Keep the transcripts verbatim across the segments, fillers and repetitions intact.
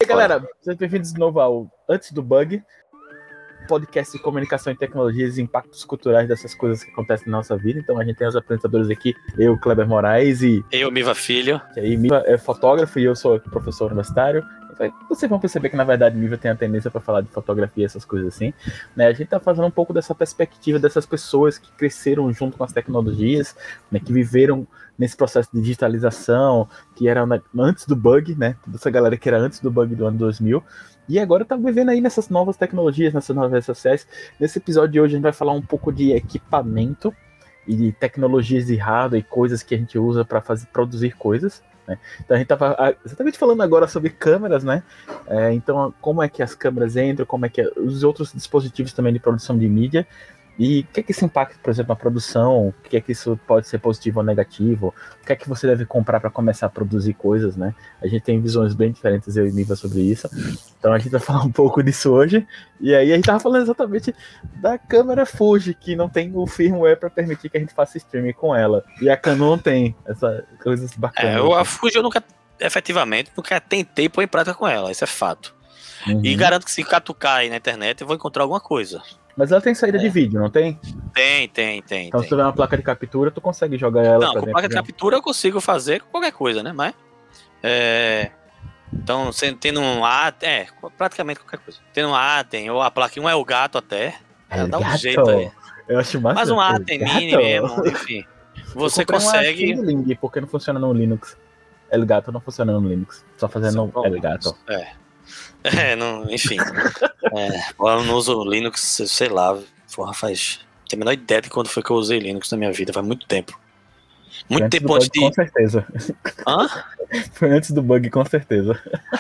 E aí, galera, sejam bem-vindos de novo ao Antes do Bug, podcast de comunicação e tecnologias e impactos culturais dessas coisas que acontecem na nossa vida. Então a gente tem os apresentadores aqui, eu, Kleber Moraes, e eu, Miva Filho. E aí, Miva é fotógrafo e eu sou professor universitário. Então, vocês vão perceber que, na verdade, Miva tem a tendência para falar de fotografia e essas coisas assim. Né? A gente tá fazendo um pouco dessa perspectiva dessas pessoas que cresceram junto com as tecnologias, né? Que viveram nesse processo de digitalização, que era antes do bug, né? Toda essa galera que era antes do bug do ano dois mil. E agora tá vivendo aí nessas novas tecnologias, nessas novas redes sociais. Nesse episódio de hoje a gente vai falar um pouco de equipamento e de tecnologias de hardware e coisas que a gente usa para fazer produzir coisas. Né? Então a gente estava exatamente falando agora sobre câmeras, né? É, então como é que as câmeras entram, como é que é, os outros dispositivos também de produção de mídia. E o que é que isso impacta, por exemplo, na produção? O que é que isso pode ser positivo ou negativo? O que é que você deve comprar para começar a produzir coisas, né? A gente tem visões bem diferentes, eu e Miva, sobre isso. Então a gente vai falar um pouco disso hoje. E aí a gente tava falando exatamente da câmera Fuji, que não tem o firmware para permitir que a gente faça streaming com ela. E a Canon tem essas coisas bacanas. É, eu, a Fuji eu nunca, efetivamente, nunca tentei pôr em prática com ela, isso é fato. Uhum. E garanto que se catucar aí na internet eu vou encontrar alguma coisa. Mas ela tem saída é. de vídeo, não tem? Tem, tem, tem. Então tem. se tu tiver uma placa de captura, tu consegue jogar ela não, pra com dentro. placa de captura eu consigo fazer qualquer coisa, né? Mas. É... Então, você tendo um Atem, é, praticamente qualquer coisa. Tendo um Atem, ou a plaquinha, um Elgato até. É, dá um gato. jeito aí. Eu acho massa. Mas um Atem mini mesmo, enfim. Você consegue. Um Ling, porque não funciona no Linux. Elgato não funciona no Linux. Só fazendo no Elgato. É. É, não, enfim. é, eu não uso Linux, sei lá. Porra, faz. Tenho a menor ideia de quando foi que eu usei Linux na minha vida, faz muito tempo. Muito antes tempo antes de. Com certeza. Hã? Foi antes do bug, com certeza.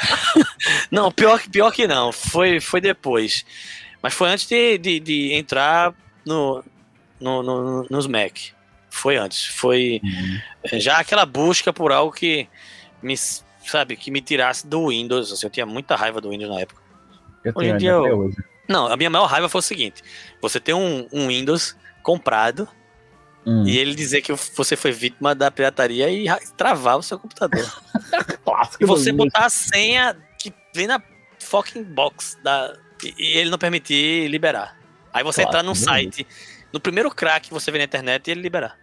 Não, pior que, pior que não. Foi, foi depois. Mas foi antes de, de, de entrar no, no, no, nos Mac. Foi antes. Foi uhum. já aquela busca por algo que me, sabe, que me tirasse do Windows. Assim, eu tinha muita raiva do Windows na época. Eu hoje em dia eu... hoje. Não, a minha maior raiva foi o seguinte: você tem um, um Windows comprado hum. e ele dizer que você foi vítima da pirataria e travar o seu computador. Clássico. E você botar a senha que vem na fucking box da, e, e ele não permitir liberar. Aí você clássico, entrar num site, no primeiro crack que você vê na internet e ele liberar.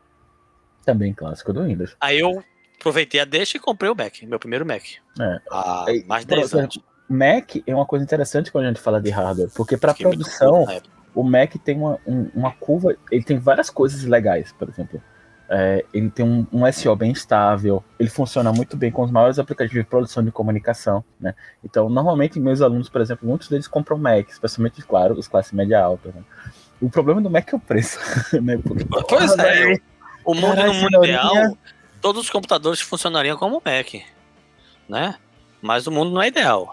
Também clássico do Windows. Aí eu aproveitei a deixa e comprei o Mac, meu primeiro Mac. É. Há é, mais de dez anos. Mac é uma coisa interessante quando a gente fala de hardware, porque para produção o Mac tem uma, um, uma curva, ele tem várias coisas legais, por exemplo. É, ele tem um, um S E O bem estável, ele funciona muito bem com os maiores aplicativos de produção de comunicação, né? Então, normalmente, meus alunos, por exemplo, muitos deles compram Mac, especialmente, claro, os classe média alta. Né? O problema do Mac é o preço, né? Porque, pois porra, é, véio, o mundo Caralho, no mundo ideal, todos os computadores funcionariam como Mac, né? Mas o mundo não é ideal.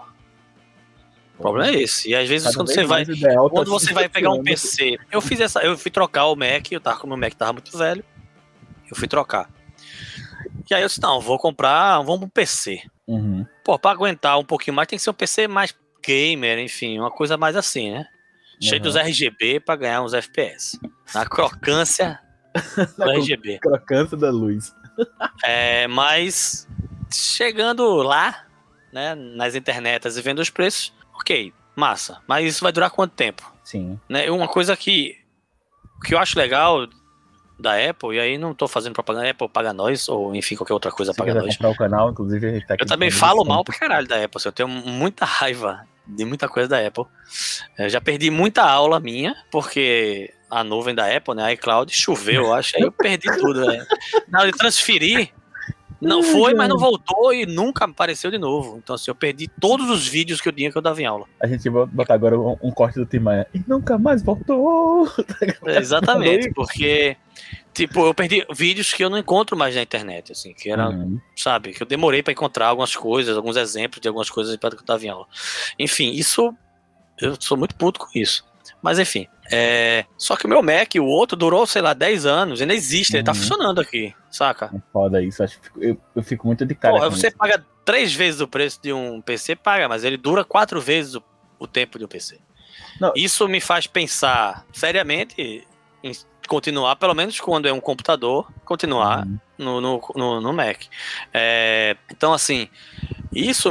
O problema é esse. E às vezes Cada quando você vai ideal, quando tá você vai pegar um P C, eu fiz essa, eu fui trocar o Mac, eu tava com o meu Mac tava muito velho. Eu fui trocar. E aí eu disse, não, vou comprar, vamos pro P C. Uhum. Pô, pra aguentar um pouquinho mais tem que ser um P C mais gamer, enfim, uma coisa mais assim, né? Cheio uhum. dos R G B pra ganhar uns F P S. Na crocância do Na R G B. Crocância da luz. É, mas chegando lá, né, nas internetas e vendo os preços, ok, massa. Mas isso vai durar quanto tempo? Sim. Né, uma coisa que, que eu acho legal da Apple, e aí não tô fazendo propaganda, Apple paga nós, ou enfim, qualquer outra coisa Se paga nós. comprar o canal, inclusive... Tá eu também falo mal pra caralho da Apple, assim, eu tenho muita raiva de muita coisa da Apple. Eu já perdi muita aula minha, porque a nuvem da Apple, né, a iCloud, choveu, eu acho, aí eu perdi tudo. Né? Na hora de transferir, não foi, mas não voltou e nunca apareceu de novo. Então, assim, eu perdi todos os vídeos que eu tinha que eu dava em aula. A gente vai botar agora um, um corte do Tim Maia. E nunca mais voltou. É, exatamente, porque, tipo, eu perdi vídeos que eu não encontro mais na internet, assim, que era, uhum. sabe, que eu demorei pra encontrar algumas coisas, alguns exemplos de algumas coisas que eu dava em aula. Enfim, isso, eu sou muito puto com isso. Mas, enfim, é... só que o meu Mac, o outro, durou, sei lá, dez anos, ainda existe, uhum. ele tá funcionando aqui, saca? É foda isso, acho que eu, eu fico muito de cara. Porra, você isso. paga três vezes o preço de um P C, paga, mas ele dura quatro vezes o, o tempo de um P C. Não. Isso me faz pensar seriamente em continuar, pelo menos quando é um computador, continuar uhum. no, no, no, no Mac. É... Então, assim, isso me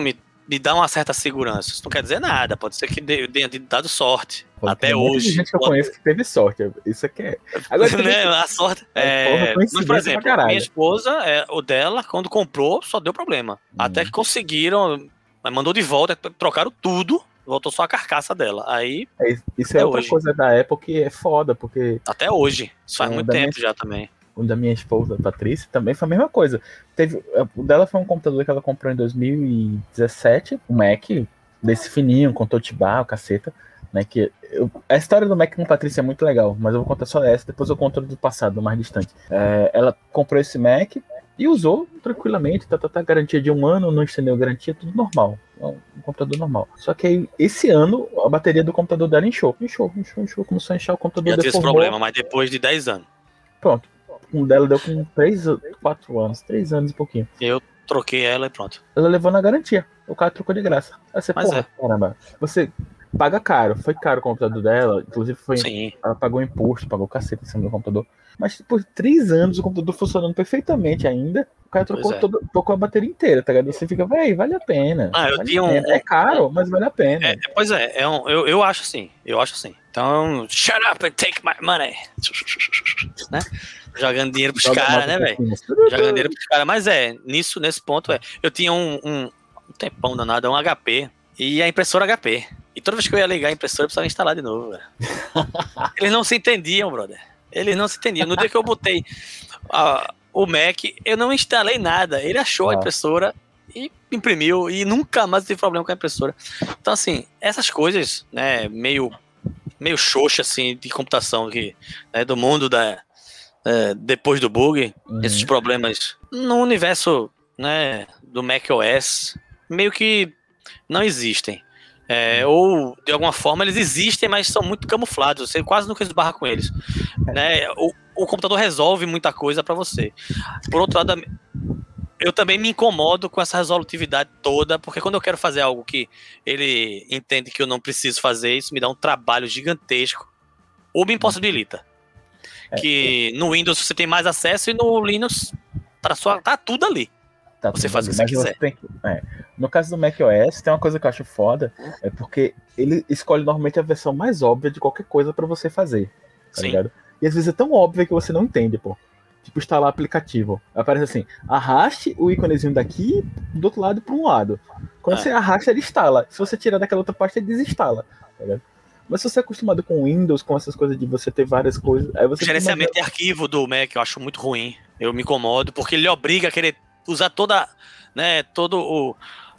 me dá uma certa segurança. Isso não quer dizer nada, pode ser que tenha dado sorte. Pô, até tem muita hoje. gente que eu conheço que teve sorte, isso aqui é... Agora, né? A sorte... É... Mas, por exemplo, minha esposa, é, o dela, quando comprou, só deu problema. Hum. Até que conseguiram, mandou de volta, trocaram tudo, voltou só a carcaça dela. Aí, é, isso é outra hoje. Coisa da Apple que é foda, porque... Até hoje, isso faz muito tempo minha... já também. O da minha esposa, Patrícia, também foi a mesma coisa. Teve, o dela foi um computador que ela comprou em dois mil e dezessete, um Mac desse fininho, com touch bar, o caceta, né, que eu, a história do Mac com Patrícia é muito legal, mas eu vou contar só essa, depois eu conto do passado, do mais distante. É, ela comprou esse Mac e usou tranquilamente, tá, tá, tá, garantia de um ano, não estendeu a garantia, tudo normal, um computador normal. Só que aí, esse ano, a bateria do computador dela inchou, inchou, inchou, inchou, começou a inchar o computador. Já teve esse problema, mas depois de dez anos. Pronto. Um dela deu com três, quatro anos, três anos e pouquinho. Eu troquei ela e pronto. Ela levou na garantia. O cara trocou de graça. Aí você, Mas porra, é. caramba, você paga caro. Foi caro o computador dela. Inclusive, foi, Sim. Ela pagou imposto, pagou cacete em cima do computador. Mas por três anos, o computador funcionando perfeitamente ainda, o cara trocou, é. todo, trocou a bateria inteira, tá ligado? Você fica, véi, vale a pena. Ah, eu vale tinha um, É caro, mas vale a pena. É, pois é, é um, eu, eu acho assim, eu acho assim. Então, shut up and take my money. Né? Jogando dinheiro pros caras, né, velho? Jogando dinheiro pros caras. Mas é, nisso, nesse ponto, é. Eu tinha um, um, um tempão danado, um H P, e a impressora H P. E toda vez que eu ia ligar a impressora, eu precisava instalar de novo, velho. Eles não se entendiam, brother. Eles não se entendiam. No dia que eu botei uh, o Mac, eu não instalei nada. Ele achou ah. a impressora e imprimiu, e nunca mais tive problema com a impressora. Então, assim, essas coisas, né, meio, meio xoxa, assim, de computação, que, né, do mundo da... É, depois do bug, uhum. esses problemas no universo, né, do macOS meio que não existem. É, ou, de alguma forma, eles existem, mas são muito camuflados. Você quase nunca esbarra com eles. Né? O, o computador resolve muita coisa para você. Por outro lado, eu também me incomodo com essa resolutividade toda, porque quando eu quero fazer algo que ele entende que eu não preciso fazer, isso me dá um trabalho gigantesco ou me impossibilita. Que no Windows você tem mais acesso e no Linux tá, só, tá tudo ali. Tá você tudo faz o que ali, você quiser. Você tem, é. No caso do macOS, tem uma coisa que eu acho foda, é porque ele escolhe normalmente a versão mais óbvia de qualquer coisa pra você fazer. Tá Sim. ligado? E às vezes é tão óbvia que você não entende, pô. Tipo, instalar aplicativo. Aparece assim, arraste o íconezinho daqui do outro lado pra um lado. Quando é. você arrasta, ele instala. Se você tirar daquela outra parte, ele desinstala. Tá ligado? Mas se você é acostumado com Windows, com essas coisas de você ter várias coisas... Aí você o gerenciamento de arquivo do Mac eu acho muito ruim. Eu me incomodo, porque ele obriga a querer usar toda, né, todo o,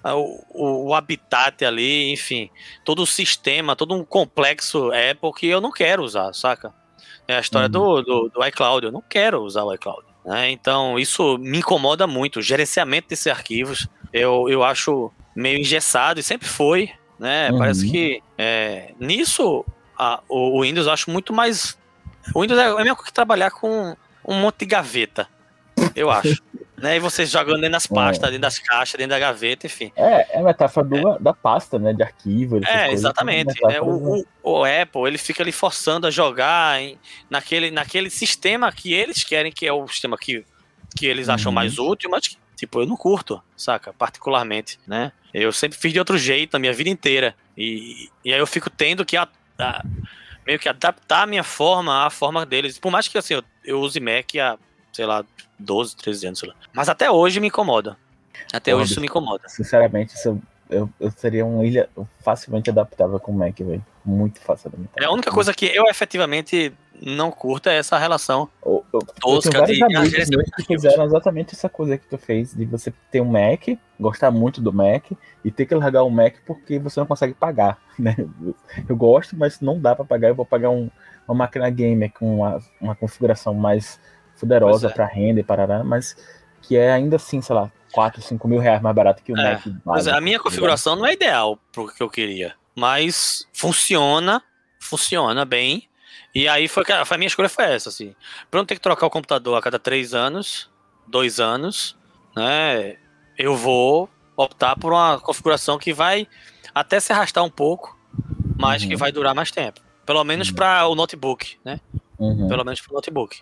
o, o habitat ali, enfim, todo o sistema, todo um complexo Apple que eu não quero usar, saca? É a história uhum. do, do, do iCloud, eu não quero usar o iCloud. Né? Então isso me incomoda muito. O gerenciamento desses arquivos eu, eu acho meio engessado, e sempre foi. Né? Uhum. Parece que é, nisso a, o, o Windows eu acho muito mais. O Windows é a mesma coisa que trabalhar com um monte de gaveta, eu acho. Né? E você jogando dentro das pastas, é. dentro das caixas, dentro da gaveta, enfim. É, é a metáfora do, é. da pasta, né? De arquivo. É, exatamente. É, o, o, o Apple, ele fica ali forçando a jogar em, naquele, naquele sistema que eles querem, que é o sistema que, que eles acham uhum. mais útil, mas que, tipo, eu não curto, saca? Particularmente, né? Eu sempre fiz de outro jeito a minha vida inteira. E, e aí eu fico tendo que a, a, meio que adaptar a minha forma à forma deles. Por mais que assim, eu, eu use Mac há, sei lá, doze, treze anos, sei lá. Mas até hoje me incomoda. Até Porra, hoje isso me incomoda. Sinceramente, isso, eu, eu seria um ilha facilmente adaptável com o Mac, velho. Muito fácil. É a única coisa que eu efetivamente não curto é essa relação eu, eu, tosca eu tenho vários de... amigos que fizeram exatamente essa coisa que tu fez, de você ter um Mac, gostar muito do Mac, e ter que largar o Mac porque você não consegue pagar, né? Eu gosto, mas não dá pra pagar. Eu vou pagar um, uma máquina gamer com uma, uma configuração mais poderosa é. pra render, parará, mas que é ainda assim, sei lá, quatro, cinco mil reais mais barato que o é, Mac. Mas a minha configuração não é ideal pro que eu queria, mas funciona, funciona bem. E aí foi, a minha escolha foi essa, assim. Pra não ter que trocar o computador a cada três anos, dois anos, né? Eu vou optar por uma configuração que vai até se arrastar um pouco, mas uhum. que vai durar mais tempo. Pelo menos uhum. para o notebook, né? Uhum. Pelo menos para o notebook.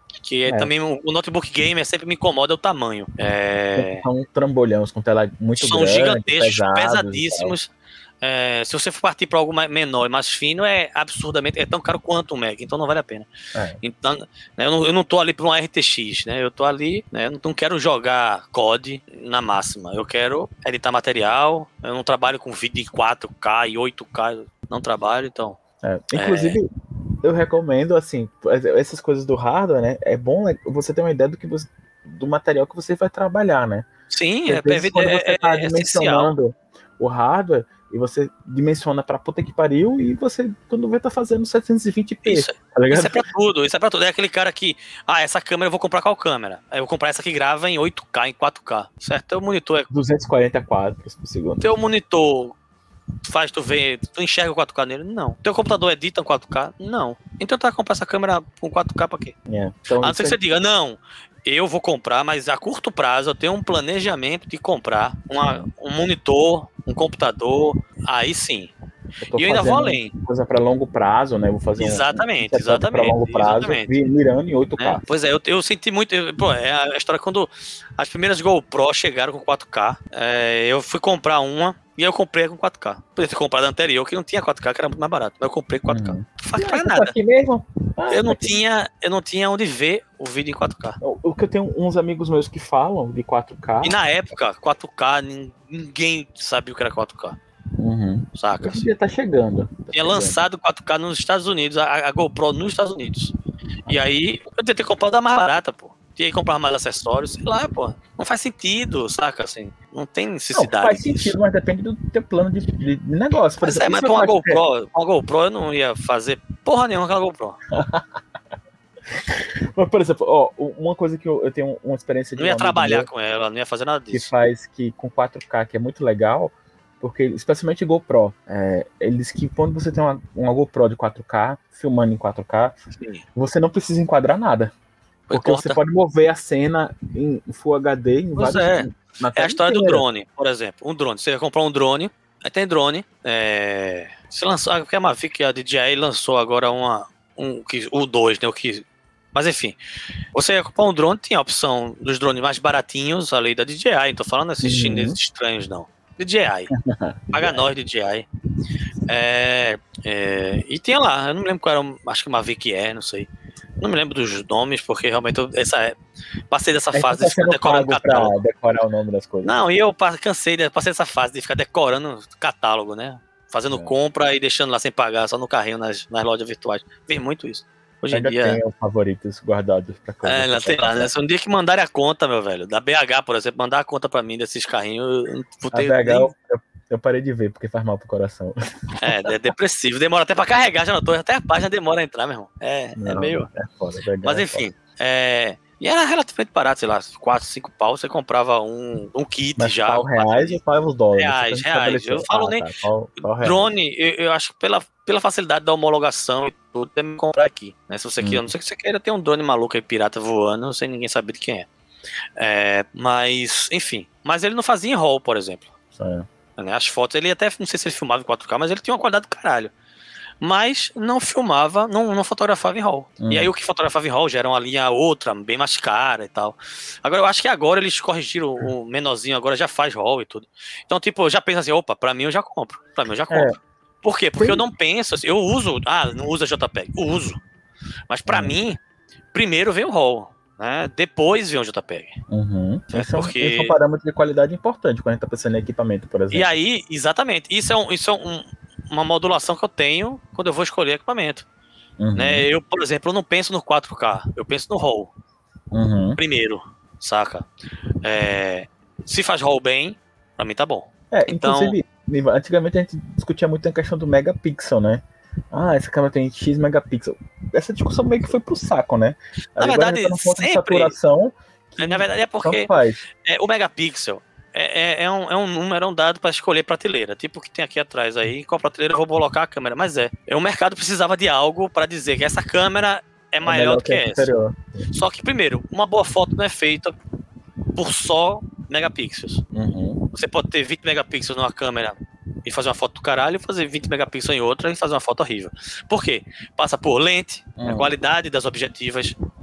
Que é, É. também o, o notebook gamer sempre me incomoda o tamanho. É, São trambolhões com tela muito são grande, gigantescos, pesados e tal. pesadíssimos. É, se você for partir para algo mais, menor e mais fino, é absurdamente, é tão caro quanto um Mac, então não vale a pena. É. Então, né, eu, não, eu não tô ali para um R T X, né? Eu tô ali, né? Eu não quero jogar C O D na máxima. Eu quero editar material. Eu não trabalho com vídeo em quatro K e oito K, não trabalho, então. É. Inclusive, é... eu recomendo, assim, essas coisas do hardware, né? É bom você ter uma ideia do que você, do material que você vai trabalhar, né? Sim, é, vezes, é, quando você está é, é dimensionando essencial. O hardware, e você dimensiona pra puta que pariu, e você, quando vê, tá fazendo setecentos e vinte p. Isso, tá ligado? Isso é pra tudo, isso é pra tudo. É aquele cara que, ah, essa câmera eu vou comprar qual câmera? Aí eu vou comprar essa que grava em oito K, em quatro K, certo? Teu monitor é... duzentos e quarenta quadros por segundo. Teu monitor faz tu ver, tu enxerga o quatro K nele? Não. Teu computador edita quatro K? Não. Então tu vai comprar essa câmera com quatro K pra quê? É, então, a não ser que é... você diga, não, eu vou comprar, mas a curto prazo eu tenho um planejamento de comprar uma, um monitor, um computador, aí sim. Eu e eu ainda vou além. Coisa para longo prazo, né? Vou fazer exatamente, um, um exatamente. para longo prazo, exatamente. mirando em oito K. Né? Pois é, eu, eu senti muito. Eu, pô, é a história quando as primeiras GoPro chegaram com quatro K. É, eu fui comprar uma e eu comprei com quatro K. Podia ter comprado a anterior, que não tinha quatro K, que era muito mais barato. Mas eu comprei com quatro K. Uhum. Não faz pra nada. Aqui mesmo? Ah, eu, não tinha, eu não tinha onde ver o vídeo em quatro K. O, o que eu tenho uns amigos meus que falam de quatro K. E na época, quatro K, ninguém sabia o que era quatro K. Uhum. Saca? Já tá chegando. Tá Tinha chegando. lançado quatro K nos Estados Unidos, a, a GoPro nos Estados Unidos. E aí, eu tentei comprar da mais barata, pô. Tinha que comprar mais acessórios, sei lá, pô. Não faz sentido, saca? Assim, não tem necessidade. Não, faz disso. sentido, mas depende do teu plano de, de, de negócio. Por mas exemplo, é, mas pra uma GoPro, que... uma GoPro eu não ia fazer porra nenhuma com aquela GoPro. Mas, por exemplo, ó, uma coisa que eu, eu tenho uma experiência de. Não ia trabalhar com ela, não ia fazer nada disso. Que faz que com quatro K, que é muito legal, porque, especialmente GoPro, é, eles que quando você tem uma, uma GoPro de quatro K, filmando em quatro K, sim, você não precisa enquadrar nada. Porque você pode mover a cena em Full H D em pois vários... É, é a história inteira. do drone, por exemplo. Um drone, você vai comprar um drone, aí tem drone, é... você lançou, porque a Mavic, a D J I lançou agora uma, um, o dois, né, o que... Mas enfim, você ia comprar um drone, tinha a opção dos drones mais baratinhos, ali da D J I, não tô falando esses uhum. chineses estranhos, não. D J I. Paga nós, D J I. É, é, e tinha lá, eu não me lembro qual era, acho que Mavic Air, não sei. Não me lembro dos nomes, porque realmente eu essa, passei dessa é fase de ficar decorando catálogo. Decorar o nome das coisas. Não, e eu cansei, de, passei dessa fase de ficar decorando catálogo, né? Fazendo é. compra e deixando lá sem pagar, só no carrinho nas, nas lojas virtuais. Fiz muito isso. Hoje ainda em dia. Tem os favoritos guardados pra coisa. É, ainda tem lá, né? Se um dia que mandarem a conta, meu velho, da B H, por exemplo, mandar a conta pra mim desses carrinhos, eu não vou ter. A B H nem... eu, eu parei de ver, porque faz mal pro coração. É, é depressivo. Demora até pra carregar, já notou? Até a página demora a entrar, meu irmão. É, não, é meio. É foda, mas enfim, é. E era relativamente barato, sei lá, quatro, cinco pau, você comprava um, um kit. Mas já. Pau reais ou pau os dólares? Reais, reais. Eu falo ah, nem. Tá, pau, pau drone, eu, eu acho que pela, pela facilidade da homologação e tudo, tem que comprar aqui. Né? Se você hum. quer, a não ser que você queira ter um drone maluco aí, pirata voando, sem ninguém saber de quem é. é. Mas, enfim. Mas ele não fazia em RAW, por exemplo. É. As fotos, ele até, não sei se ele filmava em quatro K, mas ele tinha uma qualidade do caralho. Mas não filmava, não, não fotografava em RAW. Hum. E aí o que fotografava em RAW já era uma linha outra, bem mais cara e tal. Agora eu acho que agora eles corrigiram o menorzinho, agora já faz RAW e tudo. Então, tipo, eu já penso assim, opa, pra mim eu já compro. Pra mim eu já compro. É. Por quê? Porque Sim. eu não penso assim, eu uso, ah, não usa JPEG, eu uso. Mas pra hum. mim, primeiro vem o RAW. Né? Depois vem o JPEG. Uhum. Esse, porque... é um, esse é um parâmetro de qualidade importante quando a gente tá pensando em equipamento, por exemplo. E aí, exatamente, isso é, um, isso é um, uma modulação que eu tenho quando eu vou escolher equipamento. Uhum. Né? Eu, por exemplo, eu não penso no quatro K, eu penso no RAW. Uhum. Primeiro, saca? É, se faz RAW bem, pra mim tá bom. É, então... inclusive, antigamente a gente discutia muito a questão do megapixel, né? Ah, essa câmera tem X megapixel. Essa discussão meio que foi pro saco, né? Na Agora verdade, tá no ponto sempre... de saturação. Na verdade, é porque é, o megapixel é, é, é, um, é um número, é um dado para escolher prateleira. Tipo o que tem aqui atrás aí, qual prateleira eu vou colocar a câmera. Mas é, o mercado precisava de algo para dizer que essa câmera é maior do que, que essa. Anterior. Só que, primeiro, uma boa foto não é feita por só megapixels. Uhum. Você pode ter vinte megapixels numa câmera e fazer uma foto do caralho, e fazer vinte megapixels em outra e fazer uma foto horrível. Por quê? Passa por lente, uhum. a qualidade das objetivas,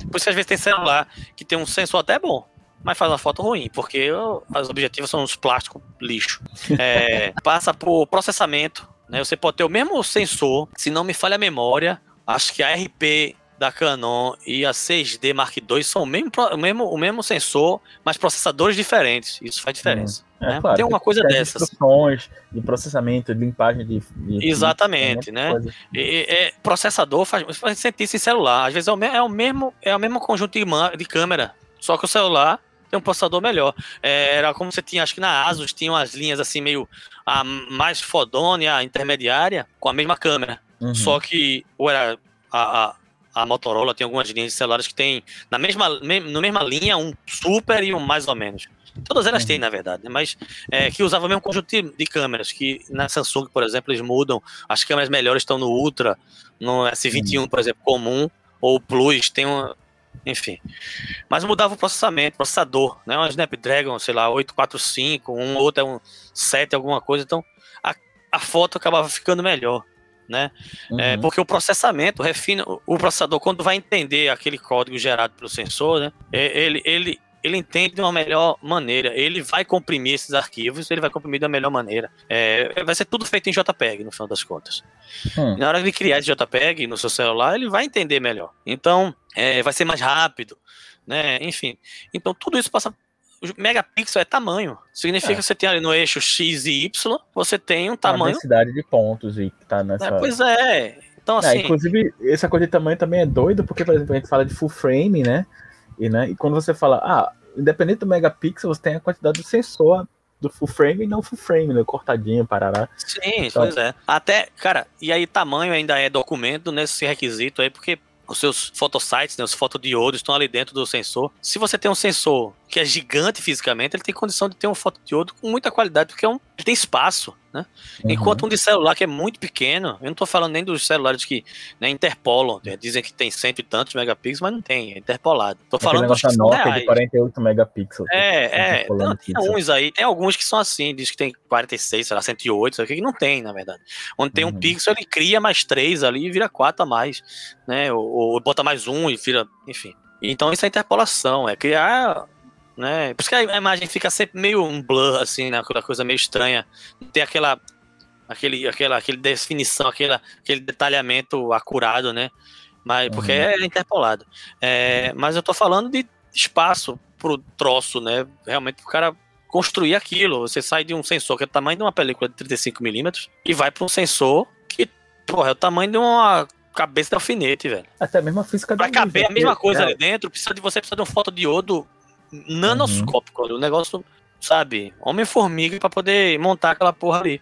Por isso que às vezes tem celular que tem um sensor até bom, mas faz uma foto ruim, porque os objetivos são uns plásticos lixo. É, passa por processamento, né? Você pode ter o mesmo sensor, se não me falha a memória, acho que a R P da Canon e a seis D Mark dois são o mesmo, o mesmo, o mesmo sensor, mas processadores diferentes. Isso faz diferença. Hum, é, né? Claro, tem uma coisa tem dessas. Instruções de processamento, de limpagem de... de Exatamente, né? E, e, processador faz, faz sentir isso em celular. Às vezes é o, é o mesmo é o mesmo conjunto de, de câmera, só que o celular tem um processador melhor. É, era como você tinha, acho que na Asus tinha umas linhas assim meio a mais fodona e a intermediária com a mesma câmera. Uhum. Só que ou era a, a A Motorola tem algumas linhas de celulares que tem na mesma, na mesma linha um super e um mais ou menos. Todas elas uhum. têm, na verdade, né? Mas é, que usava o mesmo conjunto de, de câmeras, que na Samsung, por exemplo, eles mudam. As câmeras melhores estão no Ultra, no S vinte e um, uhum. por exemplo, comum, ou Plus, tem uma... Enfim. Mas mudava o processamento, processador, né? Um Snapdragon, sei lá, oitocentos e quarenta e cinco, um outro é um sete, alguma coisa. Então, a, a foto acabava ficando melhor. Né? Uhum. É, porque o processamento refina o processador quando vai entender aquele código gerado pelo sensor, né? ele, ele, ele entende de uma melhor maneira, ele vai comprimir esses arquivos, ele vai comprimir da melhor maneira. É, vai ser tudo feito em JPEG no final das contas. Hum. Na hora de criar esse JPEG no seu celular, ele vai entender melhor. Então, é, vai ser mais rápido, né? Enfim. Então, tudo isso passa. O megapixel é tamanho. Significa é. que você tem ali no eixo X e Y, você tem um tamanho. A densidade de pontos e que tá nessa. É, pois é. Então, assim. É, inclusive, essa coisa de tamanho também é doido, porque, por exemplo, a gente fala de full frame, né? E, né? e quando você fala, ah, independente do megapixel, você tem a quantidade do sensor do full frame e não full frame, né? Cortadinho, parará. Sim, então, pois é. Até, cara, e aí tamanho ainda é documento nesse requisito aí, porque os seus fotosites, né, os fotodiodos estão ali dentro do sensor. Se você tem um sensor que é gigante fisicamente, ele tem condição de ter um fotodiodo com muita qualidade, porque é um, ele tem espaço, né? Uhum. Enquanto um de celular que é muito pequeno, eu não tô falando nem dos celulares que, né, interpolam, né, dizem que tem cento e tantos megapixels, mas não tem, é interpolado. Tô Aquele falando dos que são reais. De quarenta e oito megapixels. É, é, não, tem uns aí, tem alguns que são assim, diz que tem quarenta e seis, sei lá, cento e oito, isso aqui que não tem, na verdade. Onde tem uhum. um pixel, ele cria mais três ali e vira quatro a mais, né? Ou, ou bota mais um e vira, enfim. Então isso é interpolação, é criar, né? Por isso que a imagem fica sempre meio um blur, assim, né? Aquela coisa meio estranha. Tem aquela, aquele, aquela, aquele definição, aquela, aquele detalhamento acurado, né? Mas, porque uhum. é interpolado. É, mas eu tô falando de espaço pro troço, né? Realmente o cara construir aquilo. Você sai de um sensor que é o tamanho de uma película de trinta e cinco milímetros e vai para um sensor que, porra, é o tamanho de uma cabeça de alfinete, velho. Até mesmo a física da Pra caber a mesma coisa é. ali dentro, precisa de você precisa de um fotodiodo nanoscópico. Uhum. O negócio, sabe, homem-formiga pra poder montar aquela porra ali.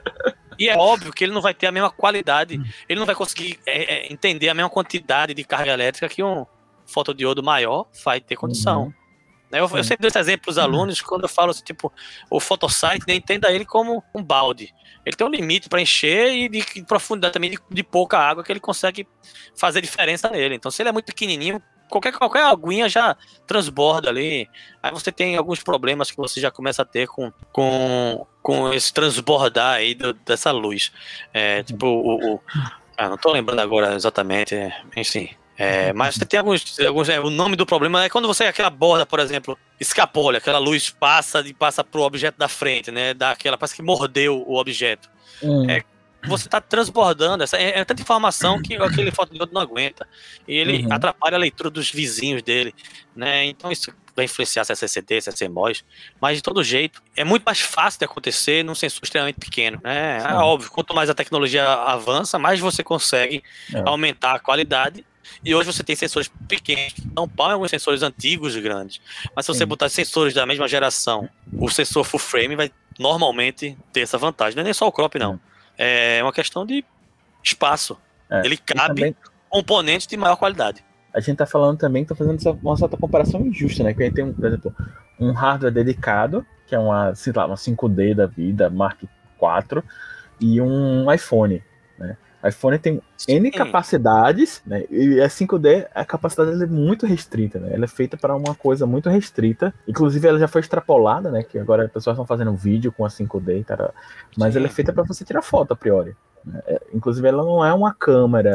E é óbvio que ele não vai ter a mesma qualidade, ele não vai conseguir é, é, entender a mesma quantidade de carga elétrica que um fotodiodo maior vai ter condição. Uhum. Eu, eu sempre dou esse exemplo para os alunos quando eu falo assim, tipo, o photosite, né, entenda ele como um balde. Ele tem um limite para encher e de, de profundidade também, de, de pouca água que ele consegue fazer diferença nele. Então, se ele é muito pequenininho, qualquer, qualquer aguinha já transborda ali. Aí você tem alguns problemas que você já começa a ter com, com, com esse transbordar aí do, dessa luz. É, tipo, o, o ah, não estou lembrando agora exatamente, enfim. É, mas você tem alguns, alguns é, o nome do problema é quando você, aquela borda, por exemplo, escapole, aquela luz passa e passa pro objeto da frente, né, dá aquela, parece que mordeu o objeto. Hum. É, você está transbordando, essa, é, é tanta informação que aquele fotodiodo não aguenta, e ele uhum. atrapalha a leitura dos vizinhos dele, né, então isso vai influenciar se é C C D, se é C M O S, mas de todo jeito, é muito mais fácil de acontecer num sensor extremamente pequeno, né, é óbvio, quanto mais a tecnologia avança, mais você consegue é. aumentar a qualidade. E hoje você tem sensores pequenos, não pau em alguns sensores antigos e grandes. Mas se você Sim. botar sensores da mesma geração, o sensor full frame vai normalmente ter essa vantagem. Não é nem só o crop, não. É, é uma questão de espaço. É. Ele cabe também... componentes de maior qualidade. A gente tá falando também, tá fazendo essa, uma certa comparação injusta, né? Que a gente tem, por exemplo, um hardware dedicado, que é uma, sei lá, uma cinco D da vida, Mark quatro, e um iPhone, né? iPhone tem N capacidades, né? E a cinco D, a capacidade dela é muito restrita, né? Ela é feita para uma coisa muito restrita. Inclusive, ela já foi extrapolada, né? Que agora as pessoas estão fazendo vídeo com a cinco D, cara. Mas Sim. ela é feita para você tirar foto a priori. Né? É, inclusive, ela não é uma câmera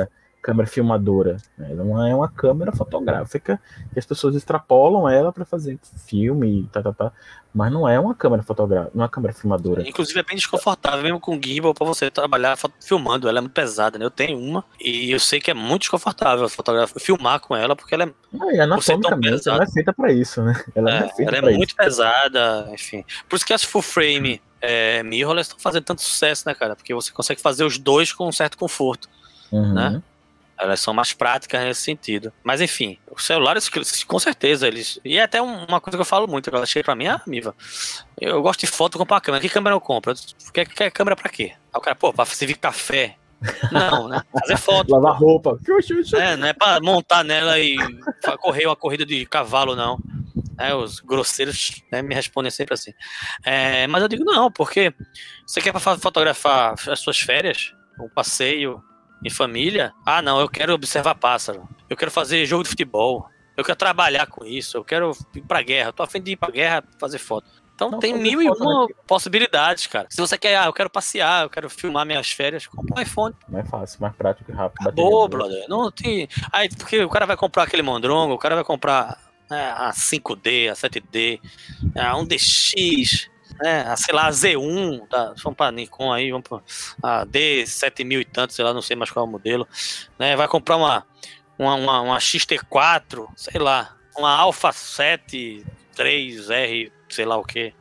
câmera filmadora. Ela não é uma câmera fotográfica que as pessoas extrapolam ela para fazer filme e tá, tá, tá. Mas não é uma câmera fotográfica, não é uma câmera filmadora. Inclusive é bem desconfortável, mesmo com gimbal, pra você trabalhar filmando. Ela é muito pesada, né? Eu tenho uma e eu sei que é muito desconfortável fotografar, filmar com ela, porque ela é. Ah, e anatomicamente ela não é feita para isso, né? Ela é, não é feita ela é pra muito isso. pesada, enfim. Por isso que as full frame é, mirrorless estão fazendo tanto sucesso, né, cara? Porque você consegue fazer os dois com um certo conforto, Uhum. né? Elas são mais práticas nesse sentido. Mas enfim, os celulares, com certeza, eles. E é até uma coisa que eu falo muito, que ela chega pra mim, ah, Miva, eu gosto de foto, comprar câmera. Que câmera eu compro? Quer, quer câmera pra quê? Aí o cara, pô, pra servir café. Não, né? Fazer foto. Lavar pô. roupa. É, não é pra montar nela e correr uma corrida de cavalo, não. É, os grosseiros, né, me respondem sempre assim. É, mas eu digo, não, porque você quer fotografar as suas férias, um passeio em família? Ah, não, eu quero observar pássaro. Eu quero fazer jogo de futebol. Eu quero trabalhar com isso. Eu quero ir pra guerra. Eu tô a fim de ir pra guerra fazer foto. Então não, tem mil foto, e uma né? possibilidades, cara. Se você quer, ah, eu quero passear, eu quero filmar minhas férias, compra um iPhone. Mais fácil, mais prático e rápido. Acabou, brother. Não tem. Aí, porque o cara vai comprar aquele Mondrongo, o cara vai comprar né, a cinco D, a sete D, a um D X. Né, a, sei lá, a Z um, tá, vamos pra Nikon aí, vamos pra a D sete mil e tanto, sei lá, não sei mais qual é o modelo, né, vai comprar uma, uma, uma, uma X T quatro, sei lá, uma Alpha sete três R, sei lá o que.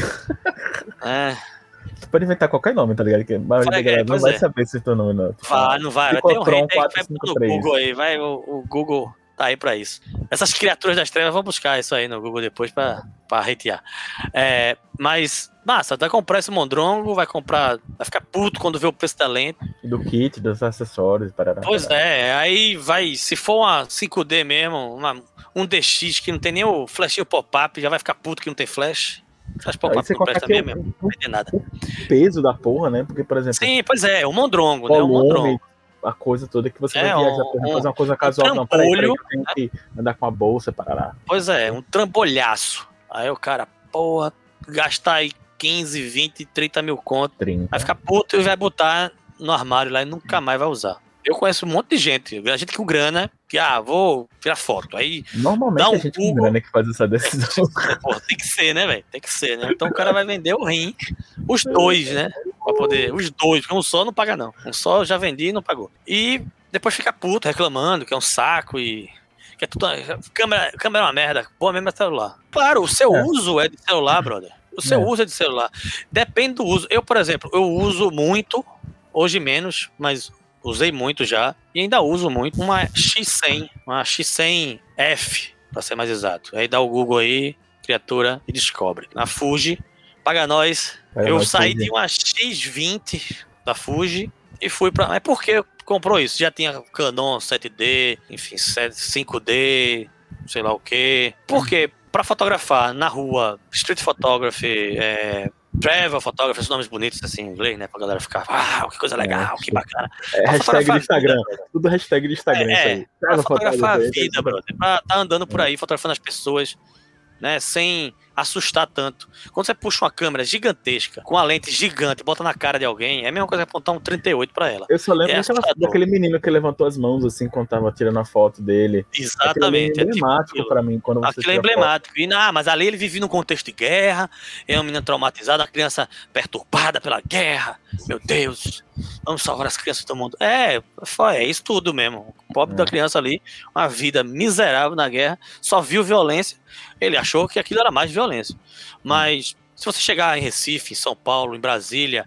É. Você pode inventar qualquer nome, tá ligado? Que a maioria da galera não vai é. saber se teu nome não. Vai, não vai, vai ter um rei aí que vai no Google aí, vai, o, o Google tá aí pra isso. Essas criaturas das trevas vão buscar isso aí no Google depois pra, pra hatear. É, mas, massa, vai comprar esse Mondrongo, vai comprar, vai ficar puto quando vê o preço da lente. Do kit, dos acessórios, parará. Pois parará. é, aí vai, se for uma cinco D mesmo, uma, um D X que não tem nem o flashinho pop-up, já vai ficar puto que não tem flash. Flash pop-up não presta mesmo, não vai ter nada. O peso da porra, né? Porque, por exemplo... Sim, pois é, o Mondrongo, né? O Mondrongo. A coisa toda que você é, vai viajar, um, por exemplo, fazer uma coisa casual. Um não, peraí, peraí, né? eu tenho que andar com uma bolsa, parará. Pois é, um trambolhaço. Aí o cara, porra, gastar aí quinze, vinte, trinta mil conto. trinta. Vai ficar puto e vai botar no armário lá e nunca mais vai usar. Eu conheço um monte de gente, a gente com grana, que, ah, vou tirar foto. Aí normalmente dá um a gente Google, com grana que faz essa decisão. Porra, tem que ser, né, velho? Tem que ser, né? Então o cara vai vender o rim, os dois, né? Pra poder, os dois, porque um só não paga, não. Um só eu já vendi e não pagou. E depois fica puto, reclamando, que é um saco e... Que é tudo... Câmera, câmera é uma merda, boa mesmo é celular. Claro, o seu é. uso é de celular, brother. O seu é. uso é de celular. Depende do uso. Eu, por exemplo, eu uso muito, hoje menos, mas... Usei muito já e ainda uso muito uma X cem, uma X cem F, para ser mais exato. Aí dá o Google aí, criatura, e descobre. Na Fuji, paga nós. Paga eu nós saí Fuji. de uma X vinte da Fuji e fui para. Mas por que comprou isso? Já tinha Canon sete D, enfim, cinco D, sei lá o quê. Por quê? Para fotografar na rua, street photography, é, travel photography, esses nomes bonitos assim em inglês, né? Pra galera ficar, uau, que coisa legal, é, que bacana. É, hashtag do Instagram. Vida, tudo hashtag do Instagram. É, isso aí. É, pra fotografar a vida, brother. Pra tá andando por aí, fotografando as pessoas, né? Sem assustar tanto. Quando você puxa uma câmera gigantesca, com uma lente gigante, bota na cara de alguém, é a mesma coisa que apontar um trinta e oito pra ela. Eu só lembro é daquela, daquele menino que levantou as mãos assim quando tava tirando a foto dele. Exatamente. É emblemático é tipo pra mim. Quando você aquilo é emblemático. E, não, mas ali ele vive num contexto de guerra, é um menino traumatizado, uma criança perturbada pela guerra. Meu Deus, vamos salvar as crianças do mundo. É, foi, é isso tudo mesmo. O pobre é. da criança ali, uma vida miserável na guerra, só viu violência. Ele achou que aquilo era mais violência. Mas se você chegar em Recife, em São Paulo, em Brasília,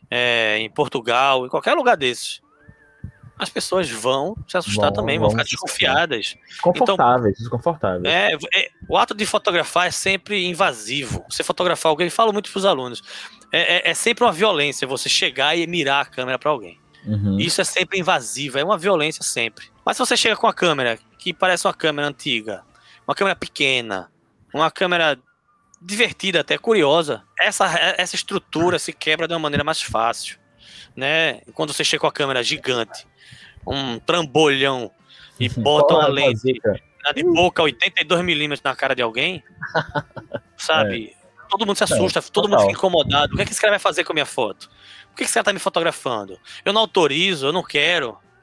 é, em Portugal, em qualquer lugar desses, as pessoas vão se assustar vão, também, vão, vão ficar desconfiadas. Desconfortáveis, então, desconfortáveis. É, é, o ato de fotografar é sempre invasivo. Você fotografar alguém, eu falo muito para os alunos, é, é, é sempre uma violência você chegar e mirar a câmera para alguém. Uhum. Isso é sempre invasivo, é uma violência sempre. Mas se você chega com a câmera que parece uma câmera antiga, uma câmera pequena, uma câmera divertida, até curiosa, essa, essa estrutura se quebra de uma maneira mais fácil, né? Quando você chega com a câmera gigante, um trambolhão e bota uma lente de boca oitenta e dois milímetros na cara de alguém, sabe? É. Todo mundo se assusta, é, todo mundo fica incomodado. O que é que esse cara vai fazer com a minha foto? Por que esse cara tá me fotografando? Eu não autorizo, eu não quero.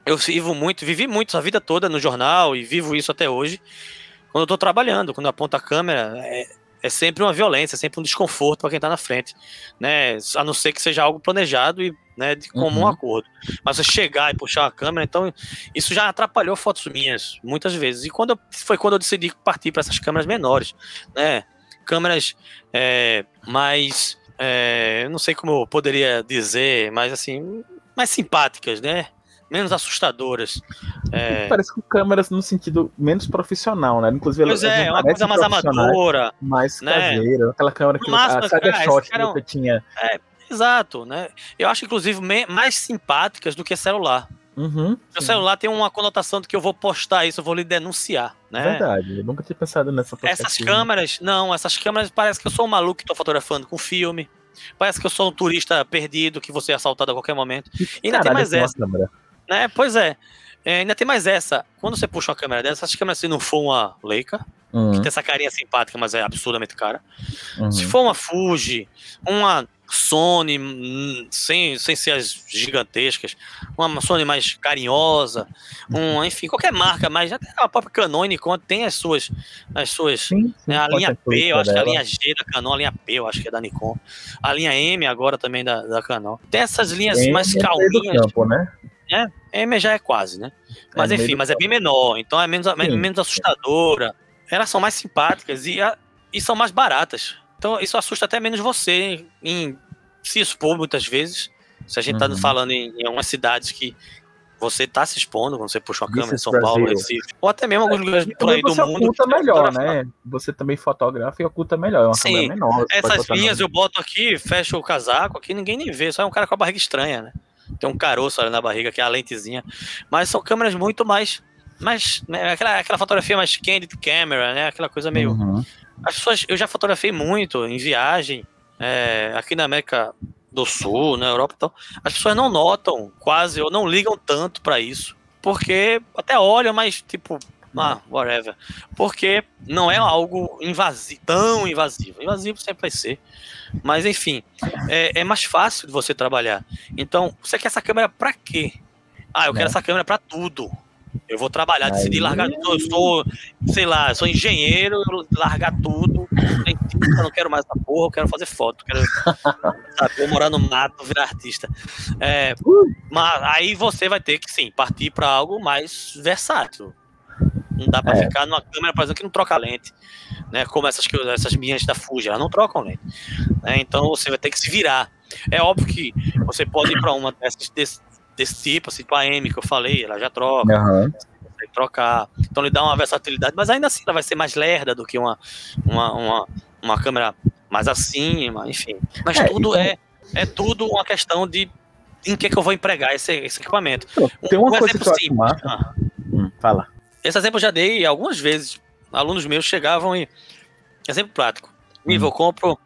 eu vivo muito, vivi muito a vida toda no jornal e vivo isso até hoje. Quando eu tô trabalhando, quando eu aponto a câmera, é, é sempre uma violência, é sempre um desconforto para quem tá na frente, né? A não ser que seja algo planejado e, né, de comum Uhum. acordo. Mas você chegar e puxar a câmera, então isso já atrapalhou fotos minhas muitas vezes. E quando eu, foi quando eu decidi partir para essas câmeras menores, né? Câmeras é, mais, é, eu não sei como eu poderia dizer, mas assim, mais simpáticas, né? Menos assustadoras. É... Parece com câmeras no sentido menos profissional, né? Inclusive, Pois elas é, não é uma coisa parecem mais profissionais, amadora, mais né? caseira. Aquela câmera que No você, a máximo, saga cara, shot que ficaram, você tinha. é, exato, né? Eu acho, inclusive, me, mais simpáticas do que celular. Uhum, O celular tem uma conotação de que eu vou postar isso, eu vou lhe denunciar, né? verdade, eu nunca tinha pensado nessa Essas perspectiva. câmeras, não, essas câmeras parece que eu sou um maluco que tô fotografando com filme. Parece que eu sou um turista perdido, que você é assaltado a qualquer momento. Que E ainda tem caralho mais tem uma essa, câmera? né? Pois é. É, ainda tem mais essa. Quando você puxa uma câmera dessa, essas câmeras, se não for uma Leica, que Uhum, tem essa carinha simpática, mas é absurdamente cara. Se uhum. for uma Fuji, uma Sony, hum, sem, sem ser as gigantescas, uma Sony mais carinhosa, um, enfim, qualquer marca, mas até a própria Canon e Nikon tem as suas, as suas, Sim, né, sim, a linha content P, eu política acho que é a dela. linha G da Canon, a linha P, eu acho que é da Nikon, a linha M agora também da, da Canon. Tem essas linhas M mais é no meio do calminhas, campo, né? né? M já é quase, né? É Mas no meio enfim, do mas é campo. bem menor, então é menos, Sim. menos assustadora. Elas são mais simpáticas e, a, e são mais baratas. Então isso assusta até menos você em se expor muitas vezes. Se a gente tá Uhum. falando em, em algumas cidades que você tá se expondo, quando você puxa uma This câmera em is São Paulo, Brasil. Recife, ou até mesmo alguns lugares E por também aí do você mundo que oculta você vai melhor, fotografar. né? Você também fotografa e oculta melhor. É uma câmera Sim, menor. Você pode essas botar minhas no... eu boto aqui, fecho o casaco aqui, ninguém nem vê, só é um cara com a barriga estranha, né? Tem um caroço ali na barriga, que é a lentezinha. Mas são câmeras muito mais. mais né? aquela, aquela fotografia mais candid camera, né? Aquela coisa meio. Uhum. As pessoas. Eu já fotografei muito em viagem, é, aqui na América do Sul, na Europa e tal. As pessoas não notam quase, ou não ligam tanto pra isso. Porque até olham, mas tipo. Ah, whatever. Porque não é algo invasivo, tão invasivo. Invasivo sempre vai ser. Mas enfim, é, é mais fácil de você trabalhar. Então, você quer essa câmera pra quê? Ah, eu quero Né? essa câmera pra tudo. Eu vou trabalhar, decidi largar Aí... tudo. Eu sou, sei lá, eu sou engenheiro, eu largar tudo. Dentista, não quero mais essa porra, eu quero fazer foto. Quero, sabe, vou morar no mato, virar artista. É, mas aí você vai ter que, sim, partir pra algo mais versátil. Não dá pra É. ficar numa câmera, por exemplo, que não troca lente, né? Como essas, essas minhas da Fuji, elas não trocam lente. Né? Então você vai ter que se virar. É óbvio que você pode ir para uma dessas, desse, desse tipo, assim, para a M que eu falei, ela já troca, Uhum. você consegue trocar, então lhe dá uma versatilidade, mas ainda assim ela vai ser mais lerda do que uma, uma, uma, uma câmera mais acima, enfim. Mas É, tudo então... é, é tudo uma questão de em que, que eu vou empregar esse, esse equipamento. Tem uma Um, um coisa exemplo que eu acho simples. massa. Ah, Hum, fala. esse exemplo eu já dei algumas vezes. Alunos meus chegavam e. Exemplo prático. Nível, Hum. eu compro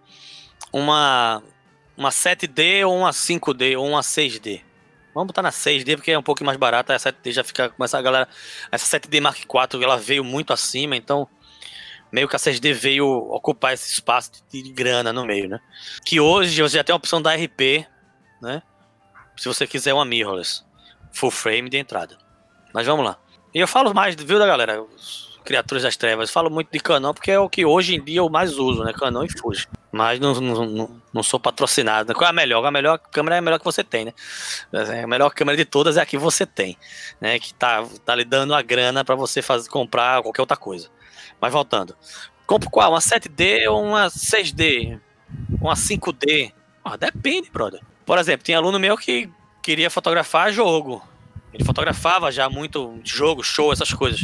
uma, uma sete D ou uma cinco D ou uma seis D. Vamos botar na seis D porque é um pouco mais barata. A sete D já fica. Começa a galera. Essa sete D Mark quatro ela veio muito acima, então meio que a seis D veio ocupar esse espaço de, de grana no meio, né? Que hoje você já tem a opção da R P, né? Se você quiser uma mirrorless, full frame de entrada. Mas vamos lá. E eu falo mais, viu, da galera? Os Criaturas das Trevas. Eu falo muito de Canon porque é o que hoje em dia eu mais uso, né? Canon e Fuji. Mas não, não, não, não sou patrocinado. Qual é a melhor? A melhor câmera é a melhor que você tem, né? A melhor câmera de todas é a que você tem, né? Que tá, tá lhe dando a grana pra você fazer, comprar qualquer outra coisa. Mas voltando. Compro qual? Uma sete D ou uma seis D? Uma cinco D? Ah, depende, brother. Por exemplo, tem aluno meu que queria fotografar jogo. Ele fotografava já muito jogo, show, essas coisas.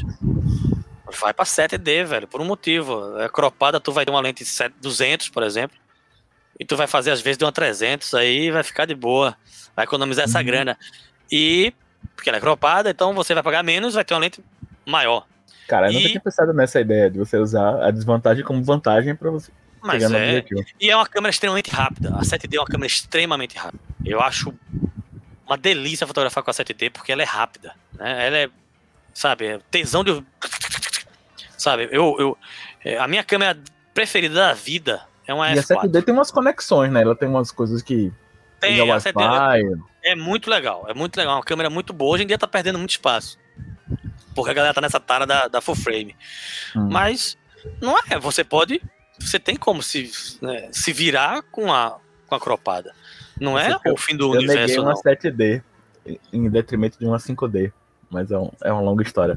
Vai pra sete D, velho, por um motivo. É cropada, tu vai ter uma lente duzentos, por exemplo, e tu vai fazer às vezes de uma trezentos, aí vai ficar de boa. Vai economizar essa Uhum. grana. E, porque ela é cropada, então você vai pagar menos, vai ter uma lente maior. Cara, eu e... nunca tinha pensado nessa ideia de você usar a desvantagem como vantagem pra você Mas chegar no é... objetivo. E é uma câmera extremamente rápida. A sete D é uma câmera extremamente rápida. Eu acho uma delícia fotografar com a sete D porque ela é rápida, né? Ela é, sabe, tesão de... Sabe, eu, eu, a minha câmera preferida da vida é uma E a F quatro. sete D tem umas conexões, né? Ela tem umas coisas que... tem, a sete D é, é muito legal, é muito legal, uma câmera muito boa, hoje em dia tá perdendo muito espaço, porque a galera tá nessa tara da, da full frame, hum. mas não é, você pode, você tem como se, né, se virar com a, com a cropada, não é o fim do eu universo, neguei uma não. sete D em detrimento de uma cinco D, mas é, um, é uma longa história.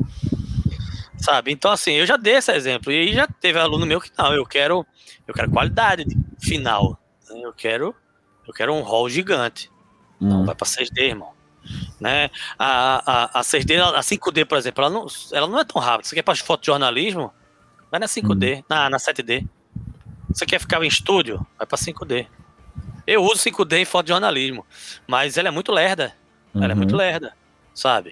Sabe, então assim, eu já dei esse exemplo, e aí já teve aluno meu que não, eu quero, eu quero qualidade de final, né? eu quero eu quero um roll gigante, hum. não vai para seis D, irmão, né, a, a, a seis D, a cinco D, por exemplo, ela não, ela não é tão rápida, você quer para fotojornalismo, vai na cinco D, hum. na, na sete D, você quer ficar em estúdio, vai para cinco D, eu uso cinco D em fotojornalismo, mas ela é muito lerda, uhum. ela é muito lerda, sabe?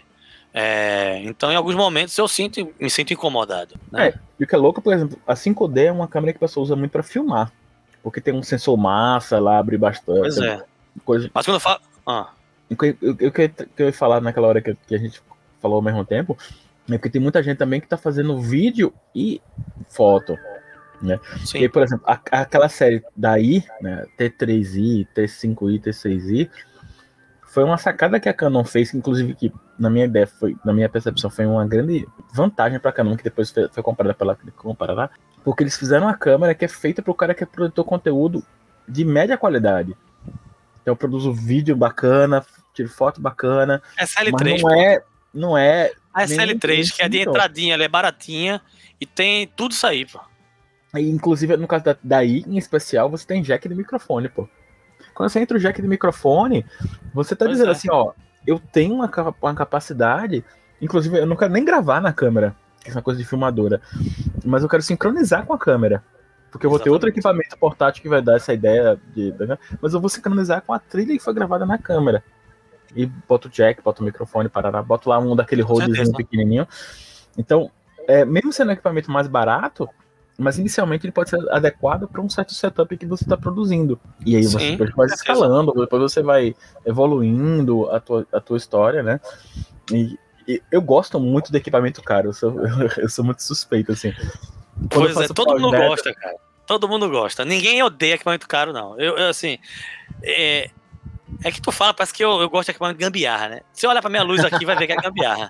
É, então, em alguns momentos, eu sinto, me sinto incomodado. Né? É, e o que é louco, por exemplo, a cinco D é uma câmera que a pessoa usa muito para filmar. Porque tem um sensor massa, ela abre bastante. Pois é. Coisa... Mas quando eu falo... Ah. O que eu, eu, que eu ia falar naquela hora que, que a gente falou ao mesmo tempo, é porque tem muita gente também que tá fazendo vídeo e foto. Né? Sim. E, por exemplo, a, aquela série da I, né, T três I, T cinco I, T seis I, foi uma sacada que a Canon fez, que inclusive que na minha ideia, foi, na minha percepção, foi uma grande vantagem para a Canon, que depois foi, foi comparada pela comparada, porque eles fizeram uma câmera que é feita para o cara que é produtor de conteúdo de média qualidade. Então eu produzo vídeo bacana, tiro foto bacana. S L três, mas não é, não é. A S L três, que é de entradinha, ela é baratinha e tem tudo isso aí, pô. E, inclusive, no caso da, da I, em especial, você tem jack de microfone, pô. Quando você entra o jack de microfone, você tá pois dizendo é. assim, ó, eu tenho uma, uma capacidade, inclusive eu não quero nem gravar na câmera, que é uma coisa de filmadora, mas eu quero sincronizar com a câmera, porque eu vou Exatamente. ter outro equipamento portátil que vai dar essa ideia, de, mas eu vou sincronizar com a trilha que foi gravada na câmera. E boto o jack, boto o microfone, parará, boto lá um daquele rodezinho pequenininho. Então, é, mesmo sendo um equipamento mais barato, mas inicialmente ele pode ser adequado para um certo setup que você está produzindo. E aí Sim, você vai escalando, depois você vai evoluindo a tua, a tua história, né? E, e eu gosto muito do equipamento caro, eu sou, eu sou muito suspeito, assim. Quando pois é, todo mundo neto... gosta, cara. Todo mundo gosta. Ninguém odeia equipamento caro, não. Eu, eu assim... É... É que tu fala, parece que eu, eu gosto de equipamento gambiarra, né? Se olhar pra minha luz aqui, vai ver que é gambiarra.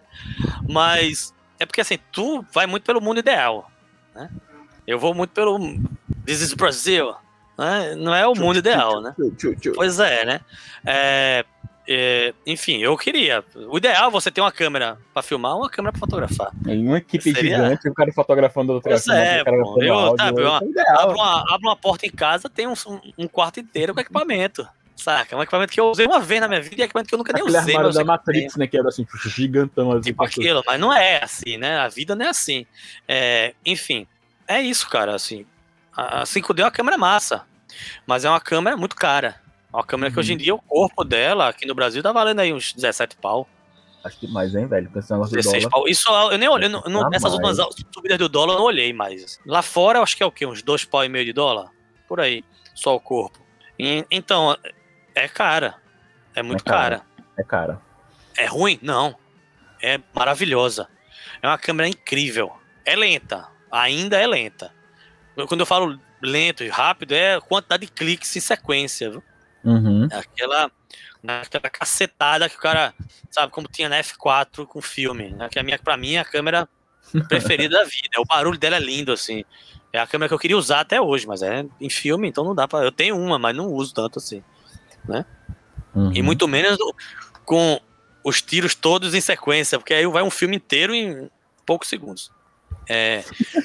Mas é porque, assim, tu vai muito pelo mundo ideal, né? Eu vou muito pelo This is Brazil, né? Não é o mundo ideal, né? Pois é, né? É, é, enfim, eu queria. O ideal é você ter uma câmera pra filmar, uma câmera pra fotografar. Em uma equipe Seria... gigante, o cara fotografando do outro lado. Pois é, pô, eu, sabe, eu, abro, uma, abro uma porta em casa, tem um, um quarto inteiro com equipamento. Saca? É um equipamento que eu usei uma vez na minha vida e é um equipamento que eu nunca nem Aquele usei. Aquele armário da Matrix, né? Que era assim, gigantão. Assim, tipo aquilo, mas não é assim, né? A vida não é assim. É, enfim, é isso, cara, assim. A cinco D é uma câmera massa, mas é uma câmera muito cara. É uma câmera uhum. que hoje em dia o corpo dela, aqui no Brasil, tá valendo aí uns dezessete pau. Acho que mais, hein, velho? Pensando dezesseis pau. Isso eu nem olhei, no, no, nessas últimas subidas do dólar eu não olhei mais. Lá fora eu acho que é o quê? Uns dois pau e meio de dólar? Por aí, só o corpo. E, então... É cara. É muito é cara. cara. É cara. É ruim? Não. É maravilhosa. É uma câmera incrível. É lenta. Ainda é lenta. Quando eu falo lento e rápido, é a quantidade de cliques em sequência, viu? Uhum. É aquela, aquela cacetada que o cara, sabe, como tinha na F quatro com filme. Né? Que a minha, pra mim é a câmera preferida da vida. O barulho dela é lindo, assim. É a câmera que eu queria usar até hoje, mas é em filme, então não dá pra... Eu tenho uma, mas não uso tanto assim. Né? Uhum. E muito menos com os tiros todos em sequência, porque aí vai um filme inteiro em poucos segundos. É,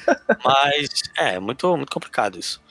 mas é muito, muito complicado isso.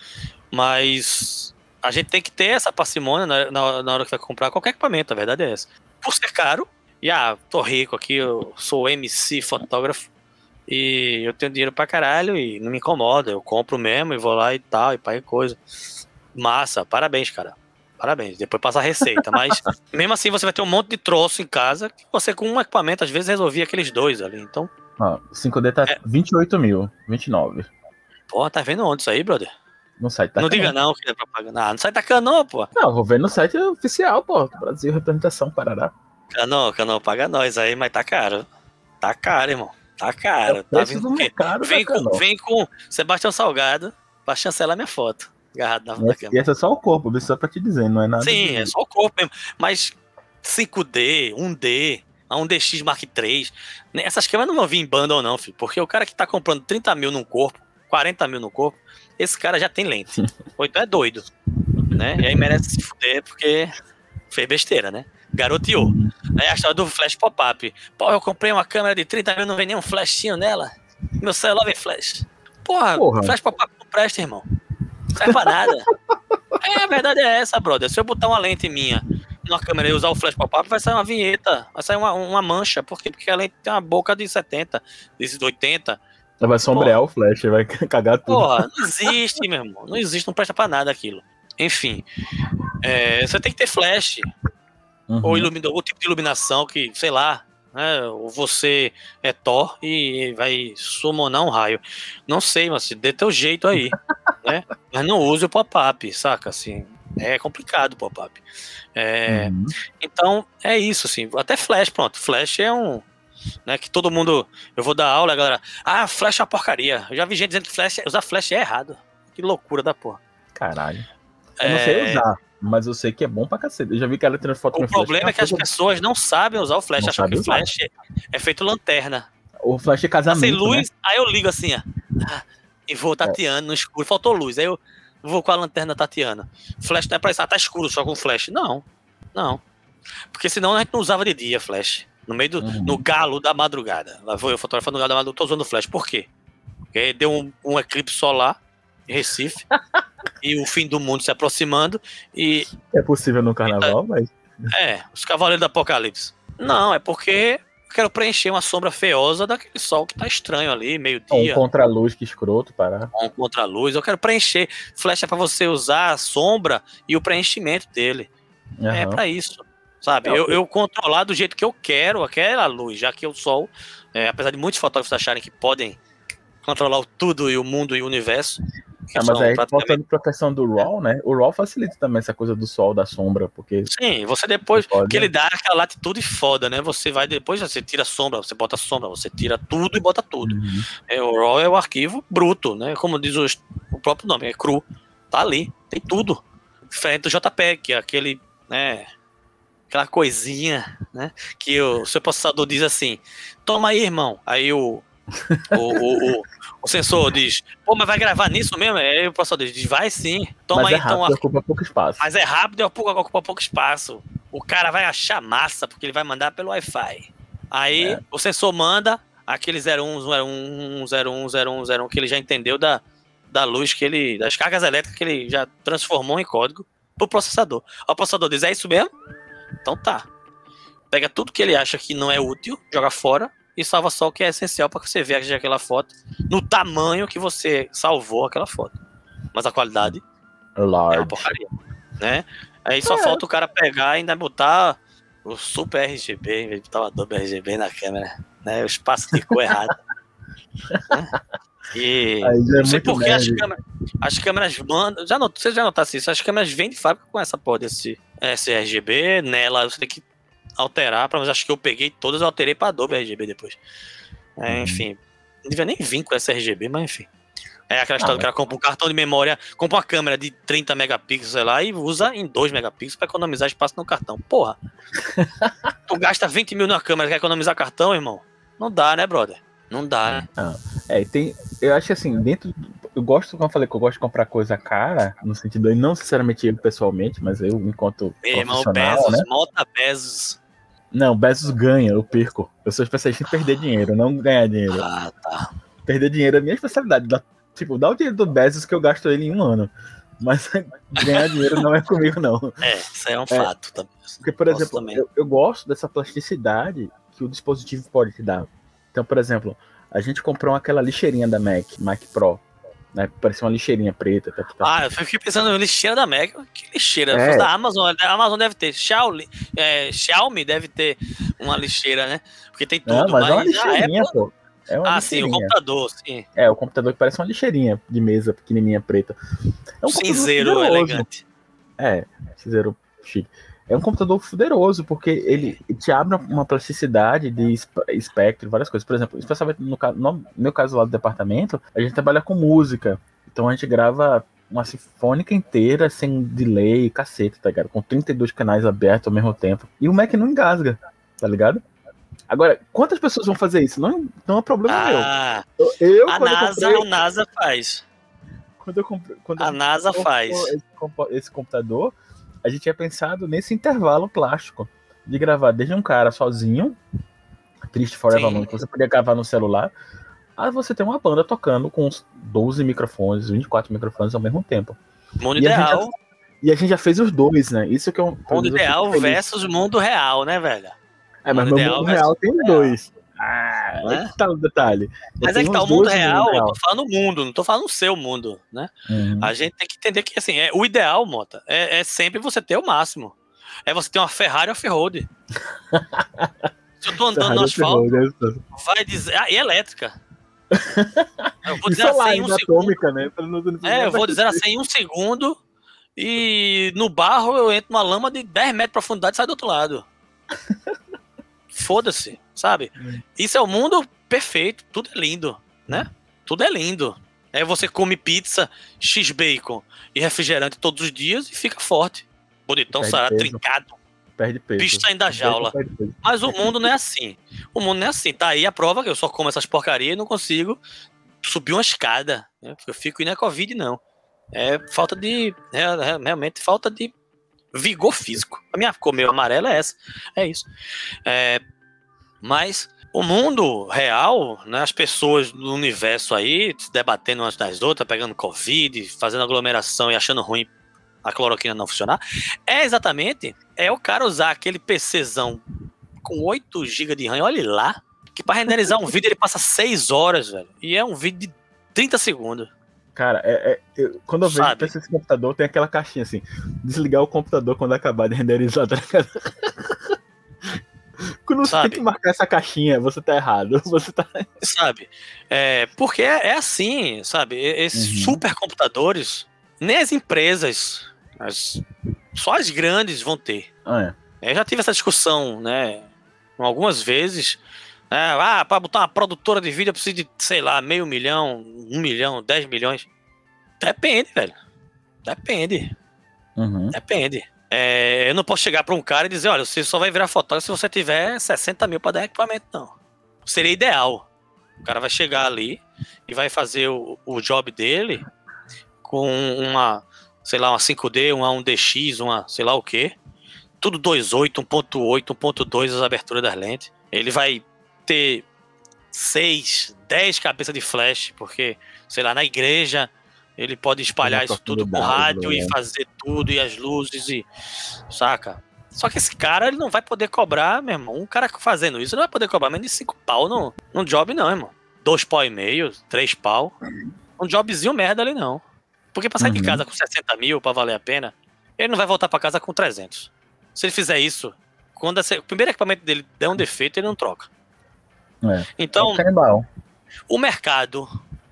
Mas a gente tem que ter essa parcimônia na, na, na hora que vai comprar qualquer equipamento, a verdade é essa. Por ser caro, e ah, tô rico aqui, eu sou M C, fotógrafo, e eu tenho dinheiro pra caralho e não me incomoda, eu compro mesmo e vou lá e tal, e pago coisa. Massa, parabéns, cara. Parabéns, depois passa a receita, mas mesmo assim você vai ter um monte de troço em casa que você com um equipamento às vezes resolvia aqueles dois ali, então... Ah, cinco D tá é. vinte e oito mil, vinte e nove. Porra, tá vendo onde isso aí, brother? No site da Não Canon. diga não que é propaganda. Ah, no site da Canon, pô. Não, vou ver no site oficial, pô, Brasil Representação, Parará. Canon, Canon, paga nós aí, mas tá caro. Tá caro, irmão, tá caro. É tá vindo do mercado vem, da com, vem com Sebastião Salgado pra chancelar minha foto. agarrado na, na câmera. E esse é só o corpo, só pra te dizer, não é nada. Sim, de... é só o corpo mesmo. Mas cinco D, um D, a um D X Mark três, essas câmeras não vão vir em bundle não, filho. Porque o cara que tá comprando trinta mil num corpo, quarenta mil no corpo, esse cara já tem lente. Ou então é doido, né? E aí merece se fuder porque fez besteira, né? Garoteou. Uhum. Aí a história do flash pop-up. Pô, eu comprei uma câmera de trinta mil, não vem nem um flashinho nela. Meu celular vem flash. Porra, Porra. flash pop-up não presta, irmão. Não serve pra nada. É, a verdade é essa, brother. Se eu botar uma lente minha numa câmera e usar o flash pop-up, vai sair uma vinheta, vai sair uma, uma mancha. Por quê? Porque a lente tem uma boca de setenta, de oitenta. Vai sombrear porra. O flash, vai cagar tudo. Porra, não existe, meu irmão. Não existe, não presta pra nada aquilo. Enfim, é, você tem que ter flash. Uhum. Ou, ilumina, ou tipo de iluminação que, sei lá, né, ou você é Thor e vai summonar um raio. Não sei, mas dê teu jeito aí, né? Mas não use o pop-up, saca? Assim, é complicado o pop-up. É, uhum. Então, é isso, assim. Até Flash, pronto. Flash é um... Né, que todo mundo... Eu vou dar aula, a galera... Ah, Flash é uma porcaria. Eu já vi gente dizendo que flash, usar Flash é errado. Que loucura da porra. Caralho. Eu é... não sei usar. Mas eu sei que é bom pra cacete. Eu já vi que ela tirando foto no flash. O problema é que as pessoas não sabem usar o flash. Acham que o flash é, é feito lanterna. O flash é casamento, sem luz, né? Aí eu ligo assim, ó. E vou tateando é. no escuro. Faltou luz. Aí eu vou com a lanterna tateando. Flash não é pra isso. Ah, tá escuro só com flash. Não. Não. Porque senão a gente não usava de dia flash. No meio do... Uhum. No galo da madrugada. Lá vou eu fotografando no galo da madrugada. Tô usando flash. Por quê? Porque deu um, um eclipse solar em Recife. E o fim do mundo se aproximando e... É possível no carnaval, mas... É, os Cavaleiros do Apocalipse. Não, é porque eu quero preencher uma sombra feiosa daquele sol que tá estranho ali, meio-dia. Um contra-luz que escroto, parar. Um contra-luz, eu quero preencher. Flash é pra você usar a sombra e o preenchimento dele. Uhum. É pra isso, sabe? É, eu, eu controlar do jeito que eu quero aquela luz, já que o sol, é, apesar de muitos fotógrafos acharem que podem controlar tudo e o mundo e o universo... Ah, mas aí, praticamente... voltando pra questão do RAW, né? O RAW facilita também essa coisa do sol, da sombra, porque... Sim, você depois... Você pode... Porque ele dá aquela latitude foda, né? Você vai depois, você tira a sombra, você bota a sombra, você tira tudo e bota tudo. Uhum. É, o RAW é o arquivo bruto, né? Como diz o, o próprio nome, é cru. Tá ali, tem tudo. Diferente do JPEG, que é aquele, né... Aquela coisinha, né? Que o seu processador diz assim, toma aí, irmão. Aí o... o, o, o O sensor diz, pô, mas vai gravar nisso mesmo? Aí o processador diz, vai sim. Toma mas aí, é rápido, então. Ocupa pouco espaço. Mas é rápido e ocupa, ocupa pouco espaço. O cara vai achar massa, porque ele vai mandar pelo Wi-Fi. Aí é. o sensor manda aquele zero um, zero um, zero um, zero um, zero um que ele já entendeu da, da luz que ele. Das cargas elétricas que ele já transformou em código pro processador. O processador diz, é isso mesmo? Então tá. Pega tudo que ele acha que não é útil, joga fora. E salva só o que é essencial para que você veja aquela foto no tamanho que você salvou aquela foto. Mas a qualidade Large. é uma porcaria, né? Aí só é. falta o cara pegar e ainda botar o Super R G B, em vez de botar o Adobe R G B na câmera, né? O espaço ficou errado. Né? E é não sei porque as câmeras, as câmeras mandam. Já not, você já notasse isso? As câmeras vêm de fábrica com essa porra desse esse R G B. Nela você tem que alterar, mas acho que eu peguei todas, eu alterei pra Adobe R G B depois. É, uhum. Enfim, não devia nem vir com essa R G B, mas enfim. É aquela história ah, do cara compra um cartão de memória, compra uma câmera de trinta megapixels, sei lá, e usa em dois megapixels pra economizar espaço no cartão. Porra! Tu gasta vinte mil na câmera e quer economizar cartão, irmão? Não dá, né, brother? Não dá, né? Ah, é, tem. Eu acho que assim, dentro. Eu gosto, como eu falei, que eu gosto de comprar coisa cara, no sentido, não necessariamente eu pessoalmente, mas eu, enquanto Meu irmão, profissional, Bezos, né? Mota Bezos. Não, Bezos ganha, eu perco. Eu sou especialista em perder dinheiro, não ganhar dinheiro. Ah, tá. Perder dinheiro é a minha especialidade. Dá, tipo, dá o dinheiro do Bezos que eu gasto ele em um ano. Mas ganhar dinheiro não é comigo, não. É, isso é um é, fato também. Porque, por Posso exemplo, eu, eu gosto dessa plasticidade que o dispositivo pode te dar. Então, por exemplo, a gente comprou aquela lixeirinha da Mac, Mac Pro. Né, parecia uma lixeirinha preta. Tá, tá. Ah, eu fiquei pensando em lixeira da Mac. Que lixeira? É. Da Amazon, a Amazon deve ter. Xiaomi, é, Xiaomi deve ter uma lixeira, né? Porque tem tudo. Não, mas, mas é uma lixeirinha, Apple... pô. É uma ah, lixeirinha. sim, o computador, sim. É, o computador que parece uma lixeirinha de mesa pequenininha preta. É um cinzeiro elegante. É, cinzeiro chique. É um computador poderoso, porque ele te abre uma plasticidade de espectro, várias coisas. Por exemplo, especialmente no, no meu caso lá do departamento, a gente trabalha com música. Então a gente grava uma sinfônica inteira sem delay, cacete, tá ligado? Com trinta e dois canais abertos ao mesmo tempo. E o Mac não engasga, tá ligado? Agora, quantas pessoas vão fazer isso? Não, não é problema ah, meu. Eu, eu a quando NASA, eu comprei, a NASA faz. Quando eu comprei, quando A a NASA faz. Esse, esse computador, a gente tinha pensado nesse intervalo plástico de gravar desde um cara sozinho, triste Forever Alone, que você podia gravar no celular, a você ter uma banda tocando com uns doze microfones, vinte e quatro microfones ao mesmo tempo. Mundo e ideal. A já, e a gente já fez os dois, né? Isso que é um mundo ideal versus mundo real, né, velho? É, mas no mundo real tem os dois. Ah, é? Aí que tá o detalhe. Mas é que tá, o mundo real, mundo real, eu tô falando mundo, não tô falando o seu mundo, né? Uhum. A gente tem que entender que, assim, é, o ideal, Mota, é, é sempre você ter o máximo. É você ter uma Ferrari ou Off-road. Se eu tô andando no asfalto, vai dizer... Ah, e elétrica. Eu vou dizer assim em um atômica, né? É, eu vou dizer assim em um segundo e no barro eu entro numa lama de dez metros de profundidade e saio do outro lado. Foda-se, sabe? Isso é o mundo perfeito, tudo é lindo, né? Tudo é lindo. Aí você come pizza, x-bacon e refrigerante todos os dias e fica forte. Bonitão, sarado, trincado. Perde peso. Bicho saindo da jaula. Mas o mundo não é assim. O mundo não é assim. Tá aí a prova que eu só como essas porcarias e não consigo subir uma escada. Né? Eu fico e não é Covid, não. É falta de... É, é, realmente falta de vigor físico. A minha cor meio amarela é essa. É isso. É, mas o mundo real, né, as pessoas do universo aí se debatendo umas das outras, pegando Covid, fazendo aglomeração e achando ruim a cloroquina não funcionar, é exatamente é o cara usar aquele PCzão com oito gigas de RAM, olha lá, que para renderizar um vídeo ele passa seis horas, velho. E é um vídeo de trinta segundos. Cara, é, é, eu, quando eu vejo que esse computador tem aquela caixinha assim, desligar o computador quando acabar de renderizar, tá ligado? Quando você Sabe? tem que marcar essa caixinha, você tá errado. Você tá... Sabe? É, porque é, é assim, sabe? Esses uhum. supercomputadores, nem as empresas, as, só as grandes vão ter. Ah, é. Eu já tive essa discussão, né? Algumas vezes. É, ah, para botar uma produtora de vídeo eu preciso de, sei lá, meio milhão, um milhão, dez milhões. Depende, velho. Depende. Uhum. Depende. É, eu não posso chegar para um cara e dizer, olha, você só vai virar fotógrafo se você tiver sessenta mil para dar equipamento, não. Seria ideal. O cara vai chegar ali e vai fazer o, o job dele com uma, sei lá, uma cinco D, uma um D X, uma sei lá o quê. Tudo dois ponto oito, um ponto oito, um ponto dois as aberturas das lentes. Ele vai ter seis, dez cabeças de flash, porque, sei lá, na igreja ele pode espalhar isso tudo com rádio, né? E fazer tudo, e as luzes, e saca? Só que esse cara, ele não vai poder cobrar, meu irmão, um cara fazendo isso não vai poder cobrar menos de cinco pau no, num job não, irmão. Dois pau e meio, três pau. Um jobzinho merda ali não. Porque pra sair uhum. de casa com sessenta mil pra valer a pena, ele não vai voltar pra casa com trezentos. Se ele fizer isso, quando o primeiro equipamento dele der um defeito, ele não troca. É, então, é o mercado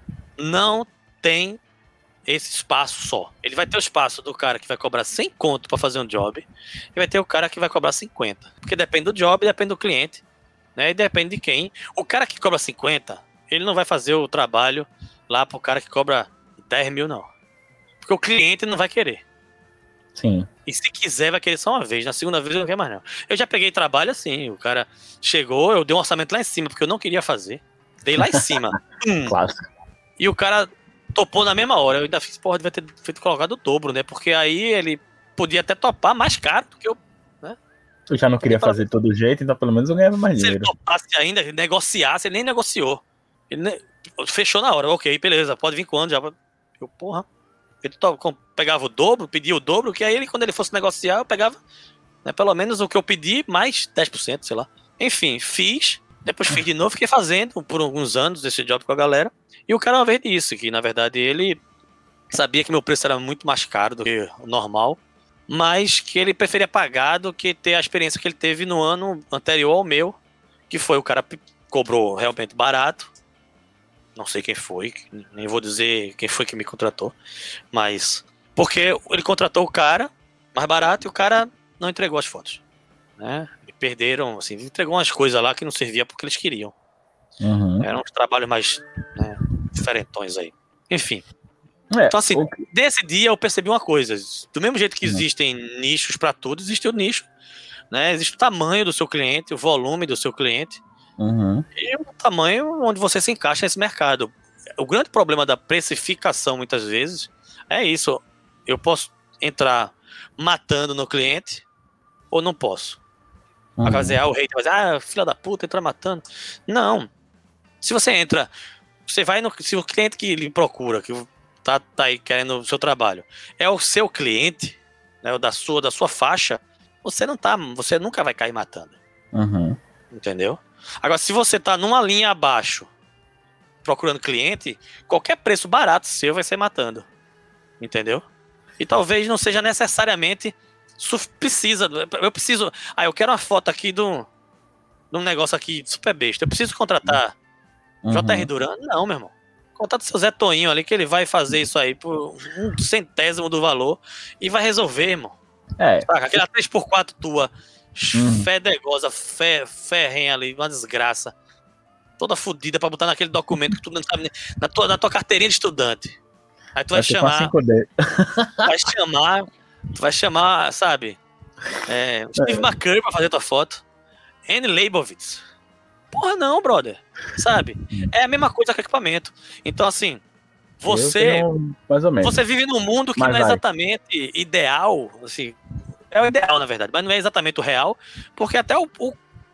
não tem esse espaço só. Ele vai ter o espaço do cara que vai cobrar cem conto pra fazer um job e vai ter o cara que vai cobrar cinquenta. Porque depende do job, depende do cliente, né? E depende de quem. O cara que cobra cinquenta, ele não vai fazer o trabalho lá pro cara que cobra dez mil, não. Porque o cliente não vai querer. Sim. E se quiser, vai querer só uma vez. Na segunda vez, eu não quero mais, não. Eu já peguei trabalho assim. O cara chegou, eu dei um orçamento lá em cima, porque eu não queria fazer. Dei lá em cima. hum. Clássico. E o cara topou na mesma hora. Eu ainda fiz, porra, devia ter feito colocado o dobro, né? Porque aí ele podia até topar mais caro do que eu, né? Eu já não queria fazer de todo jeito, então pelo menos eu ganhava mais dinheiro. Se ele topasse ainda, negociasse, ele nem negociou. Ele ne... fechou na hora. Ok, beleza, pode vir quando? Já... Eu, porra. Ele pegava o dobro, pedia o dobro, que aí ele, quando ele fosse negociar, eu pegava, né, pelo menos o que eu pedi, mais dez por cento, sei lá. Enfim, fiz, depois fiz de novo, fiquei fazendo por alguns anos esse job com a galera. E o cara, uma vez disse que, na verdade, ele sabia que meu preço era muito mais caro do que o normal, mas que ele preferia pagar do que ter a experiência que ele teve no ano anterior ao meu, que foi o cara cobrou realmente barato. Não sei quem foi, nem vou dizer quem foi que me contratou, mas porque ele contratou o cara mais barato e o cara não entregou as fotos, né? E perderam, assim, entregou umas coisas lá que não servia porque eles queriam. Uhum. Eram uns trabalhos mais, né, diferentões aí. Enfim, É, então, assim, o... desse dia eu percebi uma coisa. Do mesmo jeito que uhum. existem nichos para tudo, existe o nicho, né? Existe o tamanho do seu cliente, o volume do seu cliente uhum. e o tamanho onde você se encaixa nesse mercado. O grande problema da precificação, muitas vezes, é isso. Eu posso entrar matando no cliente ou não posso. Uhum. Vai fazer, ah, o rei vai dizer, ah, filha da puta, entra matando. Não. Se você entra, você vai no. Se o cliente que lhe procura, que tá, tá aí querendo o seu trabalho, é o seu cliente, né, o da sua, da sua faixa, você não tá. Você nunca vai cair matando. Uhum. Entendeu? Agora, se você tá numa linha abaixo, procurando cliente, qualquer preço barato seu vai ser matando. Entendeu? E talvez não seja necessariamente. Precisa. Eu preciso. Ah, eu quero uma foto aqui do. De um negócio aqui super besta. Eu preciso contratar. Uhum. J R Duran? Não, meu irmão. Contrata seu Zé Toinho ali, que ele vai fazer isso aí por um centésimo do valor e vai resolver, irmão. É. Saca? Aquela três por quatro tua, uhum. fedegosa, fe, ferrenha ali, uma desgraça. Toda fodida pra botar naquele documento que tu não sabe, na tua, na tua carteirinha de estudante. Aí tu vai, vai chamar. Vai chamar. Tu vai chamar, sabe? É, Steve é. McCurry pra fazer tua foto. Annie Leibovitz. Porra, não, brother. Sabe? É a mesma coisa que equipamento. Então, assim, você. Mais ou menos. Você vive num mundo que mas não é vai. exatamente ideal. Assim, é o ideal, na verdade, mas não é exatamente o real, porque até o, o,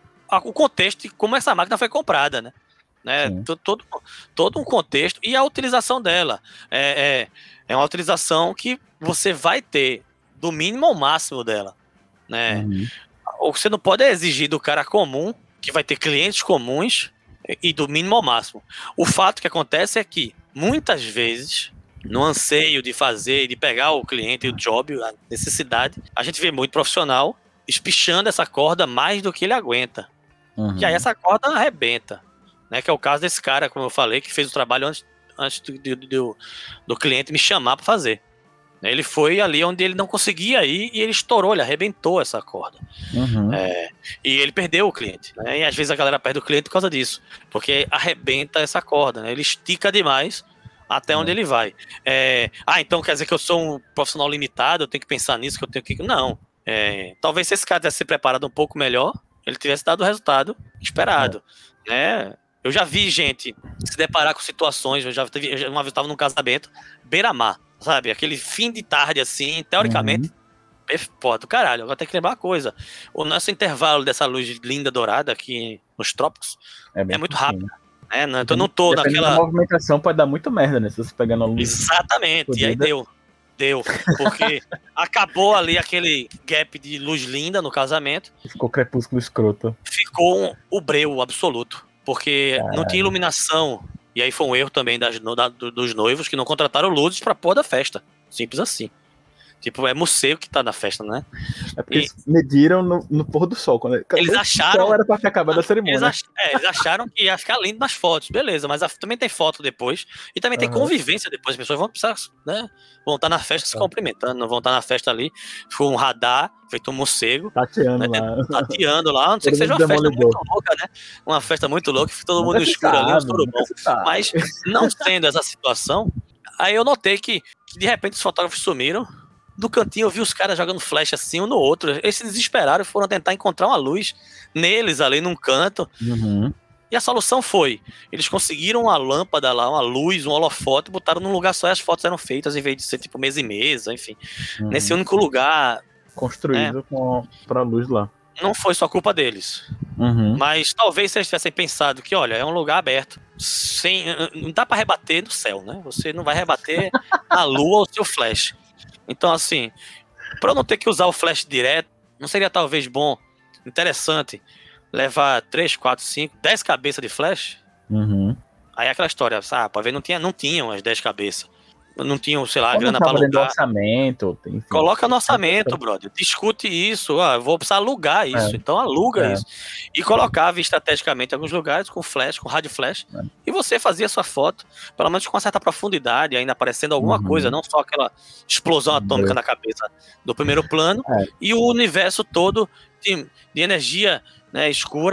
o contexto de como essa máquina foi comprada, né? né? Todo, todo um contexto e a utilização dela. É, é, é uma utilização que você vai ter do mínimo ao máximo dela, né? Uhum. Ou você não pode exigir do cara comum, que vai ter clientes comuns, e do mínimo ao máximo. O fato que acontece é que, muitas vezes, no anseio de fazer, de pegar o cliente, o job, a necessidade, a gente vê muito profissional espichando essa corda mais do que ele aguenta. Uhum. E aí essa corda arrebenta, né? Que é o caso desse cara, como eu falei, que fez o trabalho antes, antes do, do, do, do cliente me chamar para fazer. Ele foi ali onde ele não conseguia ir e ele estourou, ele arrebentou essa corda. Uhum. É, e ele perdeu o cliente, né? E às vezes a galera perde o cliente por causa disso, porque arrebenta essa corda, né? Ele estica demais até onde uhum. ele vai. É, ah, então quer dizer que eu sou um profissional limitado, eu tenho que pensar nisso, que eu tenho que... Não. É, talvez se esse cara tivesse se preparado um pouco melhor, ele tivesse dado o resultado esperado, uhum. né? Eu já vi gente se deparar com situações, eu já teve, eu já, uma vez eu estava num casamento, beira-mar, sabe? Aquele fim de tarde, assim, teoricamente, uhum. pô, do caralho. Agora tem que lembrar uma coisa. O nosso intervalo dessa luz linda dourada aqui nos trópicos é, é muito rápido. Né? Então eu não tô naquela... A movimentação pode dar muito merda, né? Se você pegando a luz... Exatamente. Fodida. E aí deu. Deu. Porque acabou ali aquele gap de luz linda no casamento. Ficou crepúsculo escroto. Ficou um, o breu absoluto. Porque Caralho. Não tinha iluminação. E aí foi um erro também das, da, dos noivos que não contrataram luzes pra pôr da festa. Simples assim. Tipo, é morcego que tá na festa, né? É porque e... eles mediram no, no pôr do sol. Quando... Eles acharam... era pra acabar da cerimônia. Eles, ach... é, eles acharam que ia ficar lindo nas fotos. Beleza, mas a... também tem foto depois. E também tem uhum. convivência depois. As pessoas vão precisar, né? Vão estar na festa se cumprimentando. Não vão estar na festa ali. Foi um radar, feito um morcego. Tateando né? lá. Tateando lá. Não sei que seja uma festa muito louca, né? Uma festa muito louca. Fica todo mundo escuro ali. Um surubom. Mas, não sendo essa situação, aí eu notei que, que de repente os fotógrafos sumiram. Do cantinho eu vi os caras jogando flecha assim um no outro. Eles se desesperaram e foram tentar encontrar uma luz neles ali num canto. Uhum. E a solução foi: eles conseguiram uma lâmpada lá, uma luz, um holofote, botaram num lugar só e as fotos eram feitas em vez de ser tipo mesa e mesa, enfim. Uhum. Nesse único lugar. Construído é, com pra luz lá. Não foi só culpa deles. Uhum. Mas talvez se eles tivessem pensado que, olha, é um lugar aberto. Sem, não dá pra rebater no céu, né? Você não vai rebater a lua ou o seu flash. Então, assim, para eu não ter que usar o flash direto, não seria talvez bom, interessante, levar três, quatro, cinco, dez cabeças de flash? Uhum. Aí é aquela história, sabe, para ver, não, tinha, não tinham as dez cabeças. Não tinham, sei lá, Como grana para alugar. Orçamento, enfim. Coloca no orçamento, brother. Discute isso. Ah, vou precisar alugar isso. É. Então aluga é. isso. E colocava estrategicamente em alguns lugares com flash, com rádio flash. É. E você fazia sua foto, pelo menos com uma certa profundidade, ainda aparecendo alguma uhum. coisa, não só aquela explosão atômica uhum. na cabeça do primeiro plano. É. E o universo todo de, de energia, né, escura,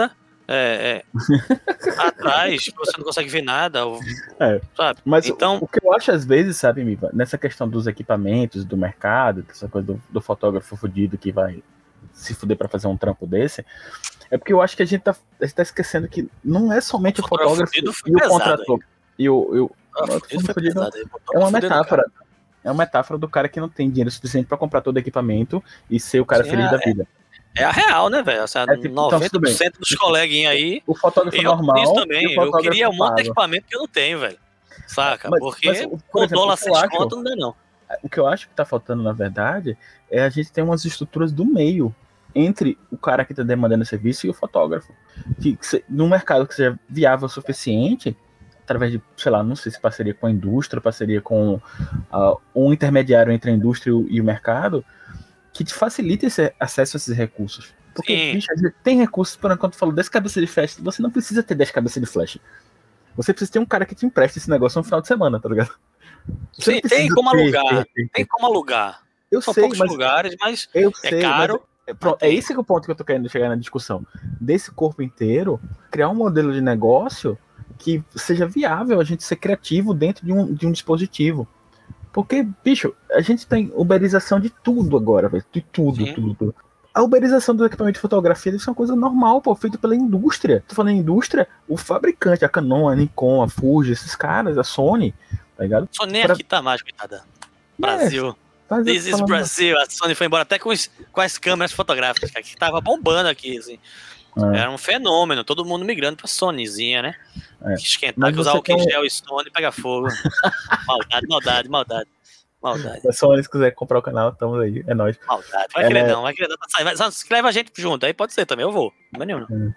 é, é, atrás, você não consegue ver nada, é, sabe? Mas então, o, o que eu acho às vezes, sabe, Miva, nessa questão dos equipamentos, do mercado, essa coisa do, do fotógrafo fudido que vai se fuder pra fazer um trampo desse, é porque eu acho que a gente tá, a gente tá esquecendo que não é somente o, o fotógrafo e o pesado, contrator. Aí. E o, eu, ah, fudido fudido pesado, é uma metáfora. É uma metáfora do cara que não tem dinheiro suficiente pra comprar todo o equipamento e ser o cara Sim, feliz é, da vida. É a real, né, velho? Assim, é, tipo, noventa por cento então, dos coleguinhas aí. O fotógrafo eu normal. Isso também. Eu queria um monte de equipamento que eu não tenho, velho. Saca? Mas, Porque mas, por com exemplo, dólar seis conto não dá, não. O que eu acho que tá faltando, na verdade, é a gente ter umas estruturas do meio entre o cara que tá demandando serviço e o fotógrafo. Que, que num mercado que seja viável o suficiente, através de, sei lá, não sei se parceria com a indústria, parceria com uh, um intermediário entre a indústria e o mercado, que te facilite esse acesso a esses recursos. Porque, Sim. bicho, a gente tem recursos, por enquanto, falou dez cabeças de flash, você não precisa ter dez cabeças de flash. Você precisa ter um cara que te empreste esse negócio no final de semana, tá ligado? Você Sim, tem como ter, alugar. Ter, ter, ter. Tem como alugar. Eu São sei, poucos mas lugares, mas eu é sei, caro. Mas é, pronto, é esse que é o ponto que eu tô querendo chegar na discussão. Desse corpo inteiro, criar um modelo de negócio que seja viável a gente ser criativo dentro de um, de um dispositivo. Porque, bicho, a gente tem uberização de tudo agora, velho. De tudo, Sim. tudo, tudo. A uberização do equipamento de fotografia deve ser uma coisa normal, pô, feito pela indústria. Tô falando em indústria, o fabricante, a Canon, a Nikon, a Fuji, esses caras, a Sony, tá ligado? Sony pra... aqui tá mais, coitada. Brasil. É, This is Brasil. A Sony foi embora até com, os, com as câmeras fotográficas, cara, que tava bombando aqui, assim. É. Era um fenômeno, todo mundo migrando pra Sonyzinha, né? É. Esquentar, que usar o que gel e Sony pega fogo. Maldade, maldade, maldade. Maldade. É só se quiser comprar o canal, estamos aí, é nóis. Maldade. Vai querer é... não, vai querer não. Vai, só escreve a gente junto, aí pode ser também, eu vou. Não é nenhum, não.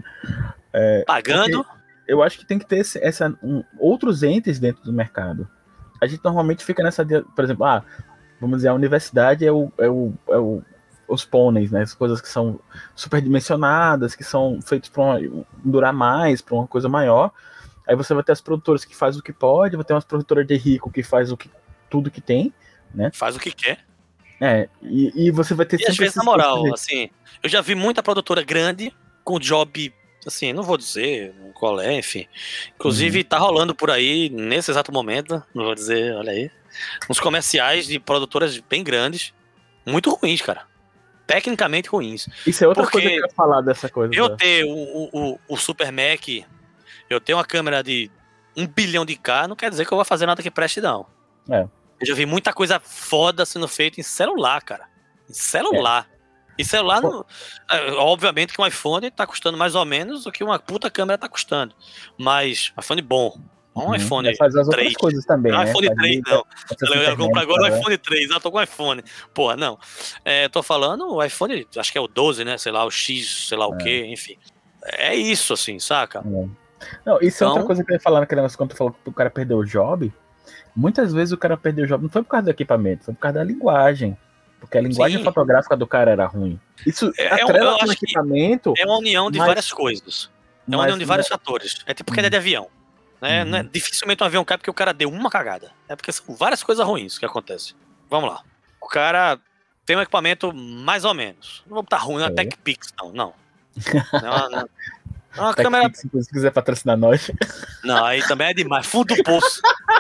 É, Pagando. Eu acho que tem que ter esse, essa, um, outros entes dentro do mercado. A gente normalmente fica nessa, por exemplo, ah, vamos dizer, a universidade é o, é o, é o os pôneis, né? As coisas que são superdimensionadas, que são feitas para durar mais, para uma coisa maior. Aí você vai ter as produtoras que fazem o que pode, vai ter umas produtoras de rico que faz o que, tudo que tem, né? Faz o que quer. É, e, e você vai ter e às vezes, na moral, assim, eu já vi muita produtora grande com job, assim, não vou dizer qual é, enfim. Inclusive, uhum. tá rolando por aí, nesse exato momento, não vou dizer, olha aí, uns comerciais de produtoras bem grandes, muito ruins, cara. Tecnicamente ruins. Isso é outra Porque coisa que eu ia falar dessa coisa. Eu da... ter o, o, o Super Mac, eu tenho uma câmera de um bilhão de K, não quer dizer que eu vou fazer nada que preste, não. É. Eu já vi muita coisa foda sendo feita em celular, cara. Em celular. É. E celular, não, obviamente que um iPhone tá custando mais ou menos o que uma puta câmera tá custando. Mas um iPhone bom. Um uhum. iPhone três. Faz as outras coisas também, não, né? iPhone Faz três, não. Eu quero comprar agora o iPhone três. Ah, tô com o iPhone. Porra, não. É, tô falando o iPhone, acho que é o doze, né? Sei lá, o X, sei lá o é. quê, enfim. É isso, assim, saca? É. Não, isso então, é outra coisa que eu ia falar naquele negócio quando tu falou que o cara perdeu o job. Muitas vezes o cara perdeu o job não foi por causa do equipamento, foi por causa da linguagem. Porque a linguagem Sim. fotográfica do cara era ruim. Isso é, atrela com o equipamento. É uma união de mas, várias coisas. É uma união de vários fatores. É tipo queda hum. de avião. Né? Uhum. Não é, dificilmente um avião cai porque o cara deu uma cagada. É porque são várias coisas ruins que acontecem. Vamos lá. O cara tem um equipamento mais ou menos. Não vou botar ruim na é. TechPix, não. Não. Não, não. Uma Tech câmera... Pix, se quiser patrocinar nós. Não, aí também é demais. Fundo do poço.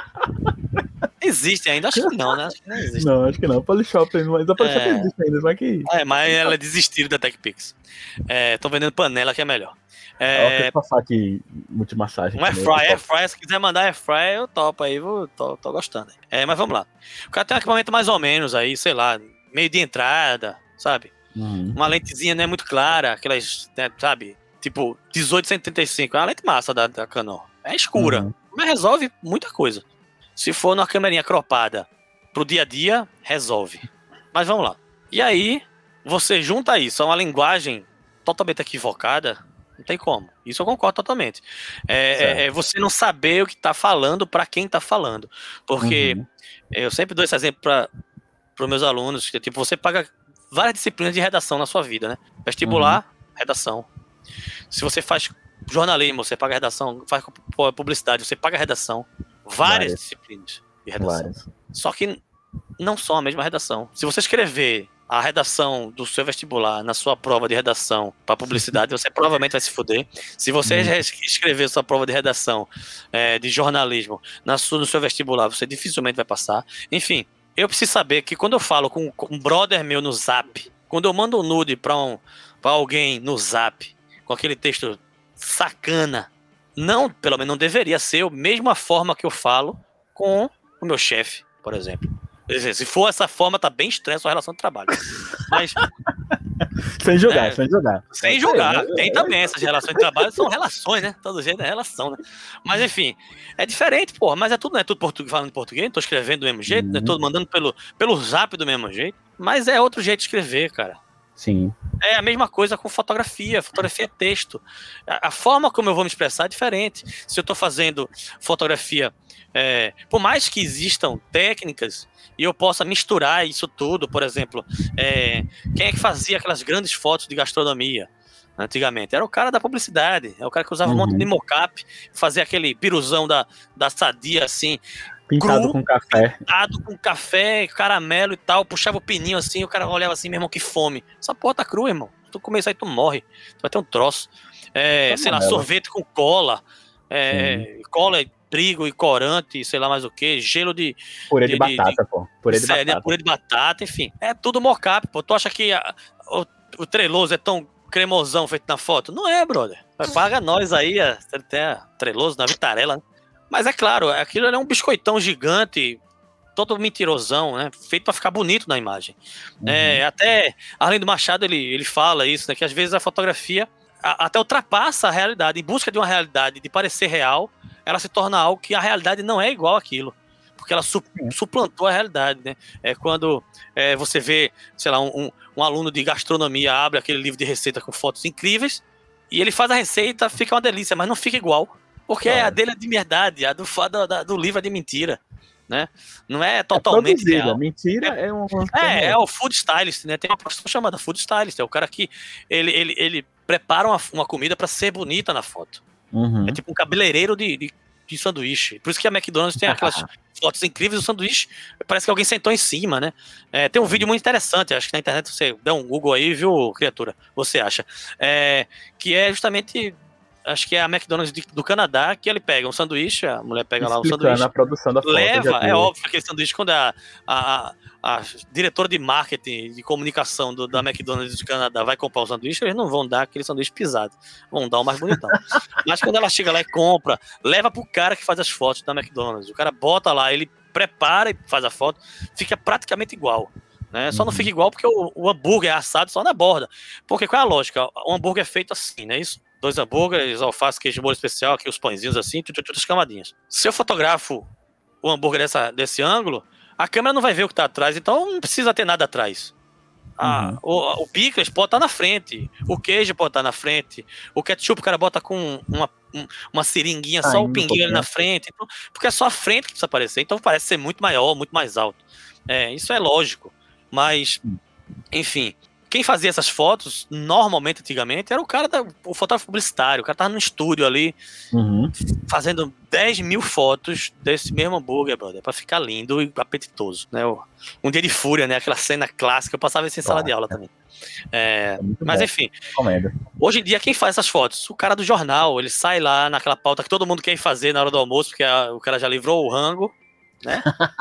Existe ainda? Acho que não, né? Acho que não existe. Não, acho que não. Polishop, mas a Polishop é... existe ainda, só que... É, mas ela desistiram da TechPix. Estão é, vendendo panela que é melhor. É... Eu passar aqui multimassagem. Um Airfryer, Airfryer, se quiser mandar Airfryer, eu topo aí, vou, tô, tô gostando. É, mas vamos lá. O cara tem um equipamento mais ou menos aí, sei lá, meio de entrada, sabe? Uhum. Uma lentezinha não é muito clara, aquelas, né, sabe? Tipo, dezoito cento e trinta e cinco, é uma lente massa da, da Canon. É escura, uhum. mas resolve muita coisa. Se for numa câmerinha cropada pro dia a dia, resolve. Mas vamos lá. E aí, você junta isso a uma linguagem totalmente equivocada, não tem como. Isso eu concordo totalmente. É, é você não saber o que tá falando para quem tá falando. Porque uhum. eu sempre dou esse exemplo para os meus alunos, que tipo, você paga várias disciplinas de redação na sua vida, né? Vestibular, uhum. redação. Se você faz jornalismo, você paga redação, faz publicidade, você paga redação. Várias, várias. disciplinas de redação. Várias. Só que não são a mesma redação. Se você escrever a redação do seu vestibular na sua prova de redação para publicidade, você provavelmente vai se fuder. Se você uhum. escrever sua prova de redação é, de jornalismo na sua, no seu vestibular, você dificilmente vai passar. Enfim, eu preciso saber que quando eu falo com, com um brother meu no Zap, quando eu mando um nude para um, pra alguém no Zap, com aquele texto sacana, não, pelo menos não deveria ser a mesma forma que eu falo com o meu chefe, por exemplo. Se for essa forma, tá bem estranha a sua relação de trabalho. Mas. Sem julgar, é, sem julgar. Sem julgar. Tem também essas relações de trabalho, são relações, né? Todo jeito é relação, né? Mas enfim, é diferente, porra. Mas é tudo, não é tudo português, falando em português, não tô escrevendo do mesmo jeito, uhum. não é todo mandando pelo, pelo Zap do mesmo jeito. Mas é outro jeito de escrever, cara. Sim. É a mesma coisa com fotografia. Fotografia é texto. A, a forma como eu vou me expressar é diferente. Se eu tô fazendo fotografia, é, por mais que existam técnicas e eu possa misturar isso tudo, por exemplo, é, quem é que fazia aquelas grandes fotos de gastronomia antigamente? Era o cara da publicidade, é o cara que usava uhum. um monte de mocap, fazia aquele piruzão da, da Sadia assim, pintado cru, com café, pintado com café, caramelo e tal, puxava o pininho assim, o cara olhava assim, meu irmão, que fome, essa porra tá crua, irmão, tu comer isso aí tu morre, tu vai ter um troço, é, sei lá, sorvete com cola, é, cola e trigo e corante, sei lá mais o que, gelo de... Purê de, de batata, de, pô. Purê de, de batata. Purê de batata, enfim. É tudo mocap, pô. Tu acha que a, o, o treloso é tão cremosão feito na foto? Não é, brother. Paga nós aí, até treloso na Vitarella, né? Mas é claro, aquilo é um biscoitão gigante, todo mentirosão, né? Feito pra ficar bonito na imagem. Uhum. É, até, além do Machado, ele, ele fala isso, né? Que às vezes a fotografia a, até ultrapassa a realidade. Em busca de uma realidade de parecer real, ela se torna algo que a realidade não é igual àquilo, porque ela su- suplantou a realidade, né? É quando é, você vê, sei lá, um, um, um aluno de gastronomia abre aquele livro de receita com fotos incríveis e ele faz a receita, fica uma delícia, mas não fica igual, porque claro. A dele é de verdade, a do, do, do livro é de mentira, né? Não é totalmente é real. Mentira é, é um... É, é o food stylist, né? Tem uma profissão chamada food stylist, é o cara que ele, ele, ele prepara uma, uma comida para ser bonita na foto. Uhum. É tipo um cabeleireiro de, de, de sanduíche. Por isso que a McDonald's tem aquelas fotos incríveis do sanduíche. Parece que alguém sentou em cima, né? É, tem um vídeo muito interessante, acho que na internet você dá um Google aí, viu, criatura? Você acha? É, que é justamente, acho que é a McDonald's de, do Canadá, que ele pega um sanduíche, a mulher pega lá um sanduíche. A produção da foto, leva, é óbvio, aquele sanduíche, quando a, a, a diretora de marketing, de comunicação do, da McDonald's do Canadá vai comprar o sanduíche, eles não vão dar aquele sanduíche pisado, vão dar o mais bonitão. Mas quando ela chega lá e compra, leva pro cara que faz as fotos da McDonald's, o cara bota lá, ele prepara e faz a foto, fica praticamente igual, né? Só não fica igual porque o, o hambúrguer é assado só na borda, porque qual é a lógica? O hambúrguer é feito assim, né? Isso, dois hambúrgueres, alface, queijo, molho especial, aqui os pãezinhos assim, as camadinhas. Se eu fotografo o hambúrguer dessa, desse ângulo, a câmera não vai ver o que tá atrás, então não precisa ter nada atrás. Ah, uhum. o, o picles pode estar na frente, o queijo pode estar na frente, o ketchup o cara bota com uma, uma seringuinha, ah, só o pinguinho ali na frente, então, porque é só a frente que precisa aparecer, então parece ser muito maior, muito mais alto. É, isso é lógico, mas, enfim, quem fazia essas fotos, normalmente, antigamente, era o cara, da, o fotógrafo publicitário, o cara tava no estúdio ali, uhum. fazendo dez mil fotos desse mesmo hambúrguer, brother, pra ficar lindo e apetitoso, né? Um dia de fúria, né? Aquela cena clássica, eu passava isso em sala ah, de aula também. É, é mas bom. Enfim, Comendo. Hoje em dia, quem faz essas fotos? O cara do jornal, ele sai lá naquela pauta que todo mundo quer fazer na hora do almoço, porque a, o cara já livrou o rango, né?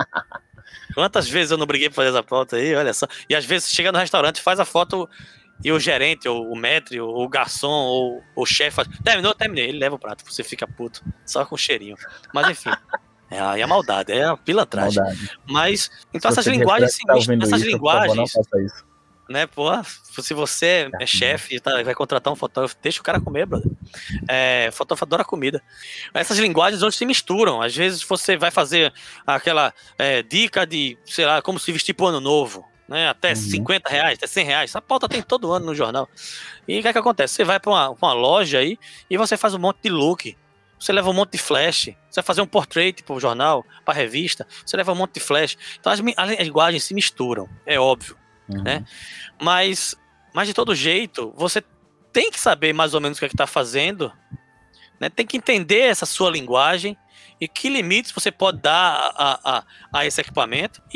Quantas vezes eu não briguei pra fazer essa pauta aí, olha só. E às vezes chega no restaurante, faz a foto e o gerente, ou o maître, ou o garçom, ou o chefe faz, terminou, terminei, ele leva o prato, você fica puto, só com cheirinho. Mas enfim, é a, é a maldade, é a pilantragem. Maldade. Mas, então se essas linguagens, se misturam, essas isso, linguagens, favor, né, pô, se você é chefe e tá, vai contratar um fotógrafo, deixa o cara comer, brother. É, fotógrafo adora comida. Essas linguagens hoje se misturam. Às vezes você vai fazer aquela é, dica de, sei lá, como se vestir pro ano novo, né? Até uhum. cinquenta reais, até cem reais. Essa pauta tem todo ano no jornal. E o que é que acontece? Você vai pra uma, pra uma loja aí e você faz um monte de look. Você leva um monte de flash. Você vai fazer um portrait pro jornal, pra revista. Você leva um monte de flash. Então as, as linguagens se misturam, é óbvio. Uhum. Né? Mas, mas de todo jeito, você tem que saber mais ou menos o que é que está fazendo, né? Tem que entender essa sua linguagem e que limites você pode dar a, a, a esse equipamento e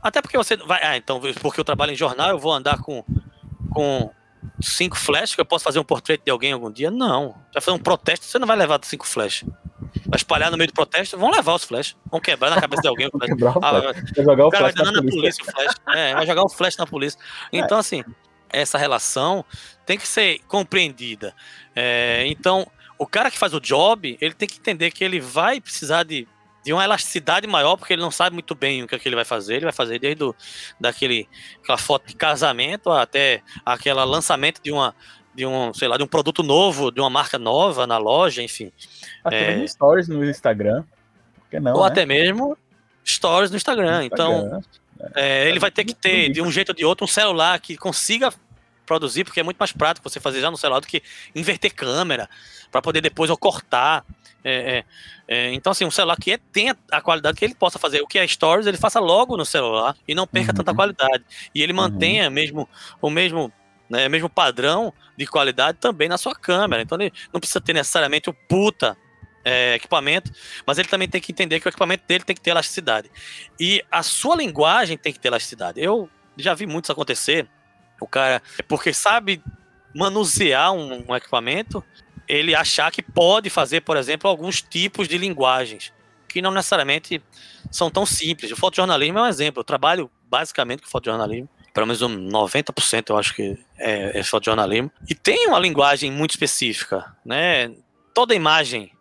Até porque você vai... Ah, então, porque eu trabalho em jornal, eu vou andar com, com cinco flashes, que eu posso fazer um portrait de alguém algum dia? Não. Vai fazer um protesto, você não vai levar cinco flashes. Vai espalhar no meio do protesto, vão levar os flashes. Vão quebrar na cabeça de alguém o flash. O ah, vai jogar o, o cara flash vai dar na, na polícia. polícia o flash. É, vai jogar o flash na polícia. Então, assim, essa relação tem que ser compreendida. É, então, o cara que faz o job, ele tem que entender que ele vai precisar de, de uma elasticidade maior, porque ele não sabe muito bem o que, é que ele vai fazer. Ele vai fazer desde o, daquele, aquela foto de casamento até aquele lançamento de uma de um, sei lá, de um produto novo, de uma marca nova na loja, enfim. Até é, stories no Instagram. Por que não, ou né? até mesmo stories no Instagram. No Instagram. Então, é, é, ele vai ter que ter, de um jeito ou de outro, um celular que consiga produzir, porque é muito mais prático você fazer já no celular do que inverter câmera, para poder depois eu cortar. É, é, é, então, assim, um celular que é, tenha a qualidade que ele possa fazer. O que é stories, ele faça logo no celular e não perca uhum. tanta qualidade. E ele mantenha uhum. mesmo o mesmo... Né, mesmo padrão de qualidade também na sua câmera. Então ele não precisa ter necessariamente o puta é, equipamento, mas ele também tem que entender que o equipamento dele tem que ter elasticidade. E a sua linguagem tem que ter elasticidade. Eu já vi muito isso acontecer. O cara, porque sabe manusear um, um equipamento, ele achar que pode fazer, por exemplo, alguns tipos de linguagens que não necessariamente são tão simples. O fotojornalismo é um exemplo. Eu trabalho basicamente com fotojornalismo. Pelo menos um noventa por cento eu acho que é, é fotojornalismo. E tem uma linguagem muito específica, né? Toda imagem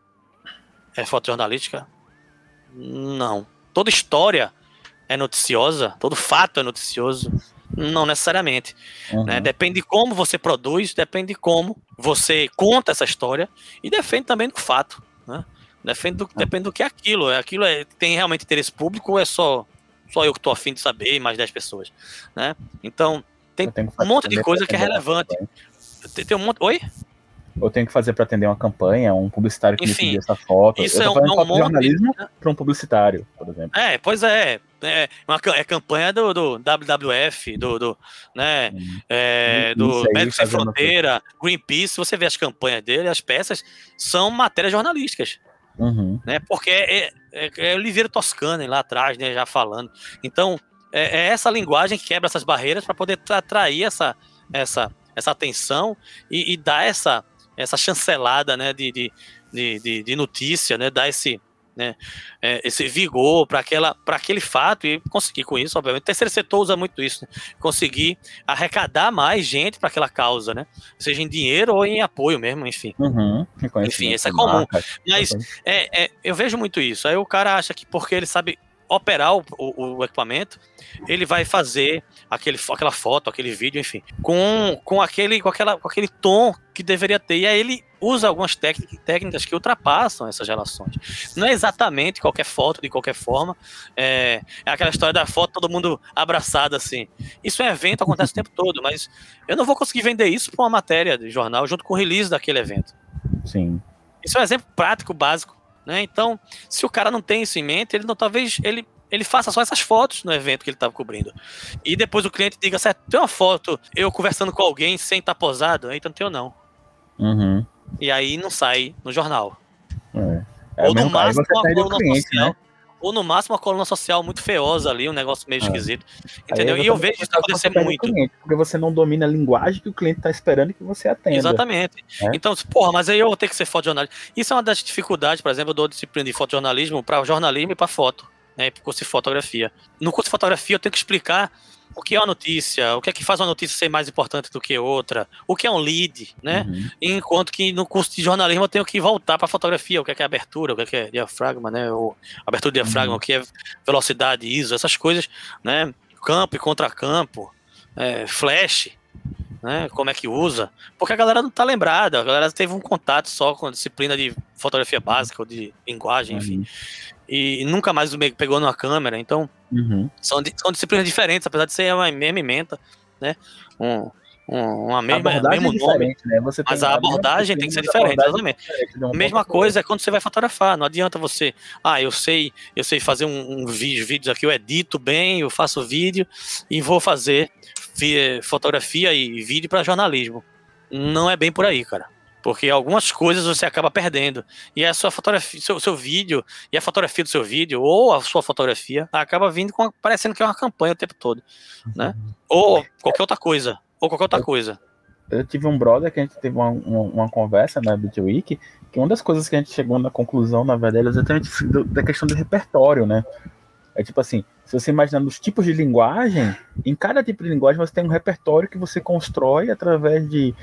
é fotojornalística? Não. Toda história é noticiosa? Todo fato é noticioso? Não necessariamente. Uhum. Né? Depende de como você produz, depende de como você conta essa história e depende também do fato, né? Depende do, depende do que é aquilo. Aquilo é, tem realmente interesse público ou é só... Só eu que tô afim de saber e mais dez pessoas, né? Então, tem um monte de coisa que é relevante. Tem, tem um monte... Oi? Eu tenho que fazer para atender uma campanha, um publicitário que Enfim, me pediu essa foto. Isso eu tô é um, fazendo um jornalismo monte... para um publicitário, por exemplo. É, pois é. É, uma, é campanha do, do W W F, do, do, né, hum. é, do Médicos Sem Fronteira, Greenpeace. Se você vê as campanhas dele, as peças são matérias jornalísticas. Uhum. Né, porque é, é, é Oliveira Toscano lá atrás, né, já falando. Então, é, é essa linguagem que quebra essas barreiras para poder atrair essa, essa, essa atenção e, e dar essa, essa chancelada, né, de, de, de, de notícia, né, dar esse, né, é, esse vigor para aquele fato e conseguir com isso, obviamente. O terceiro setor usa muito isso, né, conseguir arrecadar mais gente para aquela causa, né, seja em dinheiro ou em apoio mesmo, enfim. Uhum, enfim, isso é comum. Mas é, é, eu vejo muito isso. Aí o cara acha que porque ele sabe operar o, o, o equipamento, ele vai fazer aquele, aquela foto, aquele vídeo, enfim, com, com, aquele, com, aquela, com aquele tom que deveria ter. E aí ele usa algumas técnicas que ultrapassam essas relações. Não é exatamente qualquer foto, de qualquer forma. É, é aquela história da foto, todo mundo abraçado, assim. Isso é evento, acontece o tempo todo, mas eu não vou conseguir vender isso para uma matéria de jornal junto com o release daquele evento. Sim. Isso é um exemplo prático, básico. Né? Então, se o cara não tem isso em mente, ele não, talvez ele, ele faça só essas fotos no evento que ele estava cobrindo. E depois o cliente diga, certo, tem uma foto eu conversando com alguém sem estar posado? Então não tenho não. Uhum. E aí não sai no jornal. É. É ou, no máximo, uma coluna cliente, social, né? ou no máximo uma coluna social muito feiosa ali, um negócio meio é. esquisito. Entendeu? E eu vejo isso acontecer muito. Cliente, porque você não domina a linguagem que o cliente está esperando que você atenda. Exatamente. É? Então, porra, mas aí eu vou ter que ser fotojornalista. Isso é uma das dificuldades, por exemplo, eu dou disciplina de fotojornalismo para jornalismo e para foto, né, para curso de fotografia. No curso de fotografia eu tenho que explicar o que é uma notícia, o que é que faz uma notícia ser mais importante do que outra, o que é um lead, né? Uhum. Enquanto que no curso de jornalismo eu tenho que voltar para fotografia, o que é, que é abertura, o que é, que é diafragma, né? O, abertura de diafragma, uhum. o que é velocidade, I S O, essas coisas, né? Campo e contracampo, é, flash, né? Como é que usa? Porque a galera não tá lembrada, a galera teve um contato só com a disciplina de fotografia básica ou de linguagem, enfim. Uhum. E nunca mais pegou numa câmera, então uhum. são, são disciplinas diferentes, apesar de ser uma mesma ementa, né? Um, um, uma mesma, abordagem mesmo é nome, né? Você mas tem a abordagem tem que ser diferente, exatamente. A mesma coisa é quando você vai fotografar, não adianta você, ah, eu sei, eu sei fazer um, um vídeo, vídeos aqui, eu edito bem, eu faço vídeo e vou fazer fotografia e vídeo para jornalismo. Não é bem por aí, cara. Porque algumas coisas você acaba perdendo. E a sua fotografia, seu, seu vídeo, e a fotografia do seu vídeo, ou a sua fotografia, acaba vindo com, parecendo que é uma campanha o tempo todo, né? Ou qualquer outra coisa. Ou qualquer outra eu, coisa. Eu tive um brother que a gente teve uma, uma, uma conversa na Beauty Week, que uma das coisas que a gente chegou na conclusão, na verdade, é exatamente da questão do repertório, né? É tipo assim, se você imaginar os tipos de linguagem, em cada tipo de linguagem você tem um repertório que você constrói através de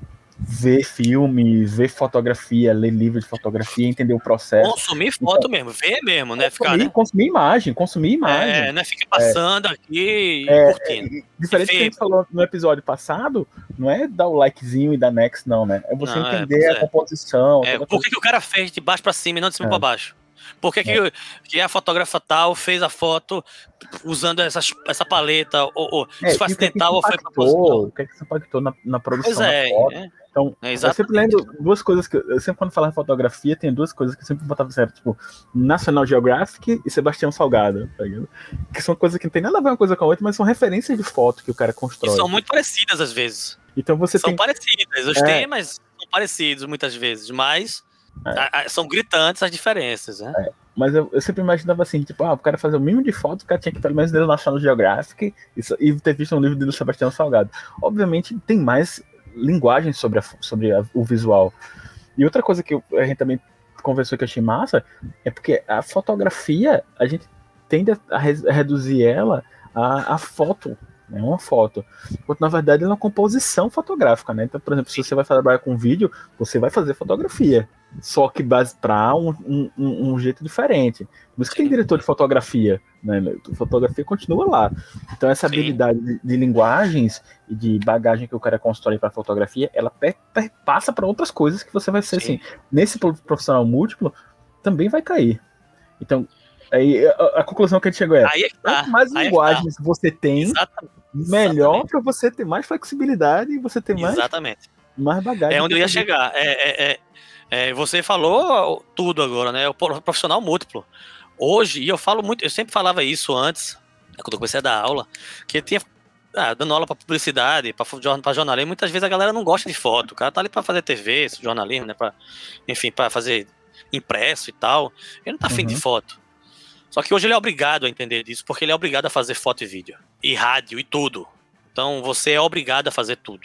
ver filme, ver fotografia, ler livro de fotografia, entender o processo. Consumir foto então, mesmo, ver mesmo, né? Consumir, Ficar, né? consumir imagem, consumir imagem. É, né? Fica passando é, aqui e é, curtindo. É, diferente do que a gente falou no episódio passado, não é dar o likezinho e dar next, não, né? É você não, entender é, a composição. É, por que, que o cara fez de baixo pra cima e não de cima é. pra baixo? Por que, que, é. que a fotógrafa tal fez a foto usando essas, essa paleta? Ou, ou é, se foi acidental ou foi proposital? O que é que isso impactou na, na produção pois é, da foto? É. Então, é eu sempre lembro duas coisas que eu sempre quando falava em fotografia, tem duas coisas que eu sempre botava certo, tipo, National Geographic e Sebastião Salgado, tá ligado? Que são coisas que não tem nada a ver uma coisa com a outra, mas são referências de foto que o cara constrói. E são muito parecidas às vezes. Então você são tem... parecidas, os é. temas são parecidos muitas vezes, mas é. a, a, são gritantes as diferenças, né? É. Mas eu, eu sempre imaginava assim, tipo, ah, o cara fazer o mínimo de foto, o cara tinha que pelo menos ler o National Geographic e, e ter visto um livro do Sebastião Salgado. Obviamente tem mais linguagem sobre, a, sobre a, o visual. E outra coisa que eu, a gente também conversou que eu achei massa é porque a fotografia, a gente tende a, a, re, a reduzir ela a, a foto, né, uma foto. Porque na verdade ela é uma composição fotográfica, né? Então, por exemplo, se você vai trabalhar com vídeo, você vai fazer fotografia. Só que base para um, um, um jeito diferente. Por isso que tem diretor de fotografia, né? A fotografia continua lá. Então essa Sim. habilidade de, de linguagens e de bagagem que o cara constrói para fotografia, ela passa para outras coisas que você vai ser Sim. assim. Nesse profissional múltiplo também vai cair. Então aí a, a conclusão que a gente chegou é: aí é que tá. quanto mais aí linguagens é que tá. você tem, Exatamente. melhor para você ter mais flexibilidade e você ter mais, Exatamente. mais bagagem. É onde eu ia chegar. É, é, é... É, você falou tudo agora, né? O profissional múltiplo. Hoje, e eu falo muito, eu sempre falava isso antes, quando eu comecei a dar aula, que eu tinha, ah, dando aula para publicidade, para jornalismo, muitas vezes a galera não gosta de foto. O cara tá ali para fazer T V, jornalismo, né? Pra, enfim, para fazer impresso e tal. Ele não tá afim uhum. de foto. Só que hoje ele é obrigado a entender disso, porque ele é obrigado a fazer foto e vídeo, e rádio e tudo. Então você é obrigado a fazer tudo.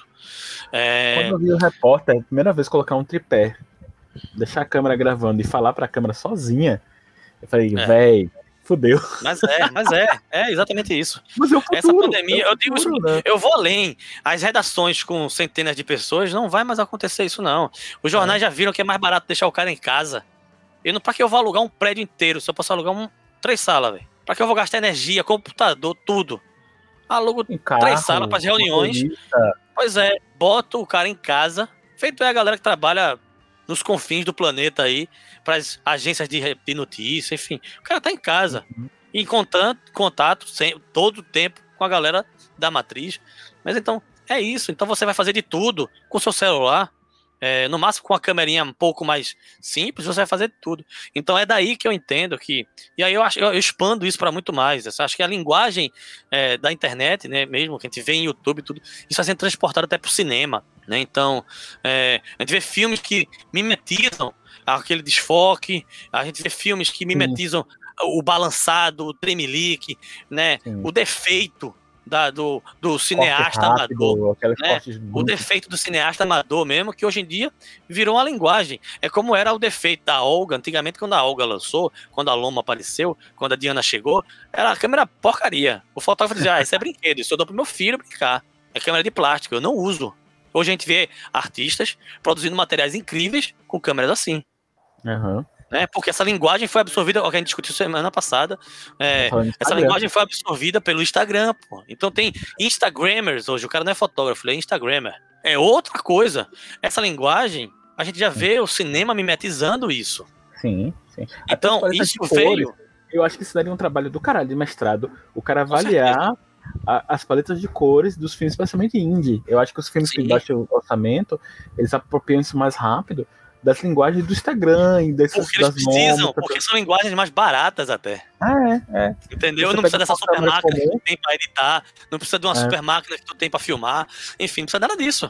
É... Quando eu vi o repórter, a primeira vez colocar um tripé, deixar a câmera gravando e falar pra câmera sozinha, eu falei, é. véi, fudeu. Mas é, mas é, é exatamente isso. Mas é o futuro, essa pandemia, é o eu digo isso, futuro, né? Eu vou além. As redações com centenas de pessoas, não vai mais acontecer isso, não. Os jornais é. já viram que é mais barato deixar o cara em casa. Eu não, pra que eu vou alugar um prédio inteiro? Se eu posso alugar um, três salas, velho. Pra que eu vou gastar energia, computador, tudo? Alugo carro, três salas para as reuniões. Motorista. Pois é, boto o cara em casa. Feito é a galera que trabalha nos confins do planeta aí, para as agências de, de notícia, enfim. O cara tá em casa, uhum. em contato, contato sem, todo o tempo com a galera da matriz. Mas então, é isso. Então você vai fazer de tudo com o seu celular, é, no máximo com uma câmerinha um pouco mais simples, você vai fazer de tudo. Então é daí que eu entendo que... E aí eu, acho, eu expando isso para muito mais. Eu acho que a linguagem é, da internet, né, mesmo que a gente vê em YouTube e tudo, isso vai sendo transportado até pro cinema. Né? Então, é, a gente vê filmes que mimetizam aquele desfoque, a gente vê filmes que mimetizam Sim. o balançado, o tremelique, né? o defeito da, do, do cineasta rápido, amador, né? o defeito do cineasta amador mesmo, que hoje em dia virou uma linguagem. É como era o defeito da Olga, antigamente quando a Olga lançou, quando a Loma apareceu, quando a Diana chegou, era a câmera porcaria. O fotógrafo dizia, ah, isso é brinquedo, isso eu dou pro meu filho brincar. É câmera de plástico, eu não uso. Hoje a gente vê artistas produzindo materiais incríveis com câmeras assim. Uhum. Né? Porque essa linguagem foi absorvida, o que a gente discutiu semana passada, é, essa linguagem foi absorvida pelo Instagram. Pô. Então tem Instagrammers hoje, o cara não é fotógrafo, ele é Instagrammer. É outra coisa. Essa linguagem, a gente já vê o cinema mimetizando isso. Sim, sim. Então isso veio... Eu acho que isso daria um trabalho do caralho de mestrado, o cara avaliar as paletas de cores dos filmes, especialmente indie. Eu acho que os filmes Sim. que têm baixo orçamento, eles apropriam isso mais rápido das linguagens do Instagram e dessas Porque eles precisam, nomes, porque são linguagens mais baratas até. Ah, é, é. Entendeu? Não precisa dessa super máquina que tu tem pra editar, não precisa de uma é. super máquina que tu tem pra filmar, enfim, não precisa nada disso. O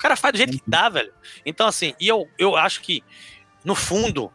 cara faz do jeito que dá, velho. Então, assim, e eu, eu acho que, no fundo,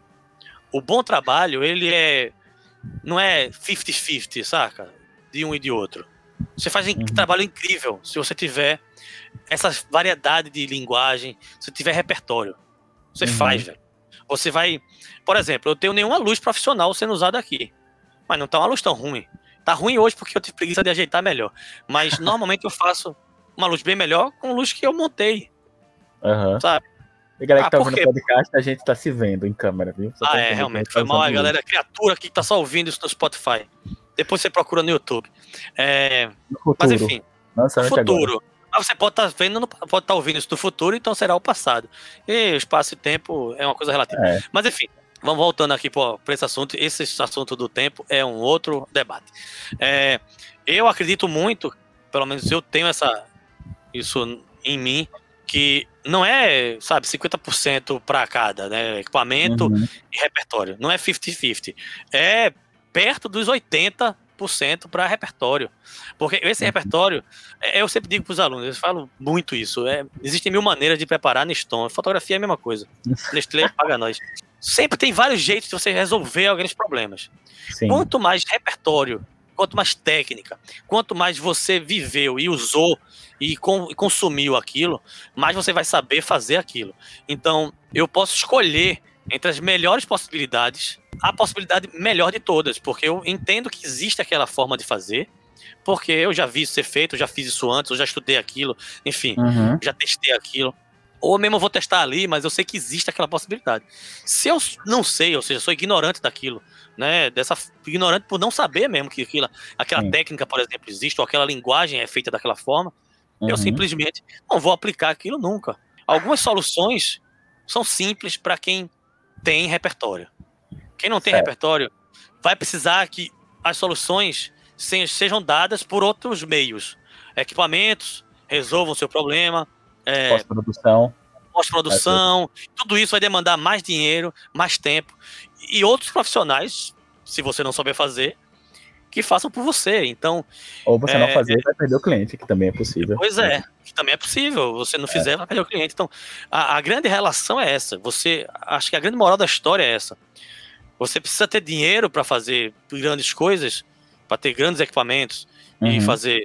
o bom trabalho, ele é... Não é cinquenta cinquenta, saca? De um e de outro. Você faz um uhum. trabalho incrível se você tiver essa variedade de linguagem, se tiver repertório. Você uhum. faz, velho. Você vai... Por exemplo, eu tenho nenhuma luz profissional sendo usada aqui. Mas não tá uma luz tão ruim. Tá ruim hoje porque eu tive preguiça de ajeitar melhor. Mas normalmente eu faço uma luz bem melhor com luz que eu montei. Uhum. Sabe? E a galera ah, que tá ouvindo o podcast, a gente tá se vendo em câmera, viu? Só ah, é, realmente. Foi mal a galera, a criatura que tá só ouvindo isso no Spotify. Depois você procura no YouTube. É... No Mas enfim, Nossa, no futuro. Agora. Mas você pode estar tá vendo, pode estar tá ouvindo isso no futuro, então será o passado. E o espaço e tempo é uma coisa relativa. É. Mas enfim, vamos voltando aqui para esse assunto. Esse assunto do tempo é um outro debate. É, eu acredito muito, pelo menos eu tenho essa, isso em mim, que não é, sabe, cinquenta por cento para cada, né? Equipamento uhum. e repertório. Não é cinquenta cinquenta. É perto dos oitenta por cento para repertório. Porque esse uhum. repertório, eu sempre digo para os alunos, eu falo muito isso, é, existem mil maneiras de preparar Neston. Fotografia é a mesma coisa. Nestlé paga nós. Sempre tem vários jeitos de você resolver alguns problemas. Sim. Quanto mais repertório, quanto mais técnica, quanto mais você viveu e usou e, com, e consumiu aquilo, mais você vai saber fazer aquilo. Então, eu posso escolher entre as melhores possibilidades, a possibilidade melhor de todas, porque eu entendo que existe aquela forma de fazer, porque eu já vi isso ser feito, eu já fiz isso antes, eu já estudei aquilo, enfim, uhum. já testei aquilo. Ou mesmo eu vou testar ali, mas eu sei que existe aquela possibilidade. Se eu não sei, ou seja, sou ignorante daquilo, né, dessa, ignorante por não saber mesmo que aquilo, aquela Sim. técnica, por exemplo, existe, ou aquela linguagem é feita daquela forma, uhum. eu simplesmente não vou aplicar aquilo nunca. Algumas soluções são simples para quem tem repertório. Quem não tem certo. repertório vai precisar que as soluções sejam dadas por outros meios. Equipamentos resolvam o seu problema, é, pós-produção, pós-produção, tudo isso vai demandar mais dinheiro, mais tempo, e outros profissionais, se você não souber fazer, que façam por você. Então, ou você é, não fazer, vai perder o cliente, que também é possível. Pois é, que também é possível. Você não fizer, é. vai perder o cliente. Então, a, a grande relação é essa. Você, acho que a grande moral da história é essa. Você precisa ter dinheiro para fazer grandes coisas, para ter grandes equipamentos uhum. e fazer.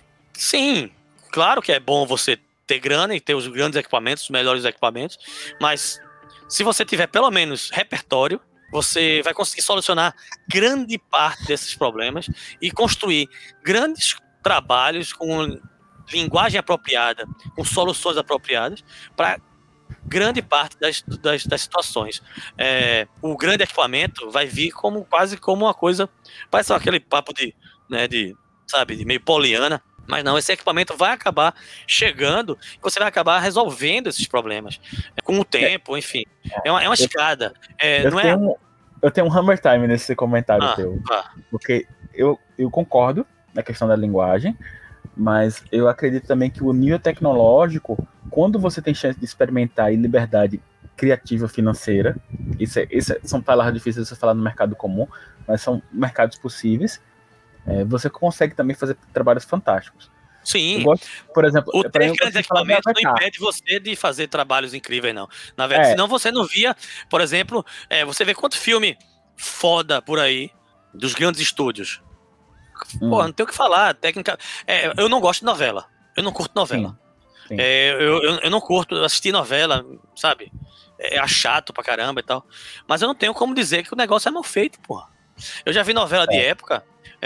Sim, claro que é bom você ter grana e ter os grandes equipamentos, os melhores equipamentos, mas se você tiver pelo menos repertório, você vai conseguir solucionar grande parte desses problemas e construir grandes trabalhos com linguagem apropriada, com soluções apropriadas para grande parte das, das, das situações. É, o grande equipamento vai vir como quase como uma coisa, parece aquele papo de, né, de, sabe, de meio poliana, mas não, esse equipamento vai acabar chegando e você vai acabar resolvendo esses problemas com o tempo, enfim. É uma, é uma escada. É, eu, não tenho, é... um, eu tenho um hammer time nesse comentário ah, teu. Ah. Porque eu, eu concordo na questão da linguagem, mas eu acredito também que o nível tecnológico, quando você tem chance de experimentar e liberdade criativa financeira, isso, é, isso é, são palavras difíceis de você falar no mercado comum, mas são mercados possíveis, é, você consegue também fazer trabalhos fantásticos. Sim, gosto, por exemplo, o ter grandes equipamentos não impede você de fazer trabalhos incríveis, não. Na verdade, é. senão você não via, por exemplo, é, você vê quanto filme foda por aí, dos grandes estúdios. Hum. Pô, não tem o que falar, técnica... É, eu não gosto de novela, eu não curto novela. Sim. Sim. É, eu, eu, eu não curto assistir novela, sabe? É chato pra caramba e tal. Mas eu não tenho como dizer que o negócio é mal feito, porra. Eu já vi novela é. de época,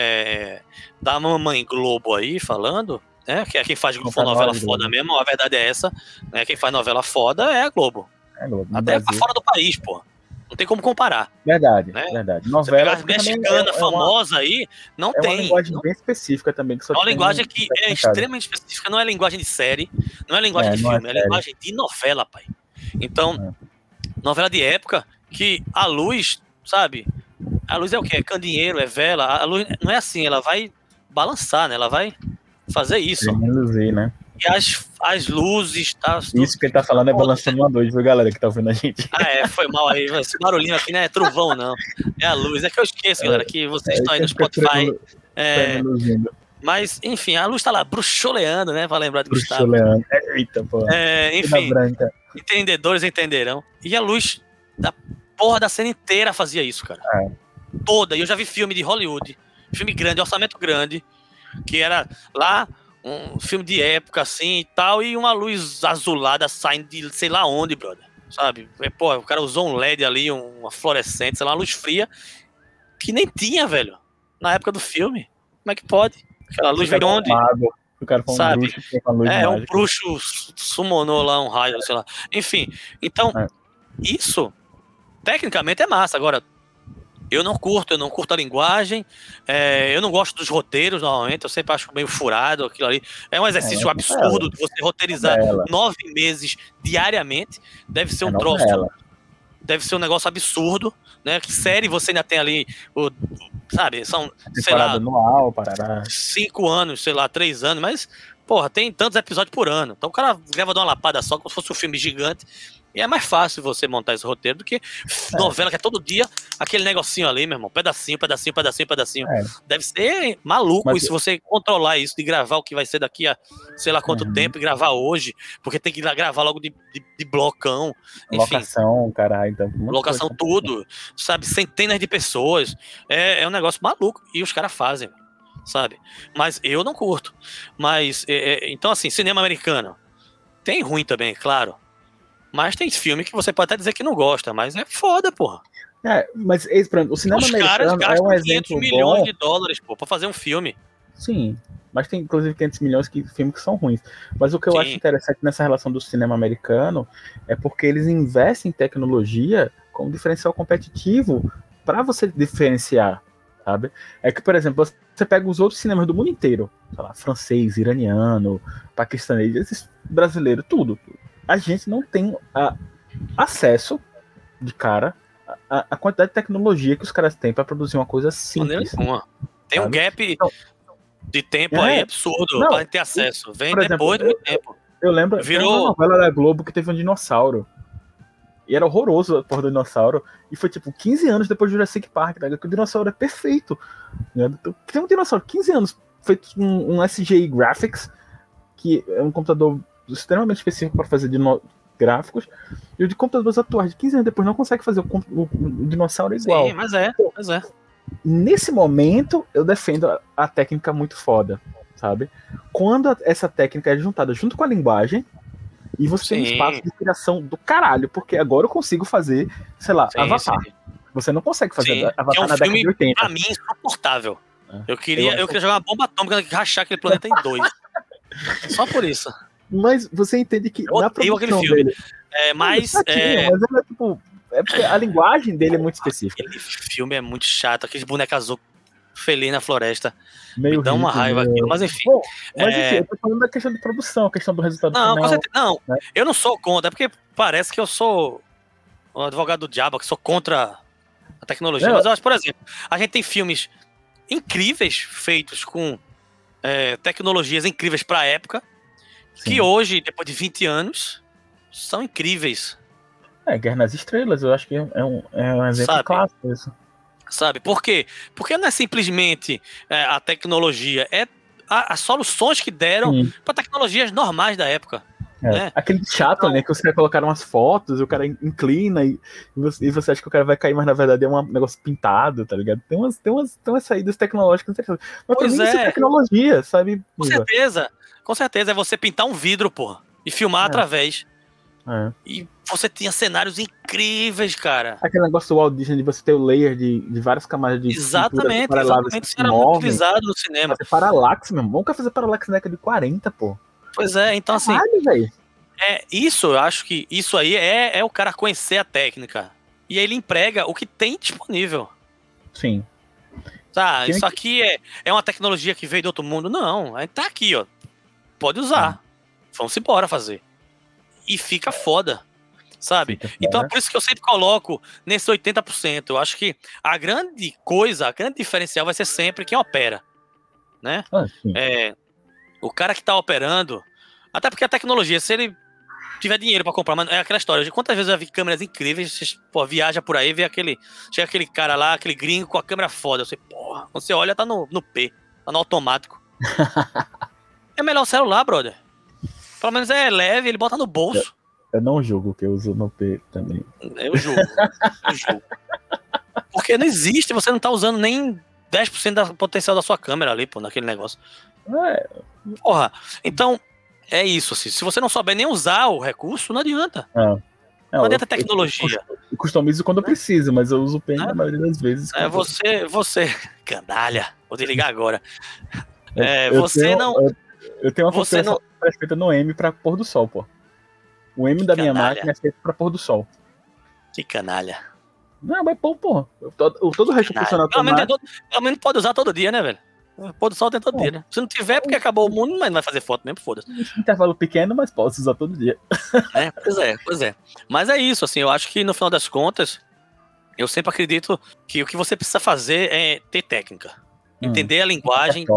é, da Mamãe Globo aí, falando, né, que é quem faz Globo, novela foda Globo. mesmo, a verdade é essa, né, quem faz novela foda é a Globo. É a Globo Até pra fora do país, pô. Não tem como comparar. Verdade, né? verdade. Novela mexicana é, famosa é uma, aí, não é tem. É uma linguagem não, bem específica também. Que só é uma tem linguagem que é extremamente específica, não é linguagem de série, não é linguagem é, de filme, é, é linguagem de novela, pai. Então, é. novela de época, que a luz, sabe... A luz é o quê? É candeeiro, é vela. A luz não é assim, ela vai balançar, né? Ela vai fazer isso. Luzir, né? E as, as luzes... Tá, isso que ele tá falando é balançando uma dois, viu, galera, que tá ouvindo a gente. Ah, é, foi mal aí. Esse barulhinho aqui não é trovão, não. É a luz. É que eu esqueço, galera, que vocês é, estão aí no Spotify. É, Mas, enfim, a luz tá lá bruxoleando, né? Pra lembrar de Gustavo. Bruxoleando. Eita, pô. É, enfim, entendedores entenderão. E a luz da porra da cena inteira fazia isso, cara. É. Toda. E eu já vi filme de Hollywood, filme grande, orçamento grande, que era lá um filme de época, assim, e tal, e uma luz azulada saindo de sei lá onde, brother. Sabe? É, pô, o cara usou um L E D ali, uma fluorescente, sei lá, uma luz fria, que nem tinha, velho, na época do filme. Como é que pode? Aquela luz veio de onde? Mago. O cara foi um sabe? bruxo com uma luz é, mágica. um bruxo summonou lá um raio, sei lá. Enfim, então, É. isso, tecnicamente é massa. Agora, eu não curto, eu não curto a linguagem, é, eu não gosto dos roteiros, normalmente, eu sempre acho meio furado aquilo ali. É um exercício É, absurdo de você roteirizar novela. nove meses diariamente. Deve ser um É troço, novela. deve ser um negócio absurdo, né? Que série você ainda tem ali, o, sabe, são, sei Temporada lá, anual, parará. cinco anos, sei lá, três anos, mas, porra, tem tantos episódios por ano. Então o cara grava de uma lapada só, como se fosse um filme gigante. E é mais fácil você montar esse roteiro do que É. novela que é todo dia aquele negocinho ali, meu irmão. Pedacinho, pedacinho, pedacinho, pedacinho. É. Deve ser maluco Mas- isso, você controlar isso, de gravar o que vai ser daqui a sei lá quanto Uhum. tempo e gravar hoje, porque tem que gravar logo de, de, de blocão. Enfim, Locação, caralho. Então, muita locação, coisa. tudo, sabe? Centenas de pessoas. É, é um negócio maluco. E os caras fazem, sabe? Mas eu não curto. Mas, é, é, então, assim, cinema americano. Tem ruim também, claro. Mas tem filme que você pode até dizer que não gosta, mas é foda, porra. É, mas esse, por exemplo, o cinema Os caras americano é gastam um quinhentos exemplo milhões bom. de dólares, pô, pra fazer um filme. Sim, mas tem inclusive quinhentos milhões de filmes que são ruins. Mas o que eu Sim. acho interessante nessa relação do cinema americano é porque eles investem em tecnologia como diferencial competitivo para você diferenciar, sabe? É que, por exemplo, você pega os outros cinemas do mundo inteiro, sei lá, francês, iraniano, paquistanês, esses brasileiros, tudo. A gente não tem a, acesso de cara a, a quantidade de tecnologia que os caras têm para produzir uma coisa simples. Nenhuma. Tem um sabe? gap Então, de tempo é. aí absurdo Não, pra gente ter acesso. Vem por exemplo, depois de muito tempo. Eu lembro, Virou- tem uma novela da Globo que teve um dinossauro. E era horroroso a porra do dinossauro. E foi tipo quinze anos depois do Jurassic Park, tá? Que o dinossauro é perfeito. Né? Tem um dinossauro, quinze anos, feito um, um S G I Graphics, que é um computador extremamente específico para fazer dino- gráficos. E o de computadores atuais de quinze anos depois não consegue fazer o, comp- o- o dinossauro igual. Sim, mas é, mas é. Nesse momento, eu defendo a, a técnica muito foda, sabe? Quando a- essa técnica é juntada junto com a linguagem, e você tem um Sim. espaço de criação do caralho, porque agora eu consigo fazer, sei lá, Sim, Avatar. sim. Você não consegue fazer Sim, Avatar que é um na década filme, de oitenta. pra mim, insuportável. É. Eu queria, Eu eu, acho- queria jogar uma bomba atômica e rachar aquele planeta em dois. Só por isso. Mas você entende que Eu na odeio aquele produção filme. dele... É, mas Chatinho, é, mas ele é tipo... É porque a linguagem dele é muito específica. aquele filme é muito chato. Aqueles bonecos azul feliz na floresta. Meio Me dá uma hippie, raiva meio- aquilo. Mas enfim. Bom, mas É. enfim, eu tô falando da questão de produção, a questão do resultado Não, com final. certeza. Não, né? eu não sou contra. É porque parece que eu sou um advogado do diabo, que sou contra a tecnologia. Não. Mas eu acho, por exemplo, a gente tem filmes incríveis feitos com é, tecnologias incríveis pra época, que Sim. hoje, depois de vinte anos, são incríveis. É, Guerra nas Estrelas, eu acho que é um, é um exemplo Sabe? clássico isso. Sabe? Por quê? Porque não é simplesmente é, a tecnologia, é a- as soluções que deram Sim. para tecnologias normais da época. É. né? Aquele chato, Então- né? Que os caras colocaram umas fotos, o cara inclina e, e você, e você acha que o cara vai cair, mas na verdade é um negócio pintado, tá ligado? Tem umas, tem umas, tem umas saídas tecnológicas interessantes. Mas Pois pra mim isso é é. tecnologia, sabe? Com Iva? certeza. Com certeza. É você pintar um vidro, porra. E filmar É. através. É. E você tinha cenários incríveis, cara. Aquele negócio do Walt Disney de você ter o layer de, de várias camadas de Exatamente. pintura paralelas Exatamente. que Isso se era muito movem. utilizado no cinema. Fazer paralaxe, meu irmão. Nunca fazer paralaxe na década de quarenta, pô. Pois é. Então, assim, Caralho, velho. é, isso, eu acho que isso aí é, é o cara conhecer a técnica. E aí ele emprega o que tem disponível. Sim. Tá, Tem isso aqui é, é uma tecnologia que veio do outro mundo. Não, aí tá aqui, ó. Pode usar. Vamos embora fazer. E fica foda. Sabe? Fica foda. Então é por isso que eu sempre coloco nesse oitenta por cento. Eu acho que a grande coisa, a grande diferencial vai ser sempre quem opera. Né? Ah, sim. É, o cara que tá operando. Até porque a tecnologia, se ele tiver dinheiro pra comprar, mas é aquela história. Quantas vezes eu já vi câmeras incríveis, você, pô, viaja por aí, vê aquele. Chega aquele cara lá, aquele gringo com a câmera foda. Você, porra, quando você olha, tá no, no P, tá no automático. É melhor o celular, brother. Pelo menos é leve, ele bota no bolso. Eu, eu não julgo que eu uso no P também. Eu julgo. Eu julgo. Porque não existe, você não tá usando nem dez por cento do potencial da sua câmera ali, pô, naquele negócio. É. Porra, então, é isso, assim. Se você não souber nem usar o recurso, não adianta. Não, não adianta tecnologia. Eu, eu customizo quando eu preciso, mas eu uso o Pen é? na maioria das vezes. É, você, você, canalha, vou desligar agora. É, eu você tenho, não... Eu, eu tenho uma você não... feita no M pra pôr do sol, pô. O M que da minha canalha. máquina é feito pra pôr do sol. Que canalha. Não, mas pô, porra. Todo, todo o resto funciona automático. Pelo menos pode usar todo dia, né, velho? Pôr do sol tem todo dia, né? Se não tiver, porque acabou o mundo, mas não vai fazer foto mesmo, foda-se. Intervalo pequeno, mas posso usar todo dia. É, pois é, pois é. Mas é isso, assim, eu acho que no final das contas, eu sempre acredito que o que você precisa fazer é ter técnica. Hum, entender a linguagem,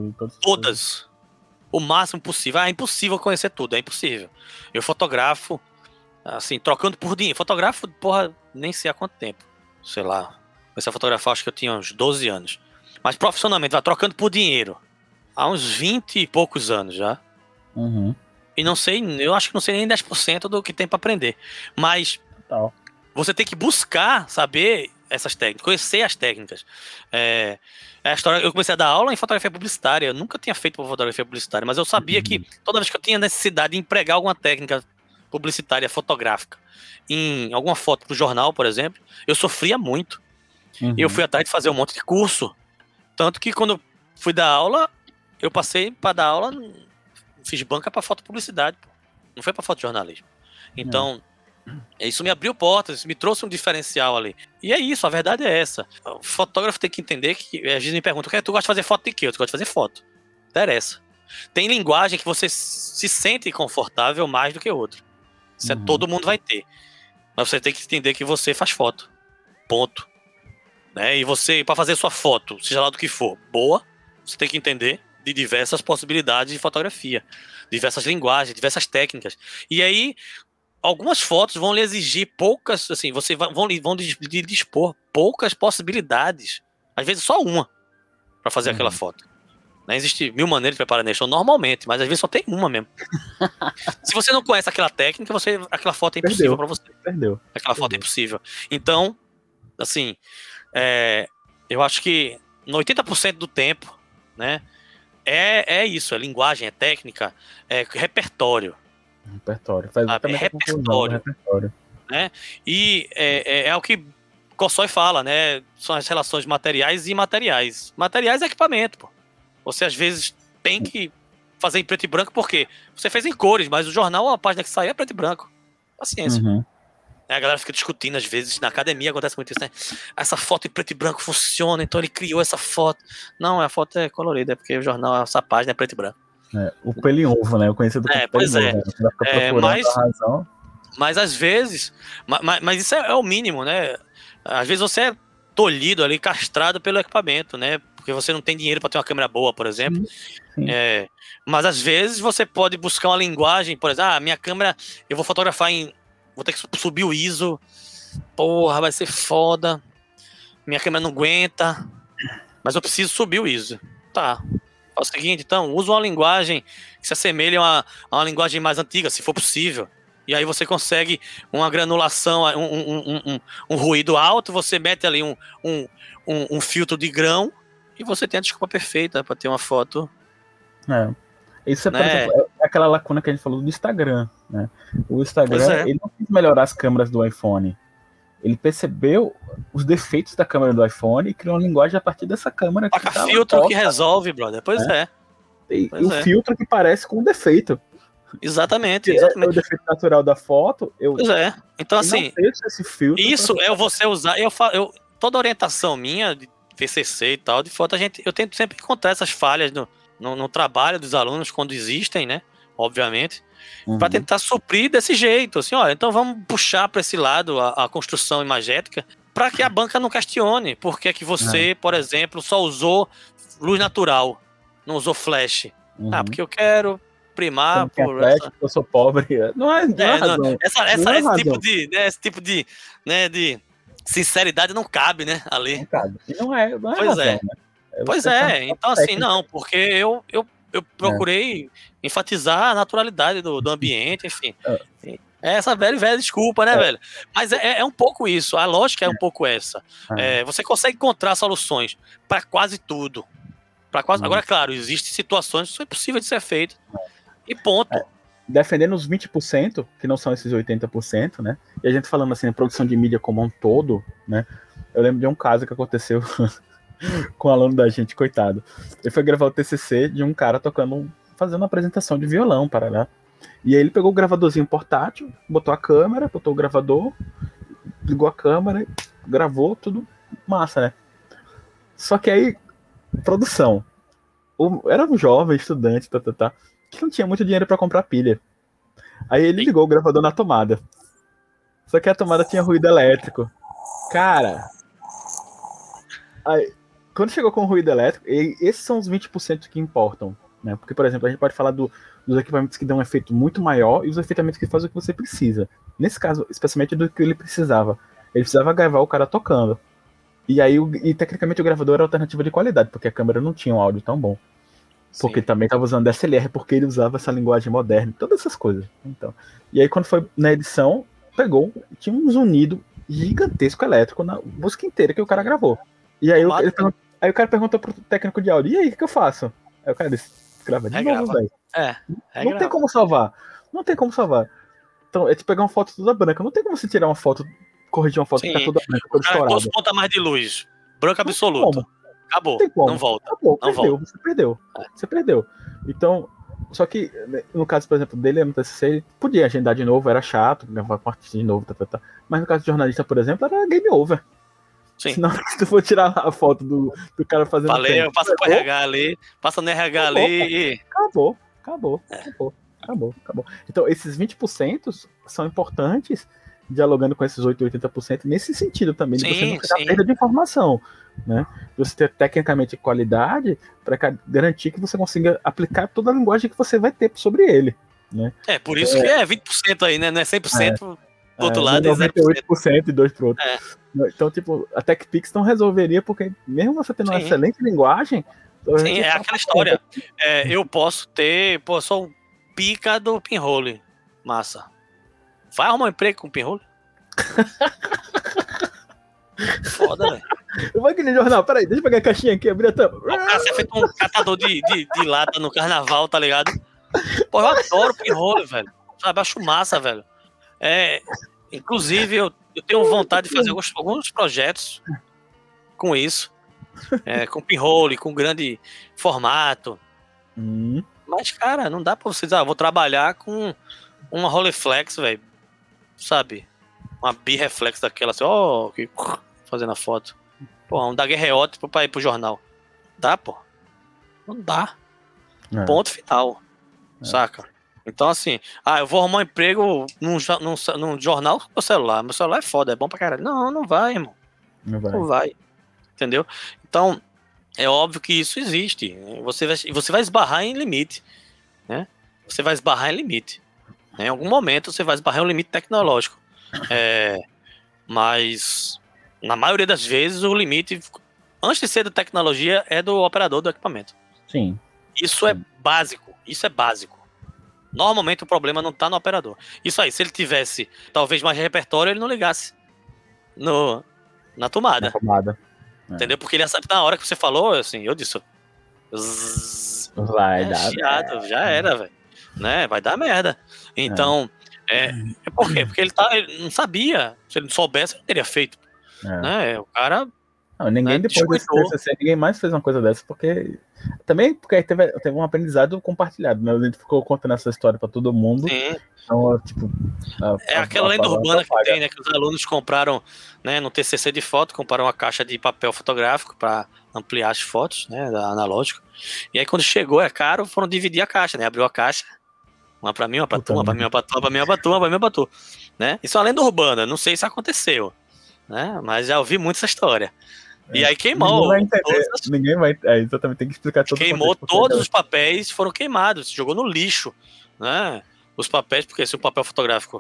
todas. O máximo possível. Ah, é impossível conhecer tudo, é impossível. Eu fotografo, assim, trocando por dinheiro. Fotografo, porra, nem sei há quanto tempo. Sei lá. Comecei a fotografar, acho que eu tinha uns doze anos. Mas profissionalmente, vai trocando por dinheiro. Há uns vinte e poucos anos já. Uhum. E não sei, eu acho que não sei nem dez por cento do que tem pra aprender. Mas Total. Você tem que buscar saber essas técnicas, conhecer as técnicas. É, a história, eu comecei a dar aula em fotografia publicitária. Eu nunca tinha feito fotografia publicitária, mas eu sabia uhum. que toda vez que eu tinha necessidade de empregar alguma técnica publicitária fotográfica em alguma foto pro jornal, por exemplo, eu sofria muito. Uhum. E eu fui atrás de fazer um monte de curso. Tanto que quando eu fui dar aula, eu passei para dar aula, fiz banca para fotopublicidade, não foi para fotojornalismo. Então, uhum. isso me abriu portas, isso me trouxe um diferencial ali. E é isso, a verdade é essa. O fotógrafo tem que entender que, às vezes me perguntam, tu gosta de fazer foto de quê? Eu gosto de fazer foto. Interessa. Tem linguagem que você se sente confortável mais do que outro. Isso uhum. é, todo mundo vai ter. Mas você tem que entender que você faz foto. Ponto. Né? E você, para fazer sua foto, seja lá do que for, boa, você tem que entender de diversas possibilidades de fotografia, diversas linguagens, diversas técnicas. E aí, algumas fotos vão lhe exigir poucas, assim, você vai, vão, vão lhe dispor poucas possibilidades. Às vezes só uma para fazer uhum. aquela foto. Não existe mil maneiras de preparar nation normalmente, mas às vezes só tem uma mesmo. Se você não conhece aquela técnica, você, aquela foto é impossível para você. Perdeu. Aquela Perdeu. foto é impossível. Então, assim, é, eu acho que no oitenta por cento do tempo, né, é, é isso, é linguagem, é técnica, é repertório. Repertório, faz é repertório, repertório. Né? E é, é, é o que Kossoi fala, né? São as relações materiais e imateriais. Materiais é equipamento, pô. Você às vezes tem que fazer em preto e branco, porque você fez em cores, mas o jornal, a página que sai é preto e branco. Paciência. Uhum. A galera fica discutindo, às vezes, na academia acontece muito isso, né? Essa foto em preto e branco funciona, então ele criou essa foto. Não, a foto é colorida, é porque o jornal, essa página é preto e branco. É, o pelo em ovo, né? Eu conheci do é, pois ovo, é. Né? Você vai ficar é procurando mas, a razão. Mas às vezes, mas, mas isso é, é o mínimo, né? Às vezes você é tolhido ali, castrado pelo equipamento, né? Porque você não tem dinheiro para ter uma câmera boa, por exemplo. Sim, sim. É, mas às vezes você pode buscar uma linguagem, por exemplo, ah, minha câmera, eu vou fotografar em, vou ter que subir o I S O, porra, vai ser foda, minha câmera não aguenta, mas eu preciso subir o I S O. Tá, faz o seguinte, então, usa uma linguagem que se assemelhe a uma, a uma linguagem mais antiga, se for possível. E aí você consegue uma granulação, um, um, um, um, um ruído alto, você mete ali um, um, um, um filtro de grão e você tem a desculpa perfeita para ter uma foto. É. Isso é, né? Por exemplo, é aquela lacuna que a gente falou do Instagram, né? O Instagram, é. ele não quis melhorar as câmeras do iPhone. Ele percebeu os defeitos da câmera do iPhone e criou uma linguagem a partir dessa câmera. Paca que filtro toca, que resolve, brother. Pois é. é. E, pois e o é. filtro que parece com um defeito. Exatamente, exatamente. É o defeito natural da foto. Eu, pois é. Então, assim, esse filtro isso é você usar. Eu, eu, toda orientação minha de T C C e tal, de foto, a gente, eu tento sempre encontrar essas falhas no, no, no trabalho dos alunos, quando existem, né? Obviamente, uhum. para tentar suprir desse jeito. Assim, olha, então vamos puxar para esse lado a, a construção imagética para que a banca não questione por que, que você, uhum. por exemplo, só usou luz natural, não usou flash. Uhum. Ah, porque eu quero primar por flash, essa... eu sou pobre. Não é, não é, é razão. Não, essa, essa, não é esse razão. tipo de, né, esse tipo de, né, de sinceridade não cabe, né, ali. Não cabe. E não é, não é pois razão, é. Né? Pois é, então assim, não, porque eu, eu, eu procurei é. enfatizar a naturalidade do, do ambiente, enfim. É. Essa velha velha desculpa, né, é. velho? Mas é, é um pouco isso, a lógica é um pouco essa. É, você consegue encontrar soluções para quase tudo. Pra quase... Agora, claro, existem situações que são impossíveis de ser feitas. E ponto. É. Defendendo os vinte por cento, que não são esses oitenta por cento, né? E a gente falando assim, a produção de mídia como um todo, né? Eu lembro de um caso que aconteceu com um aluno da gente, coitado. Ele foi gravar o T C C de um cara tocando, fazendo uma apresentação de violão, para lá. E aí ele pegou o gravadorzinho portátil, botou a câmera, botou o gravador, ligou a câmera, gravou, tudo massa, né? Só que aí, produção. O, era um jovem estudante, tá, tá, tá, que não tinha muito dinheiro para comprar pilha. Aí ele ligou o gravador na tomada. Só que a tomada tinha ruído elétrico. Cara, aí, quando chegou com ruído elétrico, e esses são os vinte por cento que importam, né? Porque, por exemplo, a gente pode falar do, dos equipamentos que dão um efeito muito maior e os equipamentos que fazem o que você precisa. Nesse caso, especialmente do que ele precisava. Ele precisava gravar o cara tocando. E aí, e, tecnicamente, o gravador era alternativa de qualidade, porque a câmera não tinha um áudio tão bom. Porque Sim. também estava usando D S L R, porque ele usava essa linguagem moderna, todas essas coisas. Então, e aí, quando foi na edição, pegou, tinha um zunido gigantesco elétrico na música inteira que o cara gravou. E aí, o, ele, aí o cara perguntou pro técnico de áudio, e aí, o que, que eu faço? Aí o cara disse, grava de é novo, velho. É, é não grava. tem como salvar. Não tem como salvar. Então, é te pegar uma foto toda branca. Não tem como você tirar uma foto, corrigir uma foto Sim. que tá toda branca, toda cara, estourada. dois pontos mais de luz. Branco absoluto. Acabou. Não, tem não volta. Acabou, não perdeu, volta. Você perdeu. É. Você perdeu. Então, só que no caso, por exemplo, dele no T C C, ele podia agendar de novo, era chato, gravar parte de novo, tá, tá, tá. Mas no caso de jornalista, por exemplo, era game over. Sim. Senão, se tu for tirar a foto do, do cara fazendo. Falei, eu passo pro R H ali, passa no R H acabou, ali e. Acabou, acabou, é. acabou, acabou, acabou. Então, esses vinte por cento são importantes, dialogando com esses oito, oitenta por cento, nesse sentido também, sim, de você não ter perda de informação, né? De você ter tecnicamente qualidade para garantir que você consiga aplicar toda a linguagem que você vai ter sobre ele, né? É, por isso é, que é vinte por cento aí, né? Não é cem por cento é, do outro é, lado, noventa e oito por cento e dois por cento e outro. É. Então, tipo, a TechPix não resolveria, porque mesmo você tendo Sim. uma excelente linguagem... Sim, é aquela história. É, eu posso ter... Pô, eu sou o pica do pinhole. Massa. Vai arrumar um emprego com pinhole? Foda, velho. Eu vou aqui no jornal, peraí, deixa eu pegar a caixinha aqui, abrir a tampa. O cara ser feito um catador de, de, de lata no carnaval, tá ligado? Pô, eu adoro pinhole, velho. Sabe, acho massa, velho. É, inclusive, eu, eu tenho vontade de fazer alguns, alguns projetos com isso. É, com pinhole, com grande formato. Hum. Mas, cara, não dá pra você dizer, ah, vou trabalhar com uma Rolleiflex, velho. Sabe? Uma birreflex daquela, assim, ó, oh, que... fazendo a foto. Pô, um daguerreótipo pra ir pro jornal. Dá, pô. Não dá. É. Ponto final. É. Saca? Então, assim, ah, eu vou arrumar um emprego num, num, num jornal com o celular. Meu celular é foda, é bom pra caralho. Não, não vai, irmão. Não vai. Não vai. Entendeu? Então, é óbvio que isso existe. Você vai, você vai esbarrar em limite. Né? Você vai esbarrar em limite. Em algum momento você vai esbarrar em um limite tecnológico. É, mas, na maioria das vezes, o limite, antes de ser da tecnologia, é do operador do equipamento. Sim. Isso é básico. Isso é básico. Normalmente o problema não está no operador. Isso aí, se ele tivesse talvez mais repertório, ele não ligasse no, na tomada. Na tomada. Entendeu? Porque ele sabe na hora que você falou, assim, eu disse. Zzz, vai é, dar. Chiado, já era, velho. Né? Vai dar merda. Então, é. É, é por quê? Porque ele, tá, ele não sabia. Se ele não soubesse, ele teria feito. É. Né? O cara. Não, ninguém, né, depois desse T C C, ninguém mais fez uma coisa dessa, porque. Também porque teve, teve um aprendizado compartilhado, né? A gente ficou contando essa história pra todo mundo. Sim. Então, tipo. A, é a, aquela a, lenda a, urbana a, que tem, né? Que os alunos compraram, né? No T C C de foto, compraram uma caixa de papel fotográfico pra ampliar as fotos, né? Da analógico. E aí, quando chegou, é caro, foram dividir a caixa, né? Abriu a caixa. Uma pra mim, uma pra tu, uma pra mim, uma pra tu, uma pra mim, uma pra tu, uma pra mim, uma pra tu. Né? Isso é uma lenda urbana, não sei se aconteceu. Né? Mas já ouvi muito essa história. É. E aí queimou. Ninguém vai entender. As... Ninguém vai. É, exatamente, tem que explicar tudo. Queimou todos os papéis, foram queimados, jogou no lixo, né? Os papéis, porque se o papel fotográfico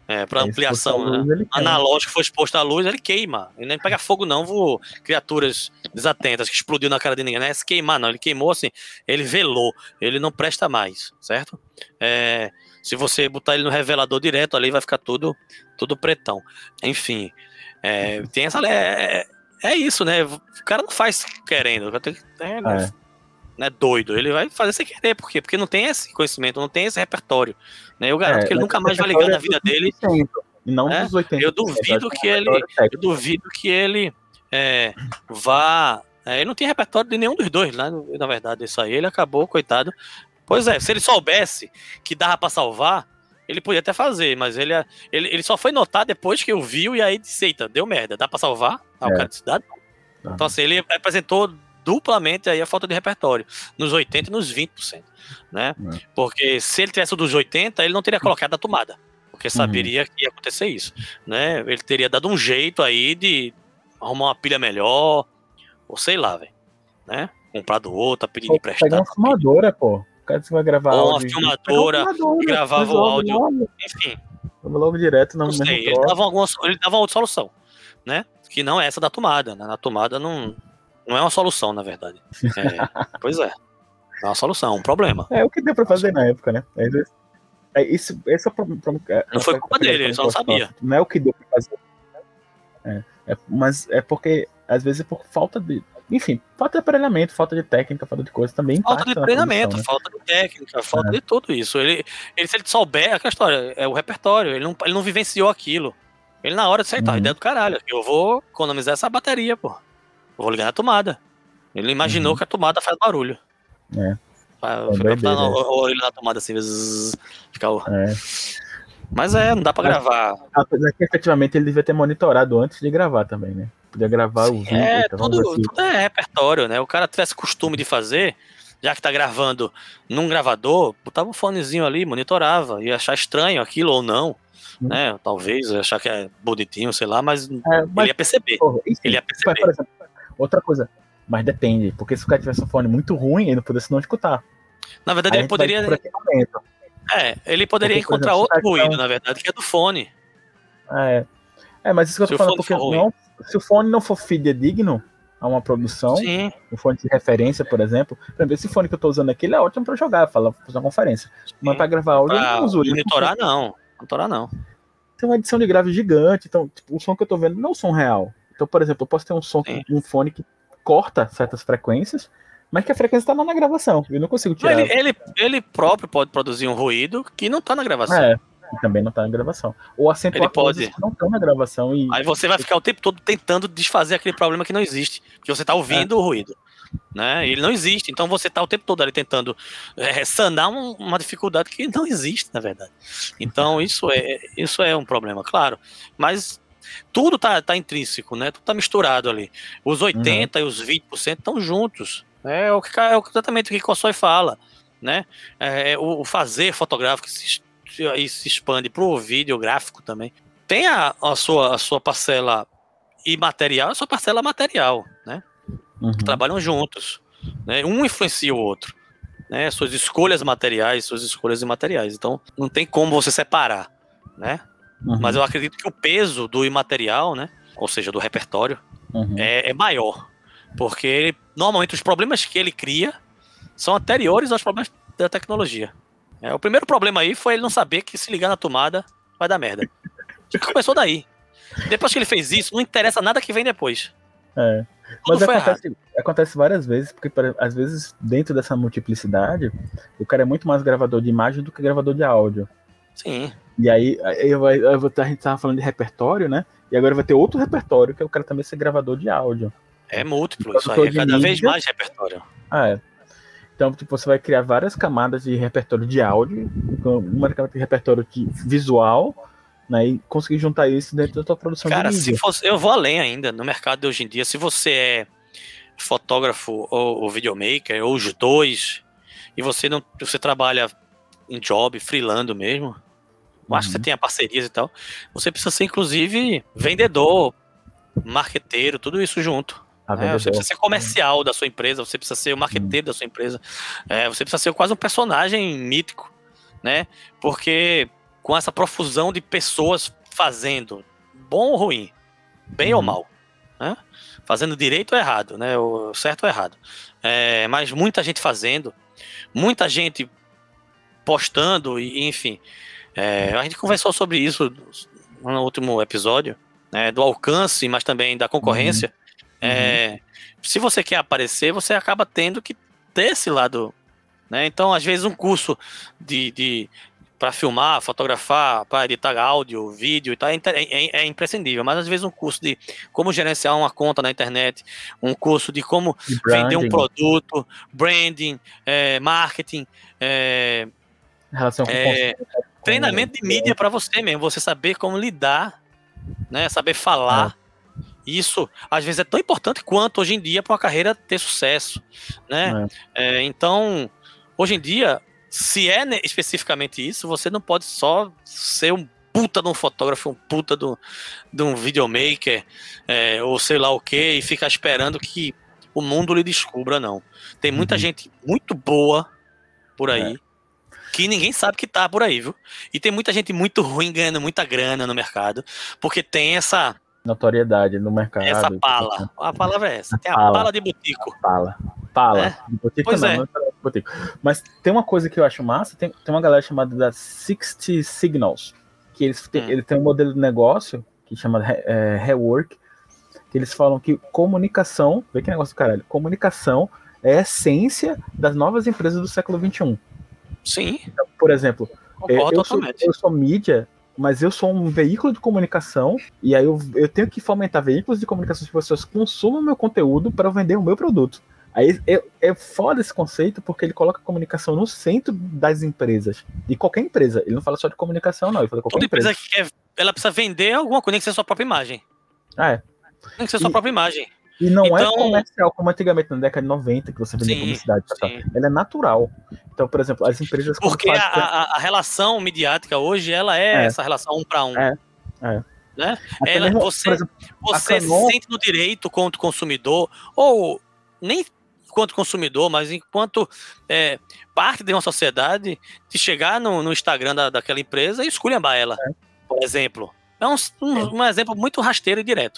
É, para Aí, se fosse a ampliação, luz, né? ele queima. Analógico foi exposto à luz, ele queima. Ele nem pega fogo, não, vô, criaturas desatentas que explodiu na cara de ninguém. Não é se queimar, não. Ele queimou assim, ele velou, ele não presta mais, certo? É, se você botar ele no revelador direto ali, vai ficar tudo, tudo pretão. Enfim, é, tem essa. É, é isso, né? O cara não faz querendo. É, né? É. Né, doido, ele vai fazer sem querer, por quê? Porque não tem esse conhecimento, não tem esse repertório, né? Eu garanto É, que ele mas nunca esse mais vai ligar na repertório é vida dos dele, vinte por cento, e não né? dos oitenta Eu por cento. duvido Acho que é um ele, repertório eu técnico. duvido que ele é, vá, é, ele não tem repertório de nenhum dos dois, né? Na verdade, isso aí ele acabou, coitado. Pois é, se ele soubesse que dava pra salvar, ele podia até fazer, mas ele, ele, ele só foi notar depois que eu viu e aí disse, eita, deu merda, dá pra salvar? Ah, o É. cara disse, dá não. Então assim, ele apresentou duplamente aí a falta de repertório, nos oitenta e nos vinte por cento, né? É. Porque se ele tivesse o dos oitenta, ele não teria colocado a tomada, porque saberia uhum. que ia acontecer isso, né? Ele teria dado um jeito aí de arrumar uma pilha melhor, ou sei lá, velho, né? Comprado outra, pedindo emprestado. Pegar uma filmadora, pô. O cara que vai gravar ou áudio. uma filmadora, uma filmadora e gravava o áudio, logo. Enfim. Vamos logo direto no não mesmo sei, ele dava, alguma, ele dava outra solução, né? Que não é essa da tomada, né? Na tomada não... Não é uma solução, na verdade. É, pois é. É uma solução, um problema. É o que deu pra fazer na época, né? É, isso, esse é o problema. Não foi culpa dele, ele só não sabia. Não é o que deu pra fazer. É, é, mas é porque, às vezes, é por falta de. Enfim, falta de treinamento, falta de técnica, falta de coisa também. Falta de treinamento, produção, falta né? de técnica, falta é. de tudo isso. Ele, ele, se ele souber, aquela história, é o repertório, ele não, ele não vivenciou aquilo. Ele, na hora de aceitar, uhum. a ideia do caralho. Eu vou economizar essa bateria, pô. Vou ligar na tomada. Ele imaginou uhum. que a tomada faz barulho. É. Fica botando a orelha na tomada assim, zzz, fica o... é. Mas é, não dá pra mas, gravar. Apesar que efetivamente ele devia ter monitorado antes de gravar também, né? Podia gravar Sim, o vídeo. É, então, tudo, assim. tudo é repertório, né? O cara tivesse costume de fazer, já que tá gravando num gravador, botava um fonezinho ali, monitorava, ia achar estranho aquilo ou não. Hum. Né? Talvez achar que é bonitinho, sei lá, mas, é, mas ele ia perceber. Porra, enfim, ele ia perceber. Por exemplo, outra coisa, mas depende, porque se o cara tivesse um fone muito ruim, ele não pudesse não escutar. Na verdade, ele poderia. É, ele poderia porque, encontrar exemplo, outro ruído, não... na verdade, que é do fone. É, é mas isso que eu tô falando, porque não, se o fone não for fidedigno a uma produção, Sim. um fone de referência, por exemplo, por exemplo, esse fone que eu tô usando aqui, ele é ótimo pra jogar, falar, fazer uma conferência. Sim. Mas pra gravar áudio, pra eu não uso ele. Monitorar, não. Monitorar, não. Tem uma edição de grave gigante, então, tipo, o som que eu tô vendo não é um som real. Então, por exemplo, eu posso ter um som, Sim. um fone que corta certas frequências, mas que a frequência está lá na gravação. Eu não consigo tirar. Ele, ele, ele próprio pode produzir um ruído que não está na gravação. É, que também não está na gravação. Ou acentuar coisas que não estão na gravação. E... Aí você vai ficar o tempo todo tentando desfazer aquele problema que não existe. Porque você está ouvindo é. o ruído. Né? Ele não existe. Então você está o tempo todo ali tentando é, sanar um, uma dificuldade que não existe, na verdade. Então isso é, isso é um problema, claro. Mas tudo tá, tá intrínseco, né? Tudo tá misturado ali. Os oitenta por cento uhum. e os vinte por cento estão juntos. É o que é exatamente o que Kossoi fala, né? É, o, o fazer fotográfico se, se expande para o vídeo gráfico também. Tem a, a, sua, a sua parcela imaterial e a sua parcela material, né? Uhum. Que trabalham juntos. Né? Um influencia o outro. Né? Suas escolhas materiais, suas escolhas imateriais. Então, não tem como você separar, né? Uhum. Mas eu acredito que o peso do imaterial, né? Ou seja, do repertório, uhum. é, é maior. Porque ele, normalmente os problemas que ele cria são anteriores aos problemas da tecnologia. É, o primeiro problema aí foi ele não saber que se ligar na tomada vai dar merda. Começou daí. Depois que ele fez isso, não interessa nada que vem depois. É. Mas acontece, acontece várias vezes, porque às vezes dentro dessa multiplicidade, o cara é muito mais gravador de imagem do que gravador de áudio. Sim. E aí, eu, eu, eu, a gente tava falando de repertório, né? E agora vai ter outro repertório, que é o cara também ser gravador de áudio. É múltiplo, isso aí é cada mídia. vez mais repertório. Ah, é. Então, tipo, você vai criar várias camadas de repertório de áudio, uma camada de repertório de visual, né? E conseguir juntar isso dentro da tua produção Cara, de mídia. se fosse, eu vou além ainda, no mercado de hoje em dia, se você é fotógrafo ou, ou videomaker, ou os dois, e você não, você trabalha em job, freelando mesmo, uhum. acho que você tem parcerias e tal, você precisa ser, inclusive, vendedor, marqueteiro, tudo isso junto. É, você precisa ser comercial da sua empresa, você precisa ser o marqueteiro hum. da sua empresa, é, você precisa ser quase um personagem mítico, né? Porque com essa profusão de pessoas fazendo, bom ou ruim, bem uhum. ou mal, né? Fazendo direito ou errado, né? O certo ou errado. É, mas muita gente fazendo, muita gente postando, e enfim. É, a gente conversou sobre isso no último episódio, né, do alcance, mas também da concorrência. Uhum. É, se você quer aparecer, você acaba tendo que ter esse lado, né? Então, às vezes, um curso de, de para filmar, fotografar, para editar áudio, vídeo e tal, é, é, é imprescindível. Mas às vezes um curso de como gerenciar uma conta na internet, um curso de como de vender um produto, branding, é, marketing, é, relação com é, treinamento de mídia para você mesmo, você saber como lidar, né, saber falar. É. Isso, às vezes, é tão importante quanto hoje em dia para uma carreira ter sucesso, né? É. É, então, hoje em dia, se é especificamente isso, você não pode só ser um puta de um fotógrafo, um puta de um, de um videomaker, é, ou sei lá o que, e ficar esperando que o mundo lhe descubra, não. Tem muita uhum. gente muito boa por aí, é. que ninguém sabe que tá por aí, viu? E tem muita gente muito ruim ganhando muita grana no mercado, porque tem essa notoriedade no mercado. Essa pala. A palavra é essa. Tem a pala, pala de botico. A pala. Pala. É? De botico pois não, é. não é de botico. Mas tem uma coisa que eu acho massa, tem, tem uma galera chamada da sixty Signals, que eles têm, hum. ele tem um modelo de negócio que chama é, Rework, que eles falam que comunicação, vê que negócio do caralho, comunicação é a essência das novas empresas do século vinte e um. Sim. Então, por exemplo, Concordo eu, sou, eu sou mídia, mas eu sou um veículo de comunicação, e aí eu, eu tenho que fomentar veículos de comunicação que as pessoas consumam meu conteúdo para eu vender o meu produto. Aí é, é foda esse conceito, porque ele coloca a comunicação no centro das empresas, de qualquer empresa. Ele não fala só de comunicação, não, ele fala de qualquer Toda empresa. empresa que quer, ela precisa vender alguma coisa, nem que seja sua própria imagem. Ah, é. Nem que seja sua e, própria imagem. E não então, é comercial, como antigamente, na década de noventa, que você vendia sim, publicidade. Tá? Ela é natural. Então, por exemplo, as empresas... Porque fazem... a, a, a relação midiática hoje, ela é, é. essa relação um para um. É, é. Né? Ela, mesmo, você exemplo, você Canon... se sente no direito quanto consumidor, ou nem quanto consumidor, mas enquanto é, parte de uma sociedade, de chegar no, no Instagram da, daquela empresa e esculhambar ela, é. por exemplo. É um, um, um exemplo muito rasteiro e direto.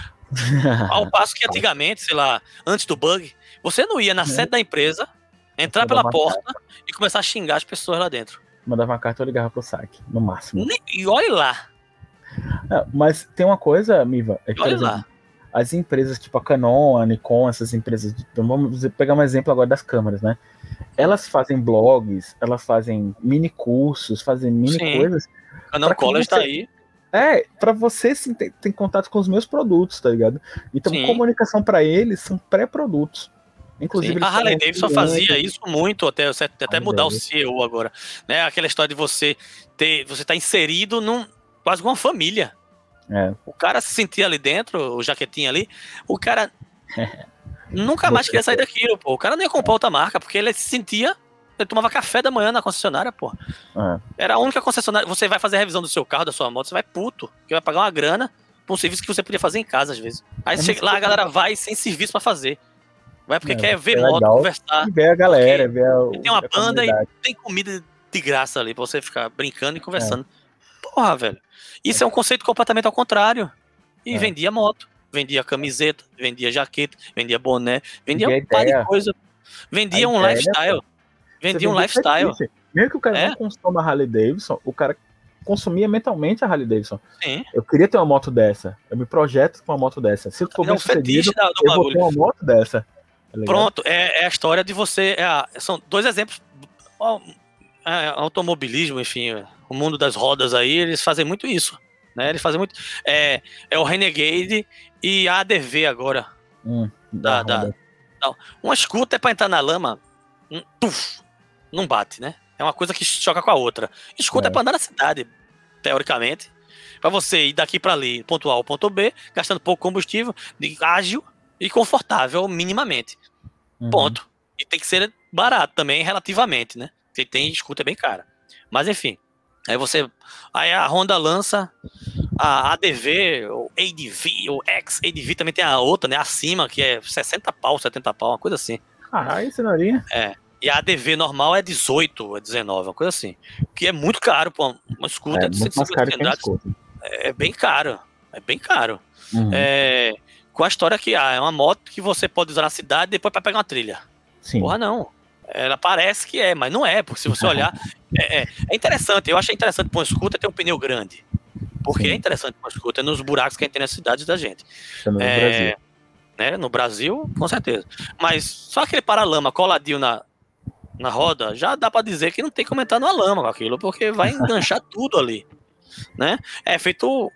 Ao passo que antigamente, sei lá, antes do bug, você não ia na sede da empresa, entrar pela porta carta. e começar a xingar as pessoas lá dentro. Mandava uma carta ou ligava pro saque, no máximo. E olha lá. É, mas tem uma coisa, Miva, é que, olha por exemplo, lá. as empresas tipo a Canon, a Nikon, essas empresas, de, vamos pegar um exemplo agora das câmeras, né? Elas fazem blogs, elas fazem mini cursos, fazem mini Sim. coisas. Canon College tá aí. É, pra você sim, ter, ter contato com os meus produtos, tá ligado? Então, sim. comunicação pra eles são pré-produtos. Inclusive, a Harley Davidson fazia isso muito, até, até mudar o C E O agora. Né? Aquela história de você ter, você tá inserido num quase uma família. É. O cara se sentia ali dentro, o jaquetinho ali, o cara nunca mais queria sair daquilo, pô. O cara não ia comprar outra marca, porque ele se sentia. Ele tomava café da manhã na concessionária, pô. É. Era a única concessionária. Você vai fazer a revisão do seu carro, da sua moto, você vai puto. Porque vai pagar uma grana pra um serviço que você podia fazer em casa, às vezes. Aí é chega, lá a galera vai sem serviço pra fazer. Vai porque é, quer ver é moto, conversar. E ver a galera, ver a, tem uma banda e tem comida de graça ali pra você ficar brincando e conversando. É. Porra, velho. Isso é. é um conceito completamente ao contrário. E é. vendia moto, vendia camiseta, vendia jaqueta, vendia boné, vendia um par de coisa. Vendia um ideia, lifestyle. Vendia um lifestyle. Mesmo que o cara é? não consuma a Harley Davidson, o cara consumia mentalmente a Harley Davidson. Sim. Eu queria ter uma moto dessa. Eu me projeto com uma moto dessa. Se eu for bem sucedido, da, do eu vou ter uma moto dessa. Tá Pronto, é, é a história de você... É a, são dois exemplos. É, automobilismo, enfim, o mundo das rodas aí, eles fazem muito isso. Né? Eles fazem muito... É, é o Renegade e a A D V agora. Hum, da, da, da, uma scooter pra entrar na lama, um, tuf, não bate, né? É uma coisa que choca com a outra. Escuta é, é pra andar na cidade, teoricamente. Pra você ir daqui pra ali, ponto A ao ponto B, gastando pouco combustível, ágil e confortável, minimamente. Uhum. Ponto. E tem que ser barato também, relativamente, né? Porque tem escuta bem cara. Mas enfim. Aí você. Aí a Honda lança a A D V, o A D V, o X-A D V também tem a outra, né? Acima, que é sessenta pau, setenta pau, uma coisa assim. Ah, isso não é? É. E a A D V normal é dezoito, é dezenove, uma coisa assim. Que é muito caro, pô. Uma scooter É, de muito cento e mais cinquenta caro que um cilindradas scooter. é bem caro. É bem caro. Uhum. É, com a história que ah, é uma moto que você pode usar na cidade e depois pra pegar uma trilha. Sim. Porra, não. Ela parece que é, mas não é, porque se você olhar. é, é, é interessante, eu achei interessante pra uma scooter ter um pneu grande. Porque Sim. é interessante pra uma scooter nos buracos que a gente tem nas cidades da gente. No É, Brasil. Né, no Brasil, com certeza. Mas só aquele paralama coladinho na, na roda, já dá pra dizer que não tem como entrar numa lama com aquilo, porque vai enganchar tudo ali. Né? É feito o,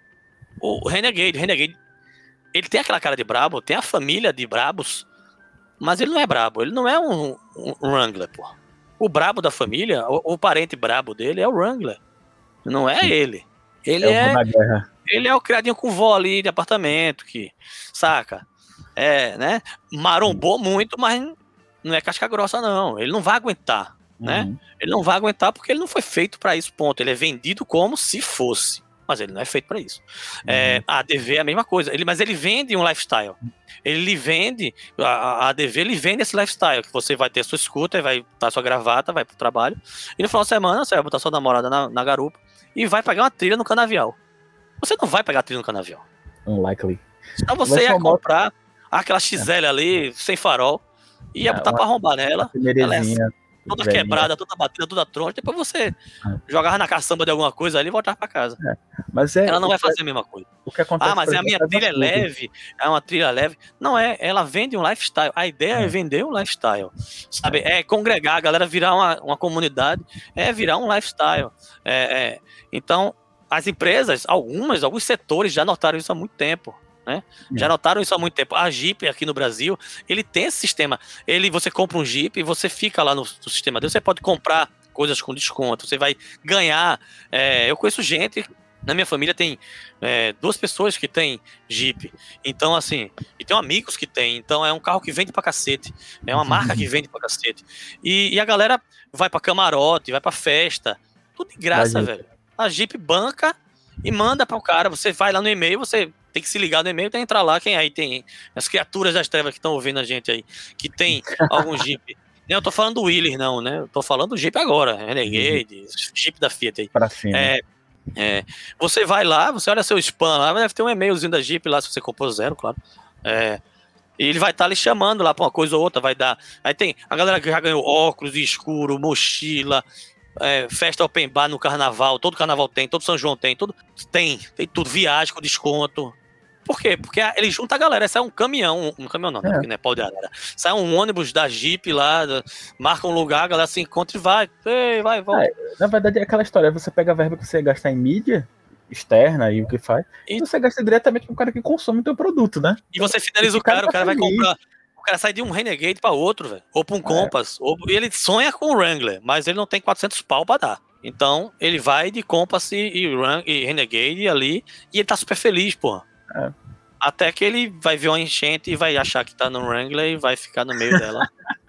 o Renegade. O Renegade, ele tem aquela cara de brabo, tem a família de brabos, mas ele não é brabo, ele não é um, um Wrangler, pô. O brabo da família, o, o parente brabo dele é o Wrangler. Não é Sim. ele. Ele é, é, ele é o criadinho com vó ali de apartamento, que, saca? É, né? Marombou muito, mas não é casca grossa, não. Ele não vai aguentar, uhum. né? Ele não vai aguentar porque ele não foi feito para isso, ponto. Ele é vendido como se fosse, mas ele não é feito para isso. Uhum. É, a A D V é a mesma coisa, ele, mas ele vende um lifestyle. Ele lhe vende, a, a ADV ele vende esse lifestyle, que você vai ter sua scooter, vai botar sua gravata, vai pro trabalho, e no final de semana você vai botar sua namorada na, na garupa e vai pegar uma trilha no canavial. Você não vai pegar trilha no canavial. Unlikely. Então você ia comprar moto... aquela X L é. ali, sem farol, e ia botar é, pra arrombar nela. Ela é toda velhinha. Quebrada, toda batida, toda troncha. Depois você é. jogava na caçamba de alguma coisa ali e voltava pra casa. É. Mas é, ela não vai fazer é, a mesma coisa. O que acontece, ah, mas exemplo, a minha trilha é leve, é uma trilha leve. Não é, ela vende um lifestyle. A ideia é, é vender um lifestyle. Sabe? É congregar, a galera virar uma, uma comunidade, é virar um lifestyle. É, é. Então, as empresas, algumas, alguns setores já notaram isso há muito tempo. Né? É. Já notaram isso há muito tempo. A Jeep aqui no Brasil, ele tem esse sistema. Ele, você compra um Jeep e você fica lá no, no sistema dele. Você pode comprar coisas com desconto. Você vai ganhar. É, eu conheço gente. Na minha família tem é, duas pessoas que tem Jeep. Então, assim, e tem amigos que tem. Então, é um carro que vende pra cacete. É uma marca que vende pra cacete. E, e a galera vai pra camarote, vai pra festa. Tudo de graça, velho. A Jeep banca e manda para o cara. Você vai lá no e-mail, você tem que se ligar no e-mail, tem que entrar lá. Quem aí tem as criaturas das trevas que estão ouvindo a gente aí, que tem algum Jeep. Não, eu tô falando do Wheeler, não, né? Eu tô falando do Jeep agora, Renegade, uhum. Jeep da Fiat aí. Pra cima. É, é, você vai lá, você olha seu spam lá, deve ter um e-mailzinho da Jeep lá, se você comprou zero, claro. É, e ele vai estar tá lhe chamando lá pra uma coisa ou outra, vai dar. Aí tem a galera que já ganhou óculos escuro, mochila. É, festa open bar no carnaval, todo carnaval tem, todo São João tem, tudo tem, tem tudo, viagem com desconto. Por quê? Porque ele junta a galera, sai um caminhão, um, um caminhão não, é. Não, não é pau de galera. Sai um ônibus da Jeep lá, marca um lugar, a galera se encontra e vai, ei, vai, volta. É, na verdade é aquela história, você pega a verba que você gasta em mídia externa e o que faz, e, e você gasta diretamente com o cara que consome o teu produto, né? E você finaliza o cara, o cara vai comprar. O cara sai de um Renegade pra outro, velho. Ou pra um Compass. É. Ou... E ele sonha com o Wrangler, mas ele não tem quatrocentos pau pra dar. Então, ele vai de Compass e, e, e Renegade ali, e ele tá super feliz, pô. É. Até que ele vai ver uma enchente e vai achar que tá no Wrangler e vai ficar no meio dela.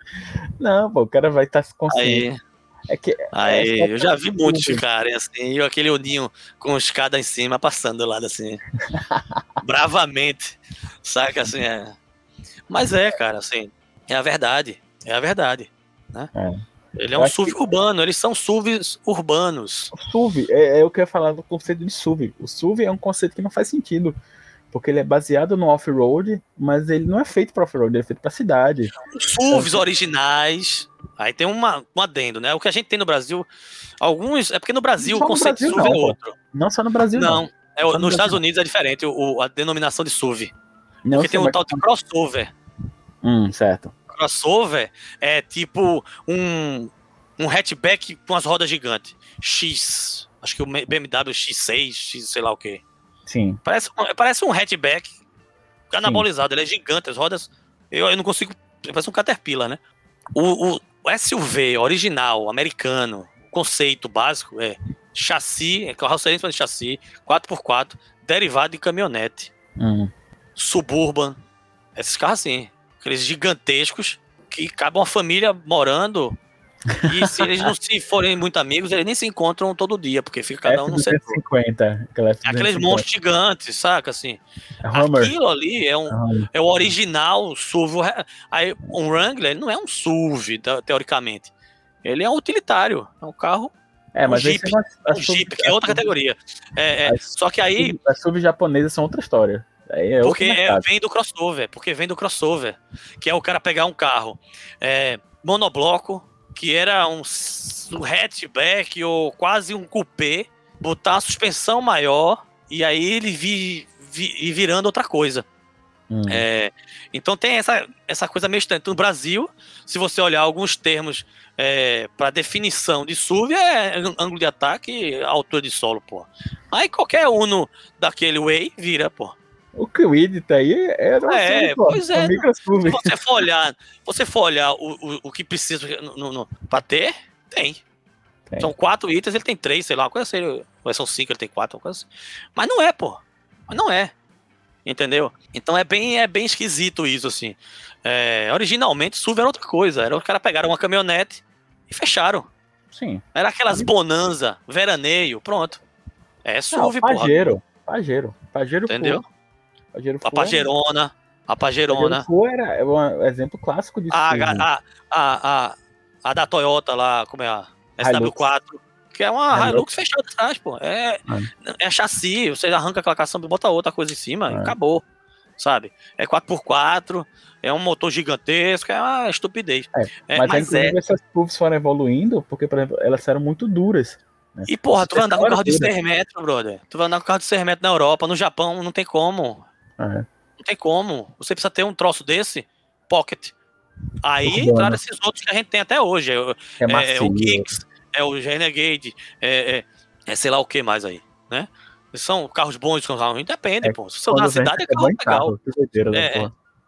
Não, pô, o cara vai estar tá consciente. Aí, é que, aí é eu já vi muitos ficarem assim, e aquele olhinho com escada em cima passando do lado assim. Bravamente. Saca assim, é... Mas é, cara, assim, é a verdade, é a verdade, né? É. Ele é um S U V que... urbano, eles são S U Vs urbanos. O S U V, é, é o que eu ia falar do conceito de S U V. O S U V é um conceito que não faz sentido, porque ele é baseado no off-road, mas ele não é feito para off-road, ele é feito para cidade. Os S U Vs então, originais, aí tem uma, um adendo, né? O que a gente tem no Brasil, alguns, é porque no Brasil o conceito Brasil, de S U V não, é outro. Não só no Brasil, não. Não, é, nos Brasil. Estados Unidos é diferente o, a denominação de S U V. Não, porque tem um tal de crossover. Hum, certo. Crossover é tipo um, um hatchback com as rodas gigantes. X. Acho que o B M W X seis, X sei lá o que. Sim. Parece, parece um hatchback anabolizado. Sim. Ele é gigante. As rodas. Eu, eu não consigo. Parece um Caterpillar, né? O, o, o S U V original, americano, o conceito básico é chassi, é carroceria de chassi, quatro por quatro, derivado de caminhonete. Hum. Suburban, esses carros assim, aqueles gigantescos que cabe uma família morando E se eles não se forem muito amigos, eles nem se encontram todo dia, porque fica cada um no setor. F duzentos e cinquenta, Aqueles monstros gigantes, saca, assim. É Hummer. Aquilo ali é, um, Hummer. é o original S U V. Aí, um Wrangler não é um S U V, teoricamente. Ele é um utilitário, é um carro. É, mas um Jeep, é uma, a um Jeep, que é outra categoria. É, é, as, só que aí... As S U Vs japonesas são outra história. Aí é porque é, vem do crossover, porque vem do crossover, que é o cara pegar um carro é, monobloco, que era um, um hatchback ou quase um coupé, botar a suspensão maior e aí ele vi, vi, ir virando outra coisa. Hum. É, então tem essa, essa coisa meio estranha. No Brasil, se você olhar alguns termos é, para definição de S U V, é ângulo de ataque, altura de solo, pô. Aí qualquer Uno daquele Way vira, pô. O Kwid tá aí era uma é, S U V, pô, pois é. Se você for olhar, você for olhar o, o, o que precisa no, no, pra ter, tem. tem. São quatro itens, ele tem três, sei lá, uma coisa assim. Ou são cinco, ele tem quatro, uma coisa assim. Mas não é, pô. Mas não é. Entendeu? Então é bem, é bem esquisito isso, assim. É, originalmente, S U V era outra coisa. Era os caras pegaram uma caminhonete e fecharam. Sim. Era aquelas bonanza, veraneio, pronto. É S U V, pô. Pajero. Pajero. Pajero. Entendeu? Pajero a Pajerona. A Pajerona. Pajero era um exemplo clássico de a, a, a, a, a da Toyota lá, como é a S W quatro. Que é uma Hilux, Hilux fechada atrás, pô. É, é. é chassi, você arranca aquela caçamba e bota outra coisa em cima é. e acabou. Sabe? É quatro por quatro, é um motor gigantesco, é uma estupidez. É, é, mas, mas é... essas curvas foram evoluindo porque, por exemplo, elas eram muito duras. Né? E, porra, tu vai andar com um carro de seis metros, brother. Tu vai andar com um carro de seis metros na Europa, no Japão, não tem como. É. Não tem como. Você precisa ter um troço desse, pocket. Aí entraram esses outros que a gente tem até hoje. É, é, macio, é o Kicks, é o Renegade, é, é, é sei lá o que mais aí, né? São carros bons, são carros, depende, é, pô. Se você na cidade é carro legal. Carro, é,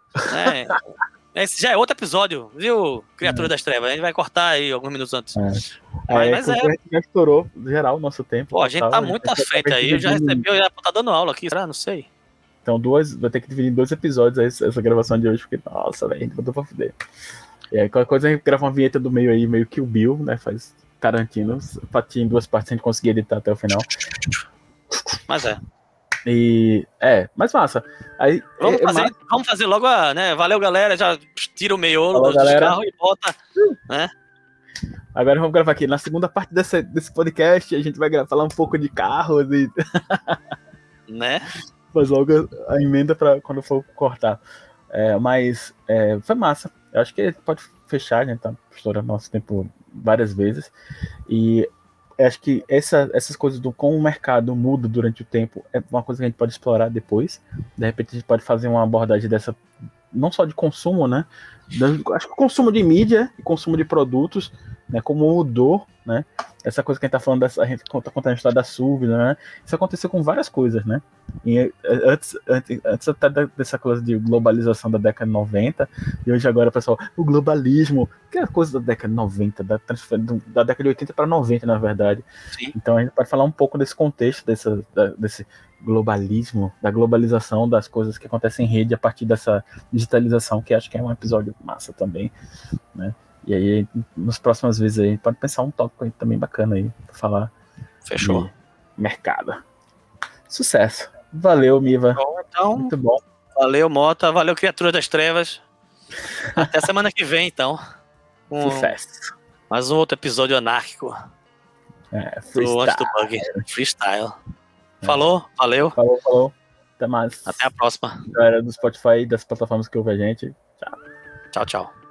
é, é, esse já é outro episódio, viu, Criatura é. das Trevas? A gente vai cortar aí alguns minutos antes. É. Mas, é, mas é. A gente já estourou geral o nosso tempo. Pô, a gente tá muito à frente aí. Eu já recebi, eu já tá dando aula aqui, será? Não sei. Então, duas, vou ter que dividir em dois episódios essa, essa gravação de hoje, porque, nossa, velho, a gente botou pra fuder. E aí, qualquer coisa a gente grava uma vinheta do meio aí, meio que o Bill, né? Faz Tarantino, partir em duas partes, a gente conseguir editar até o final. Mas é. E. É, mas massa. Aí, vamos, é, fazer, massa. vamos fazer logo a. Né? Valeu, galera. Já tira o meiolo dos carros e bota. Né? Agora vamos gravar aqui. Na segunda parte desse, desse podcast, a gente vai gravar, falar um pouco de carros e. Né? Faz logo a emenda pra quando for cortar. É, mas é, foi massa. Eu acho que pode fechar, a gente tá estourando nosso tempo várias vezes. E acho que essa, essas coisas do como o mercado muda durante o tempo é uma coisa que a gente pode explorar depois. De repente a gente pode fazer uma abordagem dessa, não só de consumo, né? Acho que o consumo de mídia e consumo de produtos, né? Como mudou, né? Essa coisa que a gente tá falando, dessa, a gente tá contando a história da S U V, né? Isso aconteceu com várias coisas, né? E antes, antes, antes até dessa coisa de globalização da década de noventa, e hoje agora, pessoal, o globalismo, que é a coisa da década de noventa, da, da década de oitenta para noventa, na verdade. Sim. Então a gente pode falar um pouco desse contexto, dessa, da, desse globalismo, da globalização das coisas que acontecem em rede a partir dessa digitalização, que acho que é um episódio massa também, né? E aí, nas próximas vezes aí, pode pensar um tópico aí também bacana aí, pra falar. Fechou. De mercado. Sucesso. Valeu, Miva. Bom, então, muito bom. Valeu, Mota. Valeu, Criatura das Trevas. Até semana que vem, então. Um, Sucesso. Mais um outro episódio anárquico. É, freestyle. Do Antes do Bug. Freestyle. É. Falou, valeu. Falou, falou. Até mais. Até a próxima. Galera do Spotify e das plataformas que ouvem a gente. Tchau. Tchau, tchau.